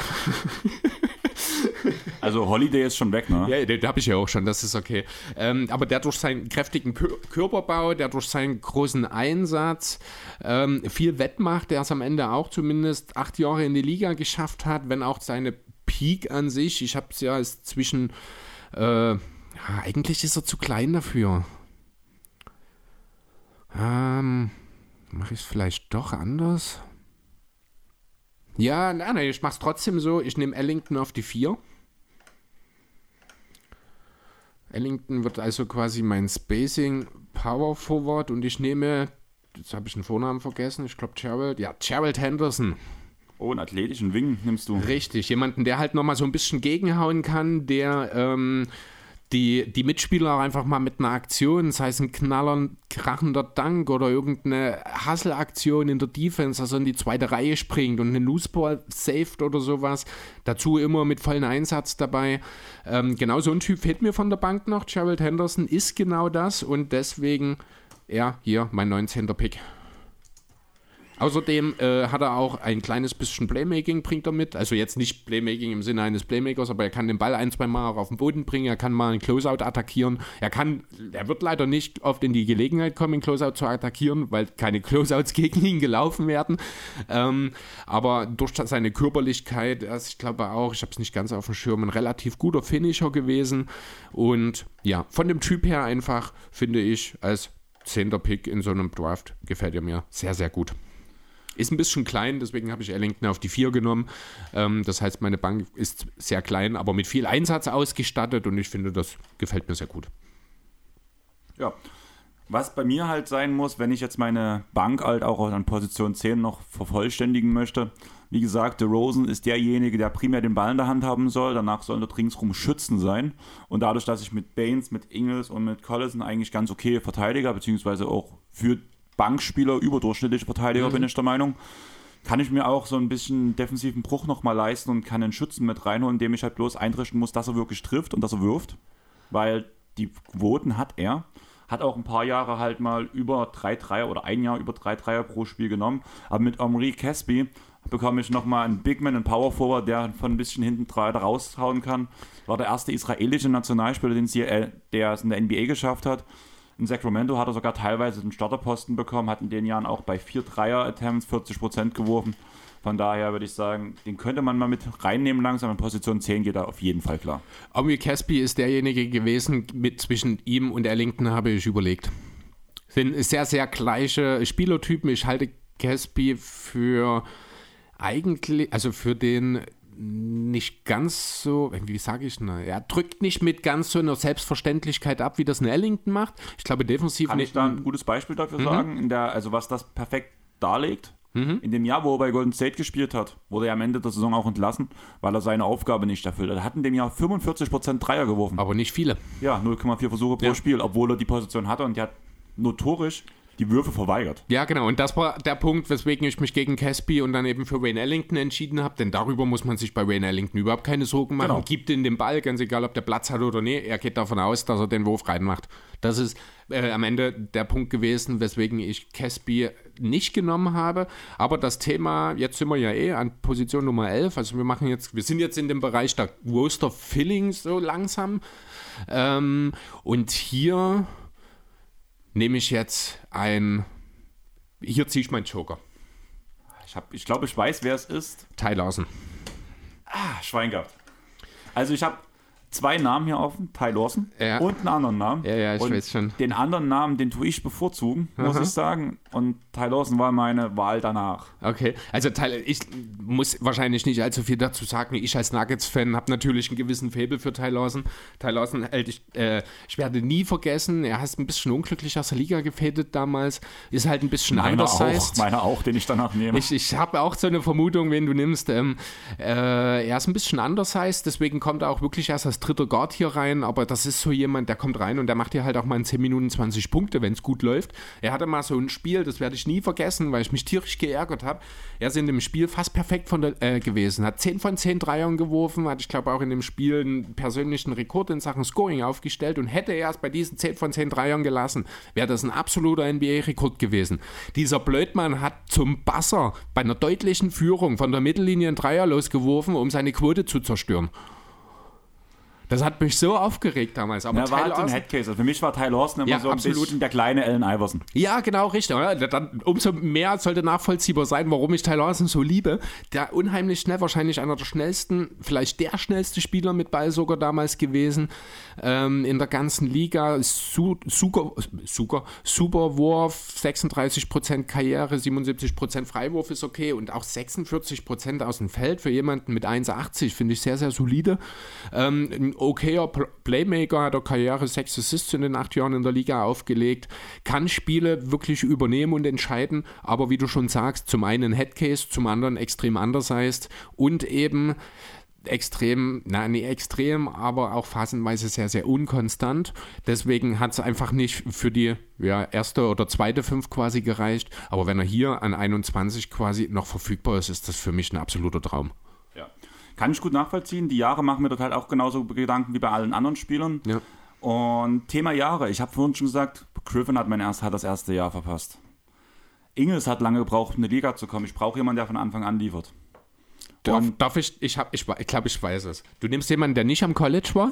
Also Holiday ist schon weg, ne? Ja, den habe ich ja auch schon, das ist okay. Aber der durch seinen kräftigen Körperbau, der durch seinen großen Einsatz viel wettmacht, der es am Ende auch zumindest 8 Jahre in die Liga geschafft hat, wenn auch seine Peak an sich, ich habe es ja zwischen, eigentlich ist er zu klein dafür. Mache ich es vielleicht doch anders? Ja, nein, ich mache es trotzdem so, ich nehme Ellington auf die 4. Ellington wird also quasi mein Spacing Power Forward und ich nehme, jetzt habe ich den Vornamen vergessen, ich glaube Gerald Henderson. Oh, einen athletischen Wing nimmst du. Richtig, jemanden, der halt nochmal so ein bisschen gegenhauen kann, der die Mitspieler auch einfach mal mit einer Aktion, sei es ein krachender Dank oder irgendeine Hustle-Aktion in der Defense, also in die zweite Reihe springt und einen Loose-Ball saved oder sowas. Dazu immer mit vollen Einsatz dabei. Genau so ein Typ fehlt mir von der Bank noch. Gerald Henderson ist genau das und deswegen, ja, hier mein 19. Pick. Außerdem hat er auch ein kleines bisschen Playmaking, bringt er mit. Also jetzt nicht Playmaking im Sinne eines Playmakers, aber er kann den Ball 1-2 Mal auch auf den Boden bringen. Er kann mal einen Closeout attackieren. Er wird leider nicht oft in die Gelegenheit kommen, einen Closeout zu attackieren, weil keine Closeouts gegen ihn gelaufen werden. Aber durch seine Körperlichkeit, ich glaube auch, ich habe es nicht ganz auf dem Schirm, ein relativ guter Finisher gewesen. Und ja, von dem Typ her einfach, finde ich, als 10. Pick in so einem Draft gefällt er mir sehr, sehr gut. Ist ein bisschen klein, deswegen habe ich Ellington auf die 4 genommen. Das heißt, meine Bank ist sehr klein, aber mit viel Einsatz ausgestattet und ich finde, das gefällt mir sehr gut. Ja, was bei mir halt sein muss, wenn ich jetzt meine Bank halt auch an Position 10 noch vervollständigen möchte. Wie gesagt, DeRozan ist derjenige, der primär den Ball in der Hand haben soll. Danach sollen dort ringsrum Schützen sein. Und dadurch, dass ich mit Baines, mit Ingles und mit Collison eigentlich ganz okay Verteidiger, beziehungsweise auch für Bankspieler, überdurchschnittliche Verteidiger, bin ich der Meinung, kann ich mir auch so ein bisschen defensiven Bruch nochmal leisten und kann den Schützen mit reinholen, indem ich halt bloß einrichten muss, dass er wirklich trifft und dass er wirft, weil die Quoten hat er. Hat auch ein paar Jahre halt mal über 3 Dreier oder ein Jahr über 3 Dreier pro Spiel genommen. Aber mit Omri Caspi bekomme ich nochmal einen Bigman, einen Power Forward, der von ein bisschen hinten raushauen kann. War der erste israelische Nationalspieler, der es in der NBA geschafft hat. In Sacramento hat er sogar teilweise den Starterposten bekommen, hat in den Jahren auch bei 4 Dreier-Attempts 40% geworfen. Von daher würde ich sagen, den könnte man mal mit reinnehmen langsam. In Position 10 geht er auf jeden Fall klar. Omri Caspi ist derjenige gewesen, zwischen ihm und Ellington habe ich überlegt. Sind sehr, sehr gleiche Spielertypen. Ich halte Caspi für eigentlich, also für den nicht ganz so, wie sage ich, er drückt nicht mit ganz so einer Selbstverständlichkeit ab, wie das ein Ellington macht. Ich glaube, defensiv... Kann ich da ein gutes Beispiel dafür sagen, also was das perfekt darlegt? In dem Jahr, wo er bei Golden State gespielt hat, wurde er am Ende der Saison auch entlassen, weil er seine Aufgabe nicht erfüllt hat. Er hat in dem Jahr 45% Dreier geworfen. Aber nicht viele. Ja, 0,4 Versuche pro Spiel, obwohl er die Position hatte und der hat notorisch die Würfe verweigert. Ja, genau. Und das war der Punkt, weswegen ich mich gegen Caspi und dann eben für Wayne Ellington entschieden habe. Denn darüber muss man sich bei Wayne Ellington überhaupt keine Sorgen machen. Genau. Gibt ihm den Ball, ganz egal, ob der Platz hat oder nicht. Er geht davon aus, dass er den Wurf reinmacht. Das ist am Ende der Punkt gewesen, weswegen ich Caspi nicht genommen habe. Aber das Thema, jetzt sind wir ja an Position Nummer 11. Also wir sind jetzt in dem Bereich der Roster Filling so langsam. Und hier nehme ich jetzt hier ziehe ich meinen Joker. Ich glaube, ich weiß, wer es ist. Ty Lawson. Schwein gehabt. Also ich habe 2 Namen hier offen, Ty Lawson und einen anderen Namen. Ja, ich weiß schon. Den anderen Namen, den tue ich bevorzugen, muss ich sagen. Und Ty Lawson war meine Wahl danach. Okay, also ich muss wahrscheinlich nicht allzu viel dazu sagen. Ich als Nuggets-Fan habe natürlich einen gewissen Faible für Ty Lawson. Ty Lawson, ich werde nie vergessen, er hat ein bisschen unglücklich aus der Liga gefadet damals. Ist halt ein bisschen undersized. Meiner auch, den ich danach nehme. Ich habe auch so eine Vermutung, wen du nimmst. Er ist ein bisschen undersized, deswegen kommt er auch wirklich erst als dritter Guard hier rein, aber das ist so jemand, der kommt rein und der macht dir halt auch mal in 10 Minuten 20 Punkte, wenn es gut läuft. Er hatte mal so ein Spiel, das werde ich nie vergessen, weil ich mich tierisch geärgert habe. Er ist in dem Spiel fast perfekt gewesen, hat 10 von 10 Dreiern geworfen, hat, ich glaube, auch in dem Spiel einen persönlichen Rekord in Sachen Scoring aufgestellt und hätte er es bei diesen 10 von 10 Dreiern gelassen, wäre das ein absoluter NBA-Rekord gewesen. Dieser Blödmann hat zum Buzzer bei einer deutlichen Führung von der Mittellinie einen Dreier losgeworfen, um seine Quote zu zerstören. Das hat mich so aufgeregt damals. Aber war halt so ein Headcase. Also für mich war Ty Lawson immer so ein bisschen der kleine Allen Iverson. Ja, genau, richtig. Dann, umso mehr sollte nachvollziehbar sein, warum ich Ty Lawson so liebe. Der unheimlich schnell, wahrscheinlich einer der schnellsten, vielleicht der schnellste Spieler mit Ball sogar damals gewesen. In der ganzen Liga. Super Wurf, 36% Karriere, 77% Freiwurf ist okay und auch 46% aus dem Feld für jemanden mit 1,80 finde ich sehr, sehr solide. Okayer Playmaker, hat er Karriere 6 Assists in den 8 Jahren in der Liga aufgelegt, kann Spiele wirklich übernehmen und entscheiden, aber wie du schon sagst, zum einen Headcase, zum anderen extrem undersized und eben extrem, aber auch phasenweise sehr, sehr unkonstant. Deswegen hat es einfach nicht für die erste oder zweite 5 quasi gereicht, aber wenn er hier an 21 quasi noch verfügbar ist, ist das für mich ein absoluter Traum. Ja. Kann ich gut nachvollziehen. Die Jahre machen mir dort halt auch genauso Gedanken wie bei allen anderen Spielern. Ja. Und Thema Jahre. Ich habe vorhin schon gesagt, Griffin hat das erste Jahr verpasst. Ingles hat lange gebraucht, in die Liga zu kommen. Ich brauche jemanden, der von Anfang an liefert. Ich glaube, ich weiß es. Du nimmst jemanden, der nicht am College war?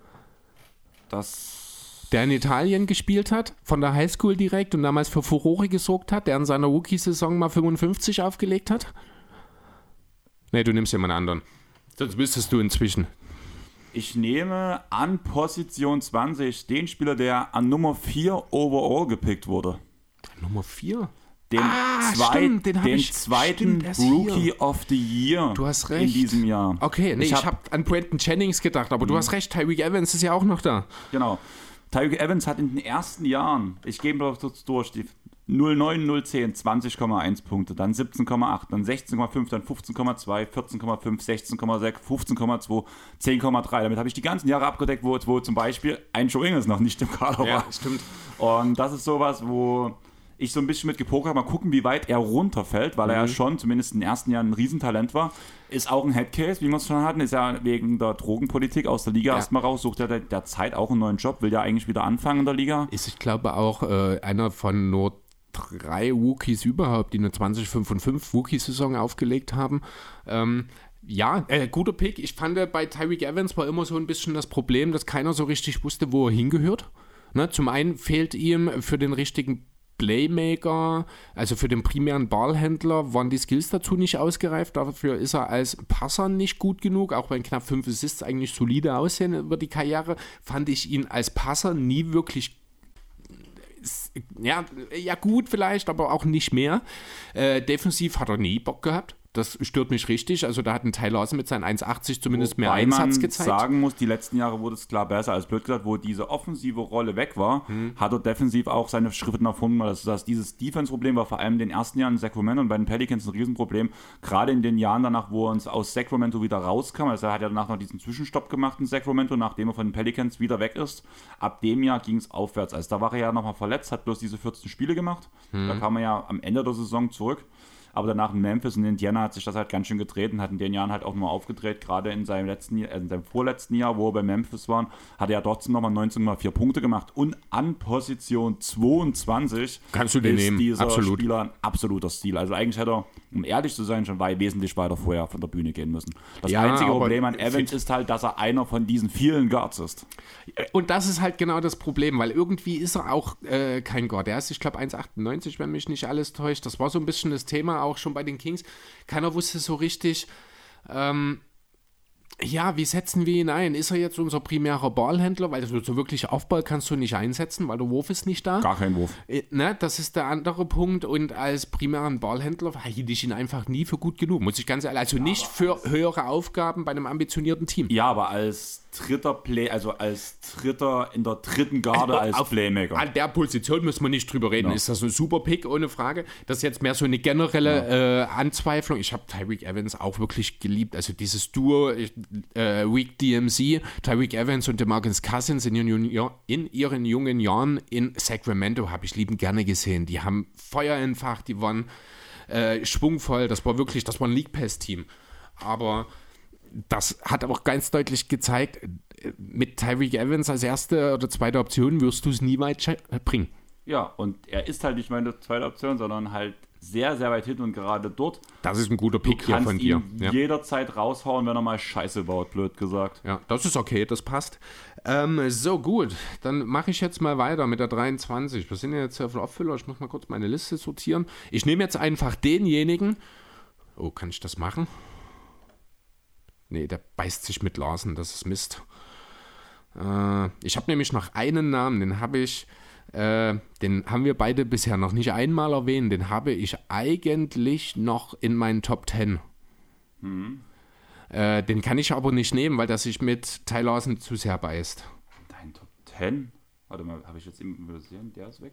Der in Italien gespielt hat, von der Highschool direkt und damals für Furore gesorgt hat, der in seiner Rookie-Saison mal 55 aufgelegt hat? Nee, du nimmst jemanden anderen. Das wüsstest du inzwischen. Ich nehme an Position 20 den Spieler, der an Nummer 4 overall gepickt wurde. Nummer 4? Den zweiten Rookie of the Year. Du hast recht. In diesem Jahr. Okay, ich habe an Brandon Jennings gedacht, aber du hast recht, Tyreek Evans ist ja auch noch da. Genau. Tyreek Evans hat in den ersten Jahren, ich gehe mal durch, die 0,9, 0,10, 20,1 Punkte, dann 17,8, dann 16,5, dann 15,2, 14,5, 16,6, 15,2, 10,3. Damit habe ich die ganzen Jahre abgedeckt, wo zum Beispiel ein Joe Ingles noch nicht im Kader war. Ja, stimmt. Und das ist sowas, wo ich so ein bisschen mit gepokert habe, mal gucken, wie weit er runterfällt, weil er ja schon, zumindest in den ersten Jahren, ein Riesentalent war. Ist auch ein Headcase, wie wir es schon hatten, ist ja wegen der Drogenpolitik aus der Liga erstmal raus, sucht er derzeit auch einen neuen Job, will ja eigentlich wieder anfangen in der Liga. Ist, ich glaube, auch einer von nur 3 Rookies überhaupt, die eine 20-5-5 Rookie-Saison aufgelegt haben. Guter Pick. Ich fand, bei Tyreek Evans war immer so ein bisschen das Problem, dass keiner so richtig wusste, wo er hingehört. Ne? Zum einen fehlt ihm für den richtigen Playmaker, also für den primären Ballhändler, waren die Skills dazu nicht ausgereift. Dafür ist er als Passer nicht gut genug, auch wenn knapp 5 Assists eigentlich solide aussehen über die Karriere, fand ich ihn als Passer nie wirklich gut vielleicht, aber auch nicht mehr. Defensiv hat er nie Bock gehabt. Das stört mich richtig. Also da hat ein Ty Lawson mit seinen 1,80 zumindest mehr Einsatz gezeigt. Man sagen muss, die letzten Jahre wurde es klar besser. Als blöd gesagt, wo diese offensive Rolle weg war, hat er defensiv auch seine Schritte nach vorne gemacht. Also dieses Defense-Problem war vor allem in den ersten Jahren in Sacramento und bei den Pelicans ein Riesenproblem. Gerade in den Jahren danach, wo er uns aus Sacramento wieder rauskam. Also er hat ja danach noch diesen Zwischenstopp gemacht in Sacramento, nachdem er von den Pelicans wieder weg ist. Ab dem Jahr ging es aufwärts. Also da war er ja nochmal verletzt, hat bloß diese 14 Spiele gemacht. Da kam er ja am Ende der Saison zurück. Aber danach in Memphis und Indiana hat sich das halt ganz schön gedreht und hat in den Jahren halt auch mal aufgedreht. Gerade in seinem vorletzten Jahr, wo er bei Memphis war, hat er ja trotzdem nochmal 19,4 Punkte gemacht. Und an Position 22 kannst du den nehmen. Dieser Spieler ein absoluter Stil. Also eigentlich hätte er, um ehrlich zu sein, schon wesentlich weiter vorher von der Bühne gehen müssen. Das einzige Problem an Evans ist halt, dass er einer von diesen vielen Guards ist. Und das ist halt genau das Problem, weil irgendwie ist er auch kein Guard. Er ist, ich glaube, 1,98, wenn mich nicht alles täuscht. Das war so ein bisschen das Thema auch schon bei den Kings. Keiner wusste so richtig, Ja, wie setzen wir ihn ein? Ist er jetzt unser primärer Ballhändler? Weil so wirklich Aufball kannst du nicht einsetzen, weil der Wurf ist nicht da. Gar kein Wurf. Das ist der andere Punkt. Und als primären Ballhändler hielt ich ihn einfach nie für gut genug, muss ich ganz ehrlich. Also nicht für höhere Aufgaben bei einem ambitionierten Team. Ja, aber als dritter in der dritten Garde als Playmaker. An der Position müssen wir nicht drüber reden. Ja. Ist das ein super Pick, ohne Frage. Das ist jetzt mehr so eine generelle Anzweiflung. Ich habe Tyreek Evans auch wirklich geliebt. Also dieses Duo, Weak DMC, Tyreek Evans und DeMarcus Cousins in ihren jungen Jahren in Sacramento habe ich liebend gerne gesehen. Die haben Feuer entfacht, die waren schwungvoll. Das war ein League Pass-Team. Aber das hat auch ganz deutlich gezeigt, mit Tyreek Evans als erste oder zweite Option wirst du es nie weit bringen. Ja, und er ist halt nicht meine zweite Option, sondern halt sehr, sehr weit hinten und gerade dort. Das ist ein guter Pick hier von dir. Du kannst ihn jederzeit raushauen, wenn er mal Scheiße baut, blöd gesagt. Ja, das ist okay, das passt. So, gut, dann mache ich jetzt mal weiter mit der 23. Wir sind ja jetzt auf der Auffüller, ich muss mal kurz meine Liste sortieren. Ich nehme jetzt einfach denjenigen. Oh, kann ich das machen? Nee, der beißt sich mit Larsen, das ist Mist. Ich habe nämlich noch einen Namen, den haben wir beide bisher noch nicht einmal erwähnt, den habe ich eigentlich noch in meinen Top 10. Den kann ich aber nicht nehmen, weil der sich mit Ty Larsen zu sehr beißt. Dein Top 10? Warte mal, habe ich jetzt eben übersehen? Der ist weg.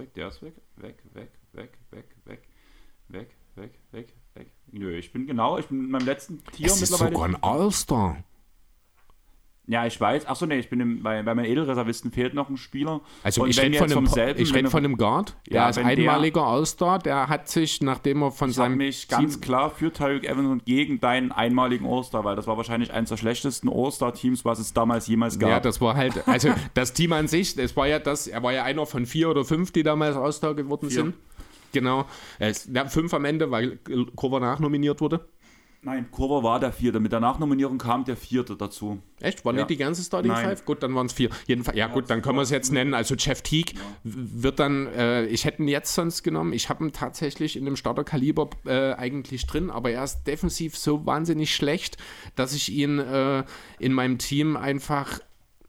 Weg. Nö, ich bin in meinem letzten Tier mittlerweile. Es ist sogar ein All-Star. Ja, ich weiß. Achso, nee, bei meinen Edelreservisten fehlt noch ein Spieler. Also ich rede von einem Guard, der ist einmaliger All-Star, der hat sich, nachdem er von seinem Team... Ich habe mich ganz klar für Tyreek Evans und gegen deinen einmaligen All-Star, weil das war wahrscheinlich eines der schlechtesten All-Star-Teams, was es damals jemals gab. Ja, das war halt, also das Team an sich, er war ja einer von 4 oder 5, die damals All-Star geworden sind. Genau. 5 am Ende, weil Korver nachnominiert wurde. Nein, Korver war der 4. Mit der Nachnominierung kam der 4. dazu. Echt? War nicht die ganze Starting 5? Gut, dann waren es 4. Jedenfalls, ja gut, dann können wir es jetzt nennen. Also Jeff Teague wird dann, ich hätte ihn jetzt sonst genommen. Ich habe ihn tatsächlich in dem Starterkaliber eigentlich drin, aber er ist defensiv so wahnsinnig schlecht, dass ich ihn in meinem Team einfach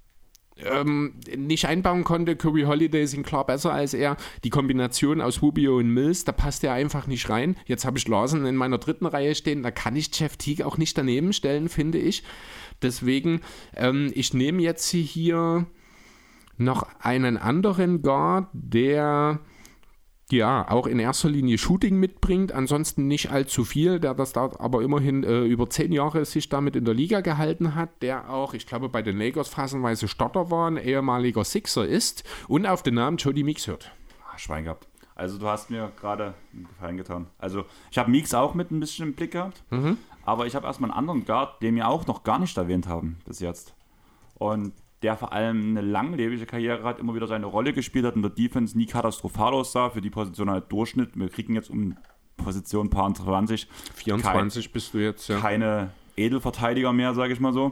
nicht einbauen konnte. Curry Holiday sind klar besser als er. Die Kombination aus Rubio und Mills, da passt er einfach nicht rein. Jetzt habe ich Larsen in meiner 3. Reihe stehen, da kann ich Jeff Teague auch nicht daneben stellen, finde ich. Deswegen, ich nehme jetzt hier noch einen anderen Guard, der auch in erster Linie Shooting mitbringt, ansonsten nicht allzu viel, der das da aber immerhin über 10 Jahre sich damit in der Liga gehalten hat, der auch, ich glaube, bei den Lakers phasenweise Starter war, ein ehemaliger Sixer ist und auf den Namen Jody Meeks hört. Schwein gehabt. Also du hast mir gerade einen Gefallen getan. Also ich habe Meeks auch mit ein bisschen im Blick gehabt, aber ich habe erstmal einen anderen Guard, den wir auch noch gar nicht erwähnt haben bis jetzt. Und der vor allem eine langlebige Karriere hat, immer wieder seine Rolle gespielt hat, in der Defense nie katastrophal aussah, für die Position halt Durchschnitt. Wir kriegen jetzt um Position paar 20. 24 bist du jetzt, ja. Keine Edelverteidiger mehr, sage ich mal so.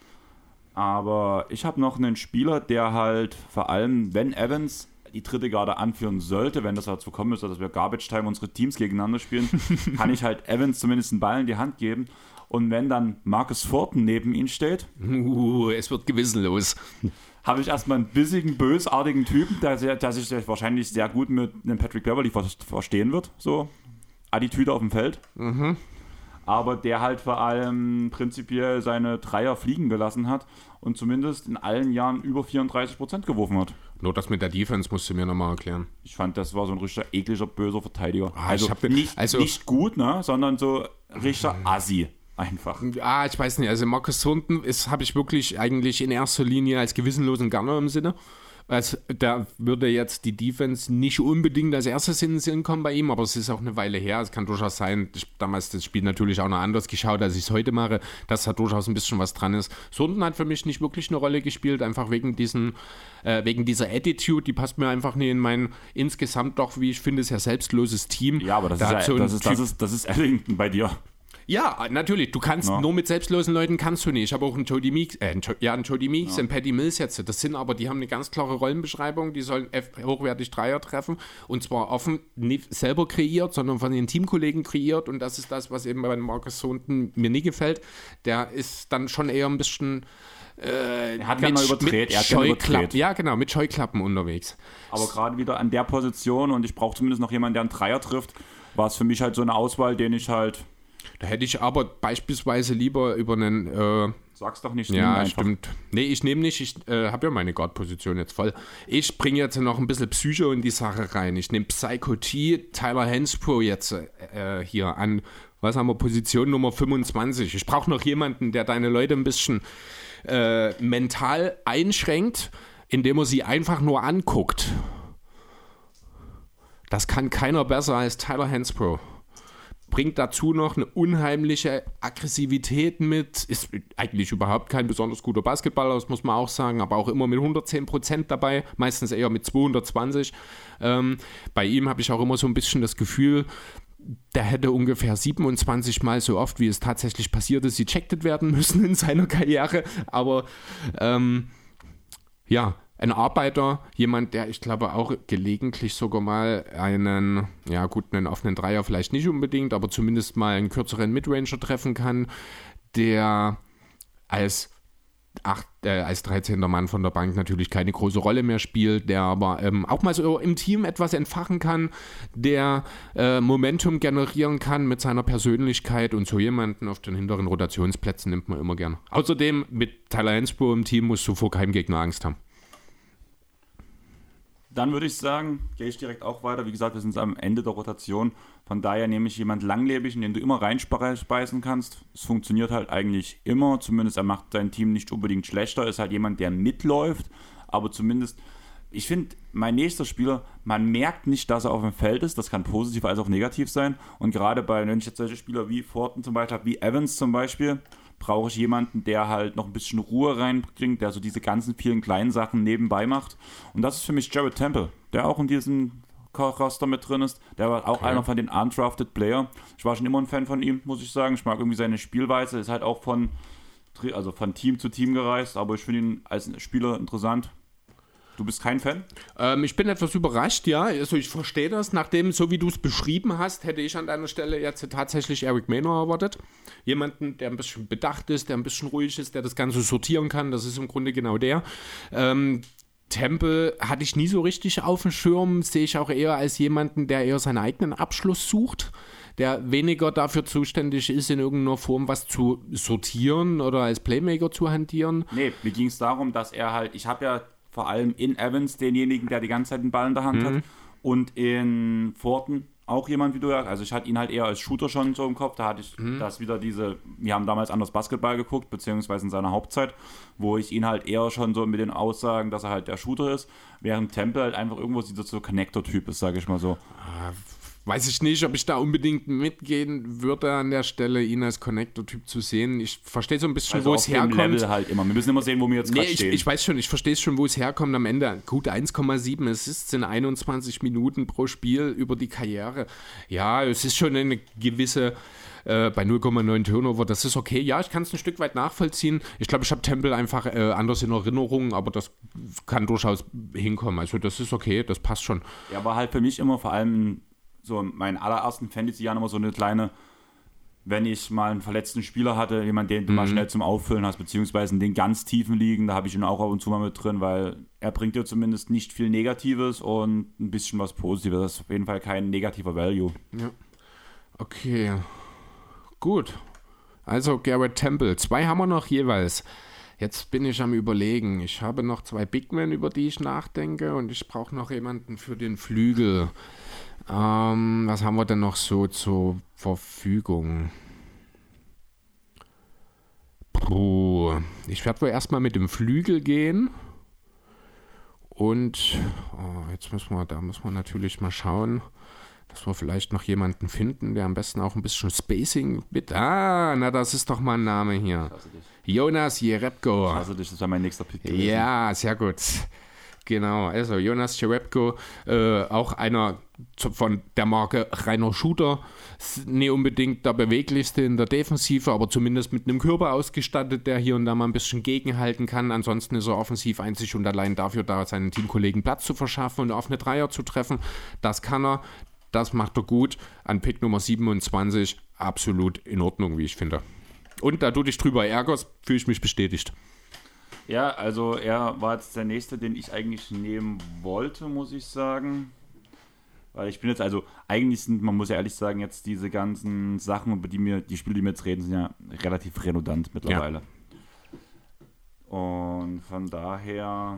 Aber ich habe noch einen Spieler, der halt vor allem, wenn Evans die 3. Garde anführen sollte, wenn das dazu kommen müsste, dass wir Garbage Time unsere Teams gegeneinander spielen, kann ich halt Evans zumindest einen Ball in die Hand geben. Und wenn dann Marcus Thornton neben ihm steht, es wird gewissenlos, habe ich erstmal einen bissigen, bösartigen Typen, der sich wahrscheinlich sehr gut mit einem Patrick Beverley verstehen wird, so Attitüde auf dem Feld. Aber der halt vor allem prinzipiell seine Dreier fliegen gelassen hat und zumindest in allen Jahren über 34% geworfen hat. Nur das mit der Defense musst du mir nochmal erklären. Ich fand, das war so ein richtiger ekliger, böser Verteidiger. Nicht gut, ne, sondern so richtiger Assi. Einfach. Ich weiß nicht, also Marcus Thornton habe ich wirklich eigentlich in erster Linie als gewissenlosen Gunner im Sinne. Also, da würde jetzt die Defense nicht unbedingt als erstes in den Sinn kommen bei ihm, aber es ist auch eine Weile her. Es kann durchaus sein, damals das Spiel natürlich auch noch anders geschaut, als ich es heute mache, dass da durchaus ein bisschen was dran ist. Thornton hat für mich nicht wirklich eine Rolle gespielt, einfach wegen dieser Attitude, die passt mir einfach nicht in mein insgesamt doch, wie ich finde, sehr selbstloses Team. Ja, aber das ist Ellington bei dir. Ja, natürlich. Du kannst nur mit selbstlosen Leuten kannst du nicht. Ich habe auch einen Jody Meeks, einen Patty Mills jetzt. Das sind aber, die haben eine ganz klare Rollenbeschreibung. Die sollen hochwertig Dreier treffen. Und zwar offen, nicht selber kreiert, sondern von den Teamkollegen kreiert. Und das ist das, was eben bei Marcus Thornton mir nie gefällt. Der ist dann schon eher ein bisschen er hat gerne mal überdreht. Ja, genau, mit Scheuklappen unterwegs. Aber gerade wieder an der Position, und ich brauche zumindest noch jemanden, der einen Dreier trifft, war es für mich halt so eine Auswahl, den ich halt... Da hätte ich aber beispielsweise lieber über einen... Sag's doch nicht. Ja, stimmt. Nee, ich nehme nicht. Ich habe ja meine Guard-Position jetzt voll. Ich bringe jetzt noch ein bisschen Psycho in die Sache rein. Ich nehme Psycho T, Tyler Hansbrough jetzt hier an. Was haben wir? Position Nummer 25. Ich brauche noch jemanden, der deine Leute ein bisschen mental einschränkt, indem er sie einfach nur anguckt. Das kann keiner besser als Tyler Hansbrough. Bringt dazu noch eine unheimliche Aggressivität mit, ist eigentlich überhaupt kein besonders guter Basketballer, das muss man auch sagen, aber auch immer mit 110% dabei, meistens eher mit 220. Bei ihm habe ich auch immer so ein bisschen das Gefühl, der hätte ungefähr 27 Mal so oft, wie es tatsächlich passiert ist, ejected werden müssen in seiner Karriere, aber ja, ein Arbeiter, jemand, der ich glaube auch gelegentlich sogar mal einen offenen Dreier vielleicht nicht unbedingt, aber zumindest mal einen kürzeren Midranger treffen kann, der als 13. Mann von der Bank natürlich keine große Rolle mehr spielt, der aber auch mal so im Team etwas entfachen kann, der Momentum generieren kann mit seiner Persönlichkeit, und so jemanden auf den hinteren Rotationsplätzen nimmt man immer gern. Außerdem mit Tyler Hansbrough im Team musst du vor keinem Gegner Angst haben. Dann würde ich sagen, gehe ich direkt auch weiter. Wie gesagt, wir sind am Ende der Rotation. Von daher nehme ich jemand langlebig, in den du immer reinspeisen kannst. Es funktioniert halt eigentlich immer. Zumindest er macht sein Team nicht unbedingt schlechter. Ist halt jemand, der mitläuft. Aber zumindest, ich finde, mein nächster Spieler, man merkt nicht, dass er auf dem Feld ist. Das kann positiv als auch negativ sein. Und gerade wenn ich jetzt solche Spieler wie Thornton zum Beispiel habe, wie Evans zum Beispiel, brauche ich jemanden, der halt noch ein bisschen Ruhe reinbringt, der so diese ganzen vielen kleinen Sachen nebenbei macht. Und das ist für mich Jared Temple, der auch in diesem Roster mit drin ist. Der war auch einer von den undrafted Player. Ich war schon immer ein Fan von ihm, muss ich sagen. Ich mag irgendwie seine Spielweise. Ist halt auch von Team zu Team gereist, aber ich finde ihn als Spieler interessant. Du bist kein Fan? Ich bin etwas überrascht, ja. Also ich verstehe das. Nachdem, so wie du es beschrieben hast, hätte ich an deiner Stelle jetzt tatsächlich Eric Maynor erwartet. Jemanden, der ein bisschen bedacht ist, der ein bisschen ruhig ist, der das Ganze sortieren kann. Das ist im Grunde genau der. Temple hatte ich nie so richtig auf dem Schirm. Sehe ich auch eher als jemanden, der eher seinen eigenen Abschluss sucht, der weniger dafür zuständig ist, in irgendeiner Form was zu sortieren oder als Playmaker zu hantieren. Nee, mir ging es darum, dass er halt, ich habe ja vor allem in Evans denjenigen, der die ganze Zeit den Ball in der Hand hat, und in Thornton auch jemand, wie du sagst. Also ich hatte ihn halt eher als Shooter schon so im Kopf. Da hatte ich das wieder wir haben damals anders Basketball geguckt, beziehungsweise in seiner Hauptzeit, wo ich ihn halt eher schon so mit den Aussagen, dass er halt der Shooter ist, während Temple halt einfach irgendwo so Connector-Typ ist, sage ich mal so. Weiß ich nicht, ob ich da unbedingt mitgehen würde an der Stelle, ihn als Connector-Typ zu sehen. Ich verstehe so ein bisschen, also wo es herkommt. Level halt immer. Wir müssen immer sehen, wo wir jetzt gerade stehen. Ich weiß schon, ich verstehe es schon, wo es herkommt. Am Ende gut 1,7 Assists in 21 Minuten pro Spiel über die Karriere. Ja, es ist schon eine gewisse, bei 0,9 Turnover, das ist okay. Ja, ich kann es ein Stück weit nachvollziehen. Ich glaube, ich habe Temple einfach anders in Erinnerung, aber das kann durchaus hinkommen. Also das ist okay, das passt schon. Ja, war halt für mich immer vor allem so in meinen allerersten Fantasy-Jahren immer so eine kleine, wenn ich mal einen verletzten Spieler hatte, jemand, den du mal schnell zum Auffüllen hast, beziehungsweise in den ganz tiefen Ligen, da habe ich ihn auch ab und zu mal mit drin, weil er bringt dir zumindest nicht viel Negatives und ein bisschen was Positives. Das ist auf jeden Fall kein negativer Value. Ja. Okay. Gut. Also Garrett Temple. 2 haben wir noch jeweils. Jetzt bin ich am Überlegen. Ich habe noch 2 Big Men, über die ich nachdenke, und ich brauche noch jemanden für den Flügel. Was haben wir denn noch so zur Verfügung? Ich werde wohl erstmal mit dem Flügel gehen. Und jetzt müssen wir natürlich mal schauen, dass wir vielleicht noch jemanden finden, der am besten auch ein bisschen Spacing mit. Das ist doch mal ein Name hier. Jonas Jerebko. Also das war mein nächster Pick gewesen. Ja, sehr gut. Genau, also Jonas Jerebko, auch einer von der Marke reiner Shooter, nicht unbedingt der beweglichste in der Defensive, aber zumindest mit einem Körper ausgestattet, der hier und da mal ein bisschen gegenhalten kann. Ansonsten ist er offensiv einzig und allein dafür da, seinen Teamkollegen Platz zu verschaffen und auf eine Dreier zu treffen. Das kann er, das macht er gut. An Pick Nummer 27 absolut in Ordnung, wie ich finde. Und da du dich drüber ärgerst, fühle ich mich bestätigt. Ja, also er war jetzt der Nächste, den ich eigentlich nehmen wollte, muss ich sagen. Weil ich bin jetzt, also eigentlich sind, man muss ja ehrlich sagen, jetzt diese ganzen Sachen, über die Spiele, die wir jetzt reden, sind ja relativ redundant mittlerweile. Ja. Und von daher,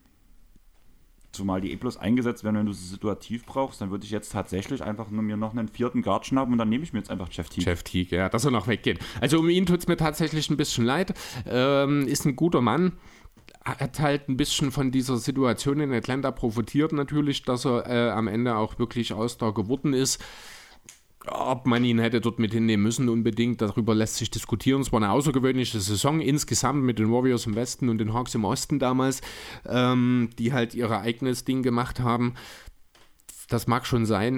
zumal die E+ eingesetzt werden, wenn du sie situativ brauchst, dann würde ich jetzt tatsächlich einfach nur mir noch einen 4. Guard schnappen und dann nehme ich mir jetzt einfach Jeff Teague. Jeff Teague, ja, dass er noch weggeht. Also um ihn tut es mir tatsächlich ein bisschen leid. Ist ein guter Mann. Hat halt ein bisschen von dieser Situation in Atlanta profitiert natürlich, dass er am Ende auch wirklich All-Star geworden ist. Ob man ihn hätte dort mit hinnehmen müssen unbedingt, darüber lässt sich diskutieren. Es war eine außergewöhnliche Saison insgesamt mit den Warriors im Westen und den Hawks im Osten damals, die halt ihr eigenes Ding gemacht haben. Das mag schon sein.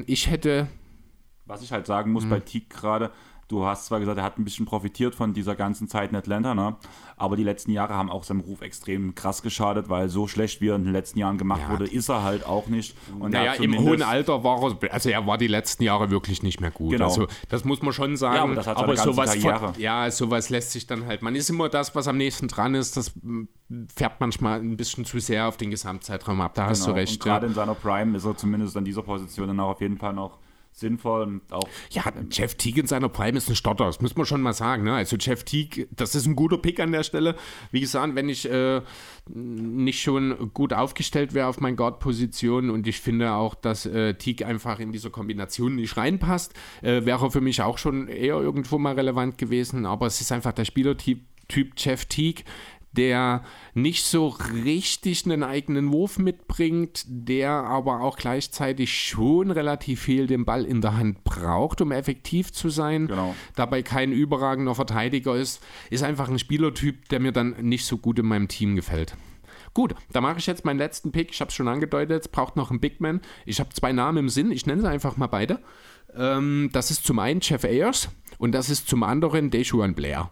Was ich halt sagen muss bei Teague gerade, du hast zwar gesagt, er hat ein bisschen profitiert von dieser ganzen Zeit in Atlanta, ne? Aber die letzten Jahre haben auch seinem Ruf extrem krass geschadet, weil so schlecht, wie er in den letzten Jahren gemacht wurde, ist er halt auch nicht. Und im hohen Alter war er war die letzten Jahre wirklich nicht mehr gut. Genau. Also das muss man schon sagen. Ja, aber das hat seine ganze Karriere. Sowas lässt sich dann halt, man ist immer das, was am nächsten dran ist, das färbt manchmal ein bisschen zu sehr auf den Gesamtzeitraum ab, da hast du recht. Und gerade in seiner Prime ist er zumindest an dieser Position dann auch auf jeden Fall noch sinnvoll und auch. Ja, Jeff Teague in seiner Prime ist ein Stotter, das muss man schon mal sagen. Ne? Also Jeff Teague, das ist ein guter Pick an der Stelle. Wie gesagt, wenn ich nicht schon gut aufgestellt wäre auf meinen Guard-Position und ich finde auch, dass Teague einfach in diese Kombination nicht reinpasst, wäre für mich auch schon eher irgendwo mal relevant gewesen. Aber es ist einfach der Spielertyp Jeff Teague, der nicht so richtig einen eigenen Wurf mitbringt, der aber auch gleichzeitig schon relativ viel den Ball in der Hand braucht, um effektiv zu sein, dabei kein überragender Verteidiger ist einfach ein Spielertyp, der mir dann nicht so gut in meinem Team gefällt. Gut, da mache ich jetzt meinen letzten Pick, ich habe es schon angedeutet, es braucht noch einen Big Man. Ich habe 2 Namen im Sinn, ich nenne sie einfach mal beide. Das ist zum einen Jeff Ayers und das ist zum anderen DeJuan Blair.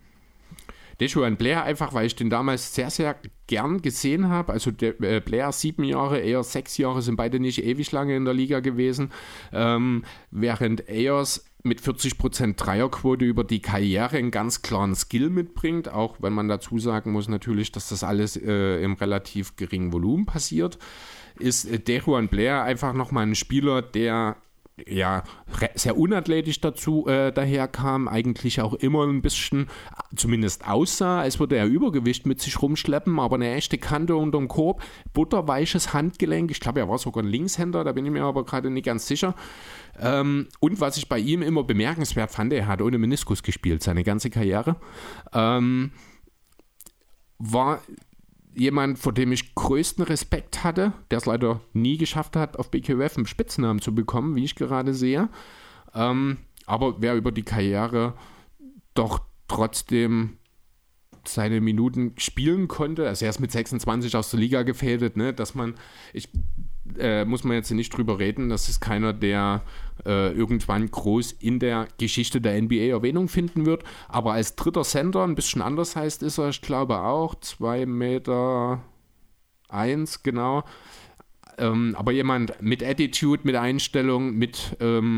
DeJuan Blair einfach, weil ich den damals sehr, sehr gern gesehen habe. Also Blair 7 Jahre, Ayers 6 Jahre, sind beide nicht ewig lange in der Liga gewesen. Während Ayers mit 40% Dreierquote über die Karriere einen ganz klaren Skill mitbringt, auch wenn man dazu sagen muss natürlich, dass das alles im relativ geringen Volumen passiert, ist DeJuan Blair einfach nochmal ein Spieler, der sehr unathletisch daherkam, eigentlich auch immer ein bisschen, zumindest aussah, als würde er Übergewicht mit sich rumschleppen, aber eine echte Kante unterm Korb, butterweiches Handgelenk, ich glaube, er war sogar ein Linkshänder, da bin ich mir aber gerade nicht ganz sicher. Und was ich bei ihm immer bemerkenswert fand, er hat ohne Meniskus gespielt, seine ganze Karriere, war jemand, vor dem ich größten Respekt hatte, der es leider nie geschafft hat, auf BKUF einen Spitznamen zu bekommen, wie ich gerade sehe. Aber wer über die Karriere doch trotzdem seine Minuten spielen konnte, also er ist mit 26 aus der Liga gefädet, ne, dass muss man jetzt nicht drüber reden, das ist keiner, der irgendwann groß in der Geschichte der NBA Erwähnung finden wird, aber als dritter Center, ein bisschen anders heißt ist er, ich glaube auch, 2,1 Meter, genau, aber jemand mit Attitude, mit Einstellung, mit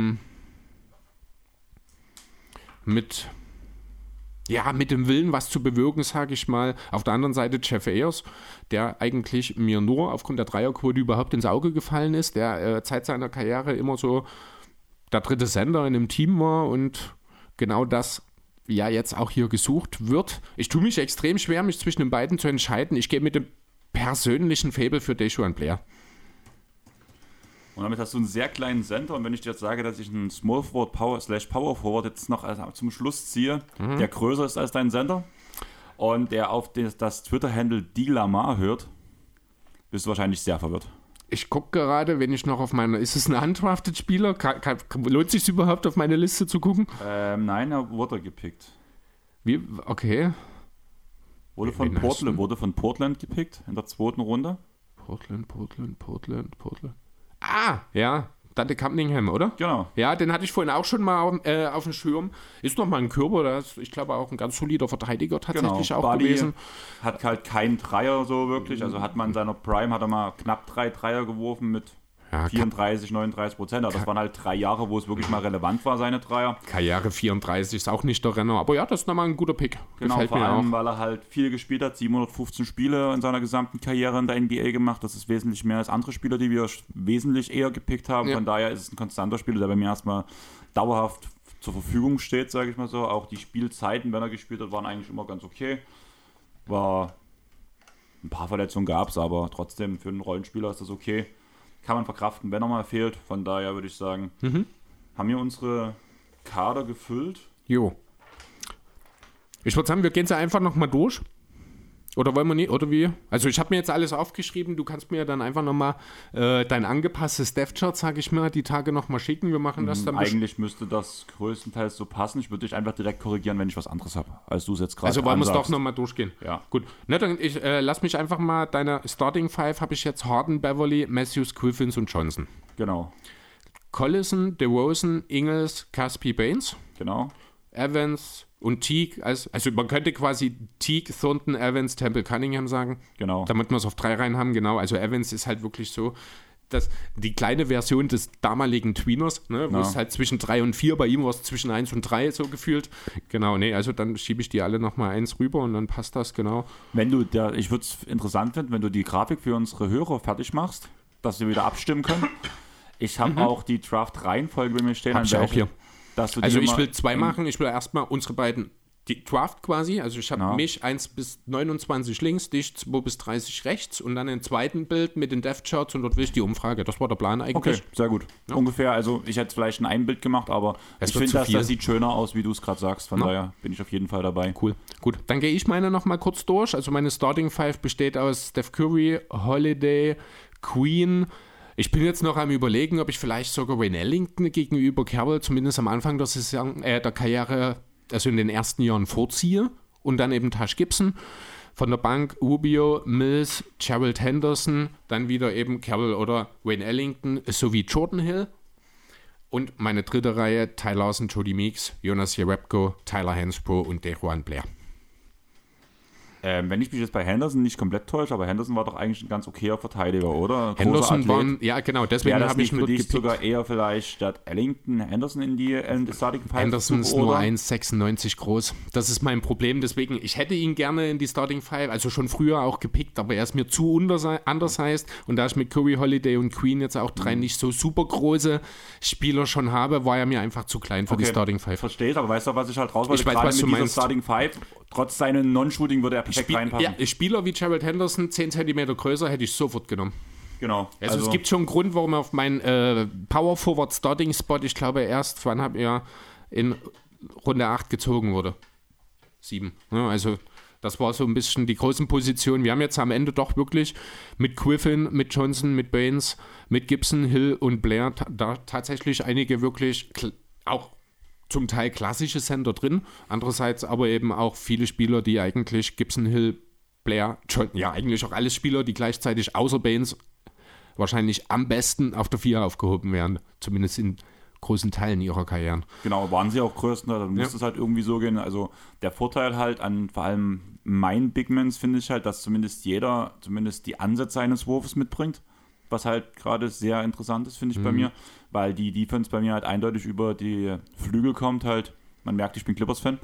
dem Willen, was zu bewirken, sage ich mal. Auf der anderen Seite Jeff Ayers, der eigentlich mir nur aufgrund der Dreierquote überhaupt ins Auge gefallen ist, der Zeit seiner Karriere immer so der dritte Sender in einem Team war und genau das ja jetzt auch hier gesucht wird. Ich tue mich extrem schwer, mich zwischen den beiden zu entscheiden. Ich gehe mit dem persönlichen Faible für DeJuan Blair. Und damit hast du einen sehr kleinen Center. Und wenn ich dir jetzt sage, dass ich einen Small Forward Power Forward jetzt noch zum Schluss ziehe, der größer ist als dein Center und der auf das Twitter-Handle DLamar hört, bist du wahrscheinlich sehr verwirrt. Ich gucke gerade, wenn ich noch auf meiner... Ist es ein undrafted Spieler? Lohnt es sich überhaupt, auf meine Liste zu gucken? Nein, er wurde gepickt. Wie? Okay. Wurde von Portland gepickt in der 2. Runde. Portland. Ah, ja. Dante Cunningham, oder? Genau. Ja, den hatte ich vorhin auch schon mal auf dem Schirm. Ist noch mal ein Körper, das ist, ich glaube, auch ein ganz solider Verteidiger tatsächlich auch Buddy gewesen. Hat halt keinen Dreier so wirklich. Also hat man in seiner Prime, hat er mal knapp 3 Dreier geworfen mit 34, 39%. Also das waren halt 3 Jahre, wo es wirklich mal relevant war, seine Dreier. Karriere 34 ist auch nicht der Renner. Aber ja, das ist nochmal ein guter Pick. Genau, gefällt vor mir allem, auch. weil er halt viel gespielt hat, 715 Spiele in seiner gesamten Karriere in der NBA gemacht. Das ist wesentlich mehr als andere Spieler, die wir wesentlich eher gepickt haben. Von daher ist es ein konstanter Spieler, der bei mir erstmal dauerhaft zur Verfügung steht, sage ich mal so. Auch die Spielzeiten, wenn er gespielt hat, waren eigentlich immer ganz okay. Ein paar Verletzungen gab es, aber trotzdem für einen Rollenspieler ist das okay. Kann man verkraften, wenn er mal fehlt. Von daher würde ich sagen, haben wir unsere Kader gefüllt. Jo. Ich würde sagen, wir gehen sie einfach nochmal durch. Oder wollen wir nicht? Oder wie? Also ich habe mir jetzt alles aufgeschrieben. Du kannst mir dann einfach nochmal dein angepasstes Dev-Chart, sage ich mal, die Tage nochmal schicken. Wir machen das dann. Eigentlich müsste das größtenteils so passen. Ich würde dich einfach direkt korrigieren, wenn ich was anderes habe, als du es jetzt gerade Also wollen wir es doch nochmal durchgehen. Ja. Gut. Ne, dann lass mich einfach mal, deine Starting Five habe ich jetzt Harden, Beverly, Matthews, Griffins und Johnson. Genau. Collison, DeRozan, Ingles, Caspi, Baines. Genau. Evans und Teague, also man könnte quasi Teague, Thornton, Evans, Temple, Cunningham sagen. Genau. Damit wir es auf 3 rein haben, genau. Also Evans ist halt wirklich so, dass die kleine Version des damaligen Tweeners, ne, wo es halt zwischen 3 und 4, bei ihm war es zwischen 1 und 3 so gefühlt. Genau, nee, also dann schiebe ich die alle nochmal 1 rüber und dann passt das, genau. Ich würde es interessant finden, wenn du die Grafik für unsere Hörer fertig machst, dass wir wieder abstimmen können. Ich habe auch die Draft-Reihenfolge bei mir stehen. Hab ich auch hier. Also ich will 2 machen. Ich will erstmal unsere beiden, die Draft quasi. Also ich habe mich 1 bis 29 links, dich 2 bis 30 rechts und dann ein zweiten Bild mit den Dev-Charts und dort will ich die Umfrage. Das war der Plan eigentlich. Okay, sehr gut. Ja. Ungefähr, also ich hätte vielleicht ein Bild gemacht, aber ich finde, das sieht schöner aus, wie du es gerade sagst. Von daher bin ich auf jeden Fall dabei. Cool. Gut, dann gehe ich meine nochmal kurz durch. Also meine Starting Five besteht aus Steph Curry, Holiday, Queen. Ich bin jetzt noch am Überlegen, ob ich vielleicht sogar Wayne Ellington gegenüber Carroll zumindest am Anfang der Saison, der Karriere, also in den ersten Jahren vorziehe und dann eben Taj Gibson. Von der Bank Rubio, Mills, Gerald Henderson, dann wieder eben Carroll oder Wayne Ellington sowie Jordan Hill. Und meine dritte Reihe, Ty Lawson, Jody Meeks, Jonas Jerebko, Tyler Hansbrough und DeJuan Blair. Wenn ich mich jetzt bei Henderson nicht komplett täusche, aber Henderson war doch eigentlich ein ganz okayer Verteidiger, oder? Henderson war, ja genau, deswegen habe ich ihn für dich sogar eher vielleicht statt Ellington Henderson in die Starting Five. Henderson ist nur 1,96 groß. Das ist mein Problem, deswegen, ich hätte ihn gerne in die Starting Five, also schon früher auch gepickt, aber er ist mir zu undersized und da ich mit Curry, Holiday und Queen jetzt auch 3 nicht so super große Spieler schon habe, war er mir einfach zu klein für die Starting Five. Verstehe, aber weißt du, was ich halt raus wollte? Ich weiß, was du meinst. Starting Five, trotz seinem Non-Shooting würde er perfekt reinpassen. Ja, Spieler wie Gerald Henderson, 10 cm größer, hätte ich sofort genommen. Genau. Also es gibt schon einen Grund, warum er auf meinen Power Forward Starting Spot, ich glaube erst, wann habe er in Runde 8 gezogen wurde. 7. Ja, also das war so ein bisschen die großen Positionen. Wir haben jetzt am Ende doch wirklich mit Griffin, mit Johnson, mit Baines, mit Gibson, Hill und Blair da tatsächlich einige wirklich auch zum Teil klassische Center drin. Andererseits aber eben auch viele Spieler, die eigentlich Gibson, Hill, Blair, ja eigentlich auch alle Spieler, die gleichzeitig außer Baines wahrscheinlich am besten auf der 4 aufgehoben werden. Zumindest in großen Teilen ihrer Karrieren. Genau, waren sie auch größten, dann muss es halt irgendwie so gehen. Also der Vorteil halt an vor allem meinen Bigmans finde ich halt, dass zumindest jeder die Ansätze eines Wurfes mitbringt, was halt gerade sehr interessant ist, finde ich bei mir, weil die Defense bei mir halt eindeutig über die Flügel kommt halt. Man merkt, ich bin Clippers-Fan.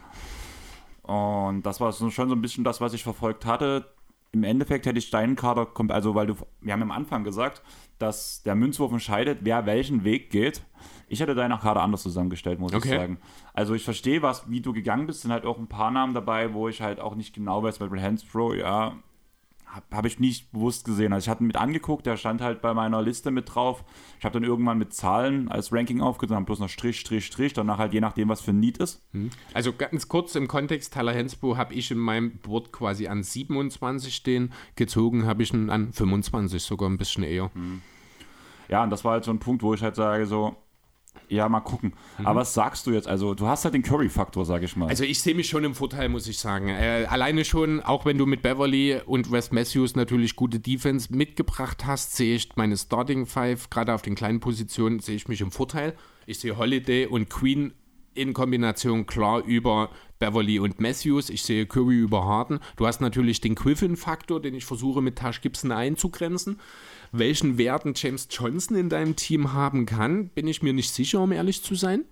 Und das war schon so ein bisschen das, was ich verfolgt hatte. Im Endeffekt hätte ich deinen Kader, also wir haben am Anfang gesagt, dass der Münzwurf entscheidet, wer welchen Weg geht. Ich hätte deinen Kader anders zusammengestellt, muss ich sagen. Also ich verstehe, wie du gegangen bist, sind halt auch ein paar Namen dabei, wo ich halt auch nicht genau weiß, weil Hansbrough, ja, habe ich nicht bewusst gesehen. Also ich hatte ihn mit angeguckt, der stand halt bei meiner Liste mit drauf. Ich habe dann irgendwann mit Zahlen als Ranking aufgenommen, bloß noch Strich, danach halt je nachdem, was für ein Need ist. Also ganz kurz im Kontext, Tyler Hansbrough habe ich in meinem Board quasi an 27 stehen, gezogen habe ich ihn an 25, sogar ein bisschen eher. Ja, und das war halt so ein Punkt, wo ich halt sage, so, Ja, mal gucken. Aber was sagst du jetzt? Also, du hast halt den Curry-Faktor, sag ich mal. Also, ich sehe mich schon im Vorteil, muss ich sagen. Alleine schon, auch wenn du mit Beverly und Wes Matthews natürlich gute Defense mitgebracht hast, sehe ich meine Starting Five, gerade auf den kleinen Positionen, sehe ich mich im Vorteil. Ich sehe Holiday und Queen in Kombination klar über Beverly und Matthews. Ich sehe Curry über Harden. Du hast natürlich den Griffin-Faktor, den ich versuche mit Taj Gibson einzugrenzen. Welchen Werten James Johnson in deinem Team haben kann, bin ich mir nicht sicher, um ehrlich zu sein.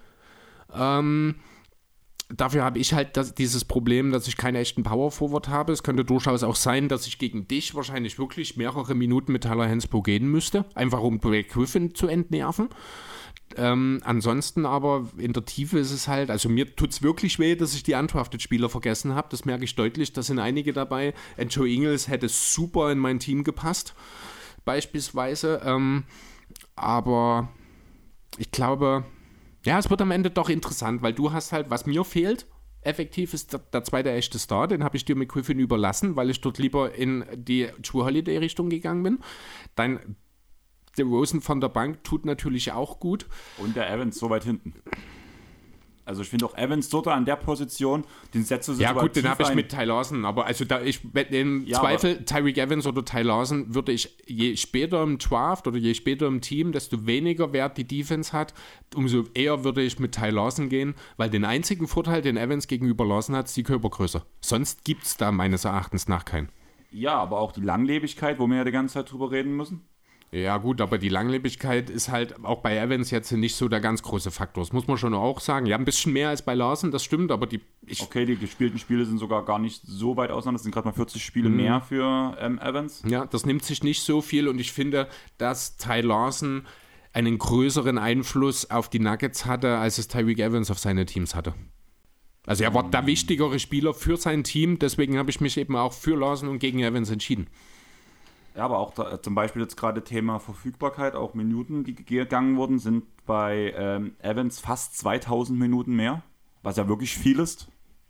Dafür habe ich halt dieses Problem, dass ich keinen echten Power-Forward habe. Es könnte durchaus auch sein, dass ich gegen dich wahrscheinlich wirklich mehrere Minuten mit Tyler Hansbrough gehen müsste, einfach um Blake Griffin zu entnerven. Ansonsten aber in der Tiefe ist es halt, also mir tut es wirklich weh, dass ich die Undrafted-Spieler vergessen habe. Das merke ich deutlich, da sind einige dabei. Joe Ingles hätte super in mein Team gepasst, beispielsweise. Aber ich glaube, ja, es wird am Ende doch interessant, weil du hast halt, was mir fehlt, effektiv ist der zweite echte Star, den habe ich dir mit Griffin überlassen, weil ich dort lieber in die True Holiday-Richtung gegangen bin. Dein DeRozan von der Bank tut natürlich auch gut. Und der Evans so weit hinten. Also ich finde auch Evans dort an der Position, den setzt du ja gut, den habe ich mit Ty Lawson, aber also da im Zweifel Tyreek Evans oder Ty Lawson würde ich je später im Draft oder je später im Team, desto weniger Wert die Defense hat, umso eher würde ich mit Ty Lawson gehen, weil den einzigen Vorteil, den Evans gegenüber Lawson hat, ist die Körpergröße. Sonst gibt es da meines Erachtens nach keinen. Ja, aber auch die Langlebigkeit, wo wir ja die ganze Zeit drüber reden müssen. Ja gut, aber die Langlebigkeit ist halt auch bei Evans jetzt nicht so der ganz große Faktor. Das muss man schon auch sagen. Ja, ein bisschen mehr als bei Larson, das stimmt, aber die gespielten Spiele sind sogar gar nicht so weit auseinander. Das sind gerade mal 40 Spiele mehr für Evans. Ja, das nimmt sich nicht so viel und ich finde, dass Ty Lawson einen größeren Einfluss auf die Nuggets hatte, als es Tyreek Evans auf seine Teams hatte. Also er war der wichtigere Spieler für sein Team, deswegen habe ich mich eben auch für Lawson und gegen Evans entschieden. Ja, aber auch zum Beispiel jetzt gerade Thema Verfügbarkeit, auch Minuten, die gegangen wurden, sind bei Evans fast 2000 Minuten mehr, was ja wirklich viel ist.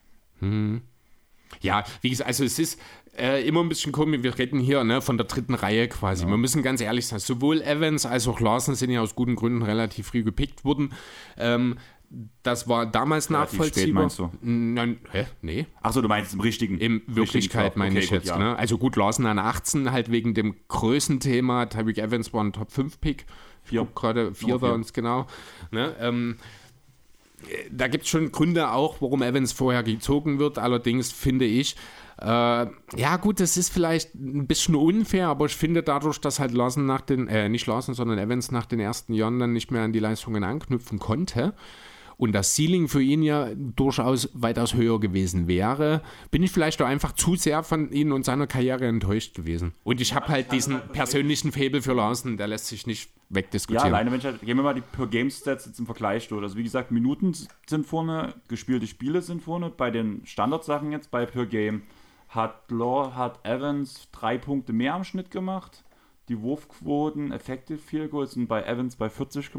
Ja, wie gesagt, also es ist immer ein bisschen komisch, wir reden hier von der dritten Reihe quasi. Ja. Wir müssen ganz ehrlich sein, sowohl Evans als auch Lawson sind ja aus guten Gründen relativ früh gepickt worden. Das war damals nachvollziehbar. Spät, meinst du? Nein, nee. Achso, du meinst im richtigen. In Wirklichkeit meine ich jetzt. Ja. Ne? Also gut, Lawson an 18, halt wegen dem Größenthema. Tyreek Evans war ein Top-5-Pick. Gerade Vierter und genau. Ne? Da gibt es schon Gründe auch, warum Evans vorher gezogen wird. Allerdings finde ich, ja gut, das ist vielleicht ein bisschen unfair, aber ich finde dadurch, dass halt Lawson nicht Lawson, sondern Evans nach den ersten Jahren dann nicht mehr an die Leistungen anknüpfen konnte und das Ceiling für ihn ja durchaus weitaus höher gewesen wäre, bin ich vielleicht auch einfach zu sehr von ihm und seiner Karriere enttäuscht gewesen. Und ich habe halt diesen persönlichen Faible für Lawson, der lässt sich nicht wegdiskutieren. Ja, alleine, gehen wir mal die Per-Game-Stats jetzt im Vergleich durch. Also wie gesagt, Minuten sind vorne, gespielte Spiele sind vorne. Bei den Standardsachen jetzt, bei Per-Game, hat Evans 3 Punkte mehr am Schnitt gemacht. Die Wurfquoten, Effective Field Goals sind bei Evans bei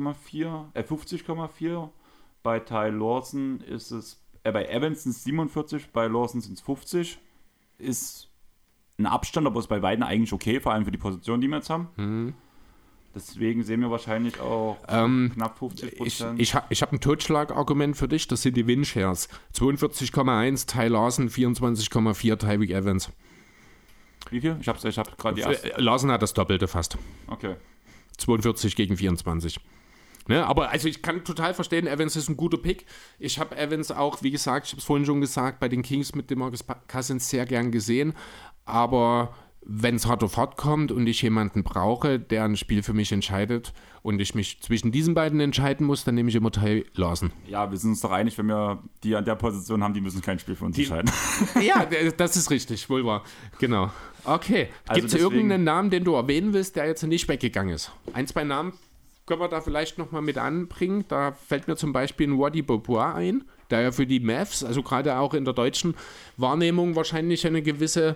50,4. Bei Ty Lawson ist es, bei Evans sind es 47, bei Lawson sind es 50. Ist ein Abstand, aber ist bei beiden eigentlich okay, vor allem für die Position, die wir jetzt haben. Deswegen sehen wir wahrscheinlich auch knapp 50%. Ich habe ein Totschlagargument für dich, das sind die Win-Shares. 42,1 Ty Lawson, 24,4 Tyreek Evans. Wie viel? Ich hab gerade die erste. Lawson hat das Doppelte fast. Okay. 42 gegen 24. Ne, aber also ich kann total verstehen, Evans ist ein guter Pick. Ich habe Evans auch, wie gesagt, ich habe es vorhin schon gesagt, bei den Kings mit DeMarcus Cousins sehr gern gesehen. Aber wenn es hart auf hart kommt und ich jemanden brauche, der ein Spiel für mich entscheidet und ich mich zwischen diesen beiden entscheiden muss, dann nehme ich immer Ty Lawson. Ja, wir sind uns doch einig, wenn wir die an der Position haben, die müssen kein Spiel für uns entscheiden. Ja, das ist richtig, wohl wahr. Genau. Okay. Also gibt es irgendeinen Namen, den du erwähnen willst, der jetzt nicht weggegangen ist? 1, 2 Namen können wir da vielleicht nochmal mit anbringen. Da fällt mir zum Beispiel ein Wadi Bobois ein, der ja für die Mavs, also gerade auch in der deutschen Wahrnehmung wahrscheinlich einen gewissen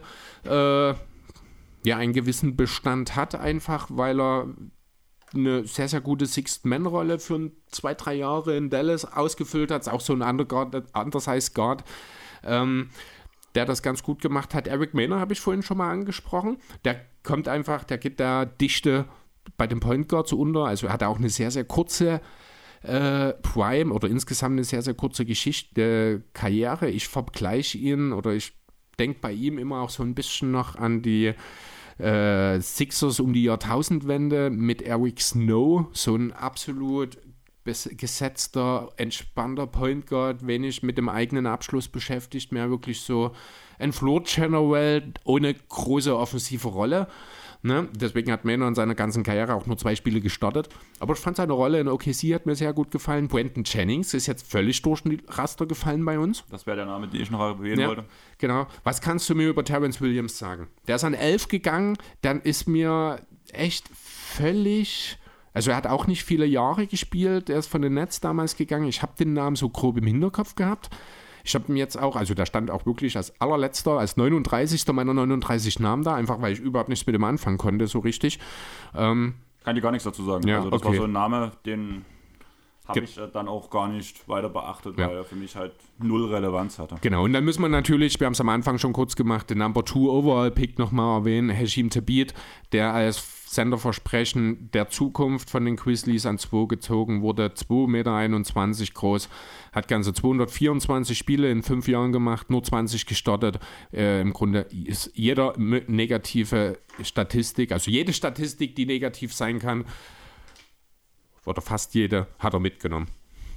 Bestand hat, einfach weil er eine sehr, sehr gute Sixth-Man-Rolle für 2-3 Jahre in Dallas ausgefüllt hat. Ist auch so ein Undersize Guard, der das ganz gut gemacht hat. Eric Maynor habe ich vorhin schon mal angesprochen. Der geht der Dichte bei dem Point Guard so unter. Also er hat auch eine sehr, sehr kurze Prime oder insgesamt eine sehr, sehr kurze Karriere. Ich vergleiche ihn oder ich denke bei ihm immer auch so ein bisschen noch an die Sixers um die Jahrtausendwende mit Eric Snow, so ein absolut gesetzter, entspannter Point Guard, wenig mit dem eigenen Abschluss beschäftigt, mehr wirklich so ein Floor General ohne große offensive Rolle. Ne? Deswegen hat Maynard in seiner ganzen Karriere auch nur 2 Spiele gestartet. Aber ich fand seine Rolle in OKC hat mir sehr gut gefallen. Brandon Jennings ist jetzt völlig durch den Raster gefallen bei uns. Das wäre der Name, den ich noch erwähnen wollte. Genau. Was kannst du mir über Terrence Williams sagen? Der ist an 11 gegangen, dann ist mir echt völlig... Also er hat auch nicht viele Jahre gespielt, er ist von den Nets damals gegangen. Ich habe den Namen so grob im Hinterkopf gehabt. Ich habe ihn jetzt auch, also der stand auch wirklich als allerletzter, als 39. meiner 39 Namen da, einfach weil ich überhaupt nichts mit dem anfangen konnte, so richtig. Kann dir gar nichts dazu sagen. Ja, also das war so ein Name, den habe ich dann auch gar nicht weiter beachtet, weil er für mich halt null Relevanz hatte. Genau, und dann müssen wir natürlich, wir haben es am Anfang schon kurz gemacht, den Number 2 Overall Pick nochmal erwähnen, Hasheem Thabeet, der als Senderversprechen der Zukunft von den Grizzlies an 2 gezogen wurde, 2,21 Meter groß, hat ganze 224 Spiele in 5 Jahren gemacht, nur 20 gestartet. Im Grunde ist jede negative Statistik, also jede Statistik, die negativ sein kann, oder fast jede, hat er mitgenommen.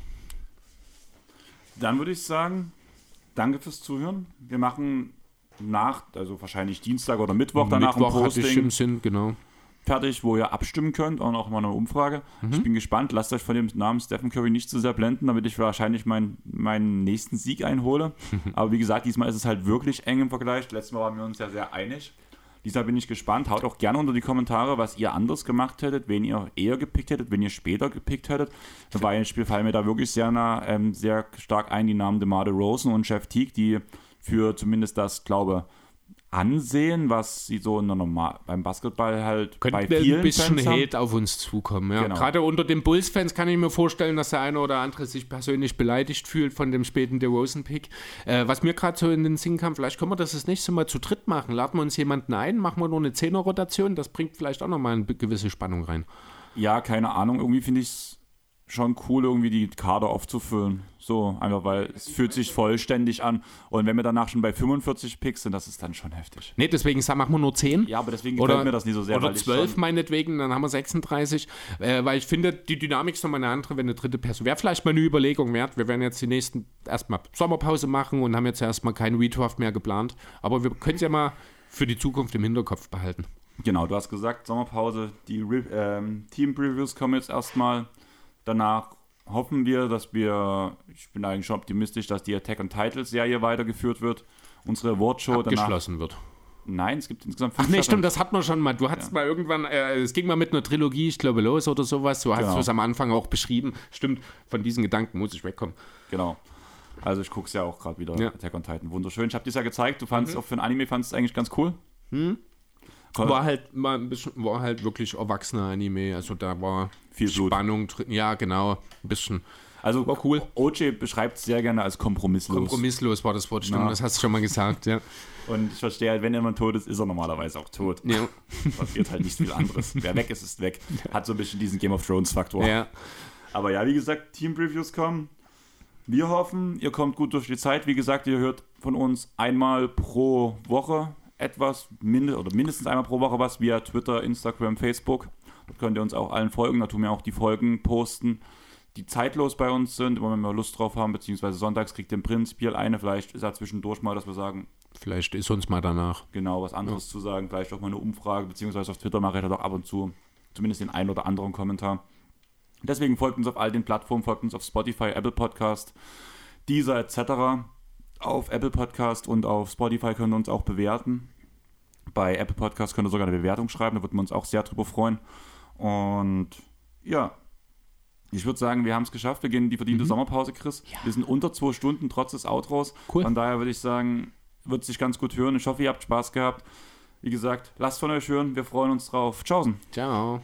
Dann würde ich sagen, danke fürs Zuhören. Wir machen also wahrscheinlich Dienstag oder Mittwoch danach ein Posting. Hatte ich im Sinn, genau. Fertig, wo ihr abstimmen könnt und auch mal eine Umfrage. Ich bin gespannt. Lasst euch von dem Namen Stephen Curry nicht zu sehr blenden, damit ich wahrscheinlich meinen nächsten Sieg einhole. Aber wie gesagt, diesmal ist es halt wirklich eng im Vergleich. Letztes Mal waren wir uns ja sehr einig. Diesmal bin ich gespannt. Haut auch gerne unter die Kommentare, was ihr anders gemacht hättet, wen ihr eher gepickt hättet, wen ihr später gepickt hättet. Zum Beispiel fallen mir da wirklich sehr stark ein die Namen DeMar DeRozan und Jeff Teague, die für zumindest das, glaube Ansehen, was sie so beim Basketball halt könnte bei vielen ein bisschen Fans Hate auf uns zukommen. Ja. Genau. Gerade unter den Bulls-Fans kann ich mir vorstellen, dass der eine oder andere sich persönlich beleidigt fühlt von dem späten DeRozan-Pick. Was mir gerade so in den Sinn kam, vielleicht können wir das nächste Mal zu dritt machen. Laden wir uns jemanden ein, machen wir nur eine 10er-Rotation, das bringt vielleicht auch nochmal eine gewisse Spannung rein. Ja, keine Ahnung, irgendwie finde ich es schon cool, irgendwie die Kader aufzufüllen. So, einfach weil es fühlt sich vollständig an. Und wenn wir danach schon bei 45 Picks sind, das ist dann schon heftig. Nee, deswegen machen wir nur 10. Ja, aber deswegen gefällt mir das nicht so sehr. Oder 12 meinetwegen, dann haben wir 36. Weil ich finde, die Dynamik ist nochmal eine andere, wenn eine dritte Person. Wäre vielleicht mal eine Überlegung wert. Wir werden jetzt die nächsten erstmal Sommerpause machen und haben jetzt erstmal keinen Redraft mehr geplant. Aber wir können es ja mal für die Zukunft im Hinterkopf behalten. Genau, du hast gesagt, Sommerpause. Die Team-Previews kommen jetzt erstmal. Danach hoffen wir, ich bin eigentlich schon optimistisch, dass die Attack on Titles-Serie weitergeführt wird. Unsere Awardshow abgeschlossen wird. Nein, es gibt insgesamt 5 nee, stimmt, das hatten wir schon mal. Du hattest mal irgendwann, es ging mal mit einer Trilogie, ich glaube, los oder sowas. Du hast es am Anfang auch beschrieben. Stimmt, von diesen Gedanken muss ich wegkommen. Genau. Also ich gucke es ja auch gerade wieder, Attack on Titan. Wunderschön. Ich habe dir ja gezeigt, du fandest auch für ein Anime fandest es eigentlich ganz cool. War halt wirklich erwachsener Anime, also da war viel Spannung drin. Ja, genau, ein bisschen. Also war cool. OJ beschreibt es sehr gerne als kompromisslos. Kompromisslos war das Wort, stimmt, das hast du schon mal gesagt, ja. Und ich verstehe halt, wenn jemand tot ist, ist er normalerweise auch tot. Ja. Passiert halt nicht viel anderes. Wer weg ist, ist weg. Hat so ein bisschen diesen Game of Thrones Faktor. Ja. Aber ja, wie gesagt, Team-Previews kommen. Wir hoffen, ihr kommt gut durch die Zeit. Wie gesagt, ihr hört von uns einmal pro Woche mindestens einmal pro Woche was via Twitter, Instagram, Facebook. Dort könnt ihr uns auch allen folgen. Da tun wir auch die Folgen posten, die zeitlos bei uns sind, immer wenn wir Lust drauf haben, beziehungsweise sonntags kriegt ihr im Prinzip eine. Vielleicht ist ja zwischendurch mal, dass wir sagen, vielleicht ist uns mal danach. Genau, was anderes zu sagen. Vielleicht auch mal eine Umfrage, beziehungsweise auf Twitter mache ich da doch ab und zu zumindest den einen oder anderen Kommentar. Deswegen folgt uns auf all den Plattformen, folgt uns auf Spotify, Apple Podcast, Deezer etc. Auf Apple Podcast und auf Spotify könnt ihr uns auch bewerten. Bei Apple Podcast könnt ihr sogar eine Bewertung schreiben, da würden wir uns auch sehr drüber freuen. Und ja, ich würde sagen, wir haben es geschafft. Wir gehen in die verdiente Sommerpause, Chris. Ja. Wir sind unter 2 Stunden, trotz des Outros. Cool. Von daher würde ich sagen, wird es sich ganz gut hören. Ich hoffe, ihr habt Spaß gehabt. Wie gesagt, lasst von euch hören. Wir freuen uns drauf. Tschaußen. Ciao.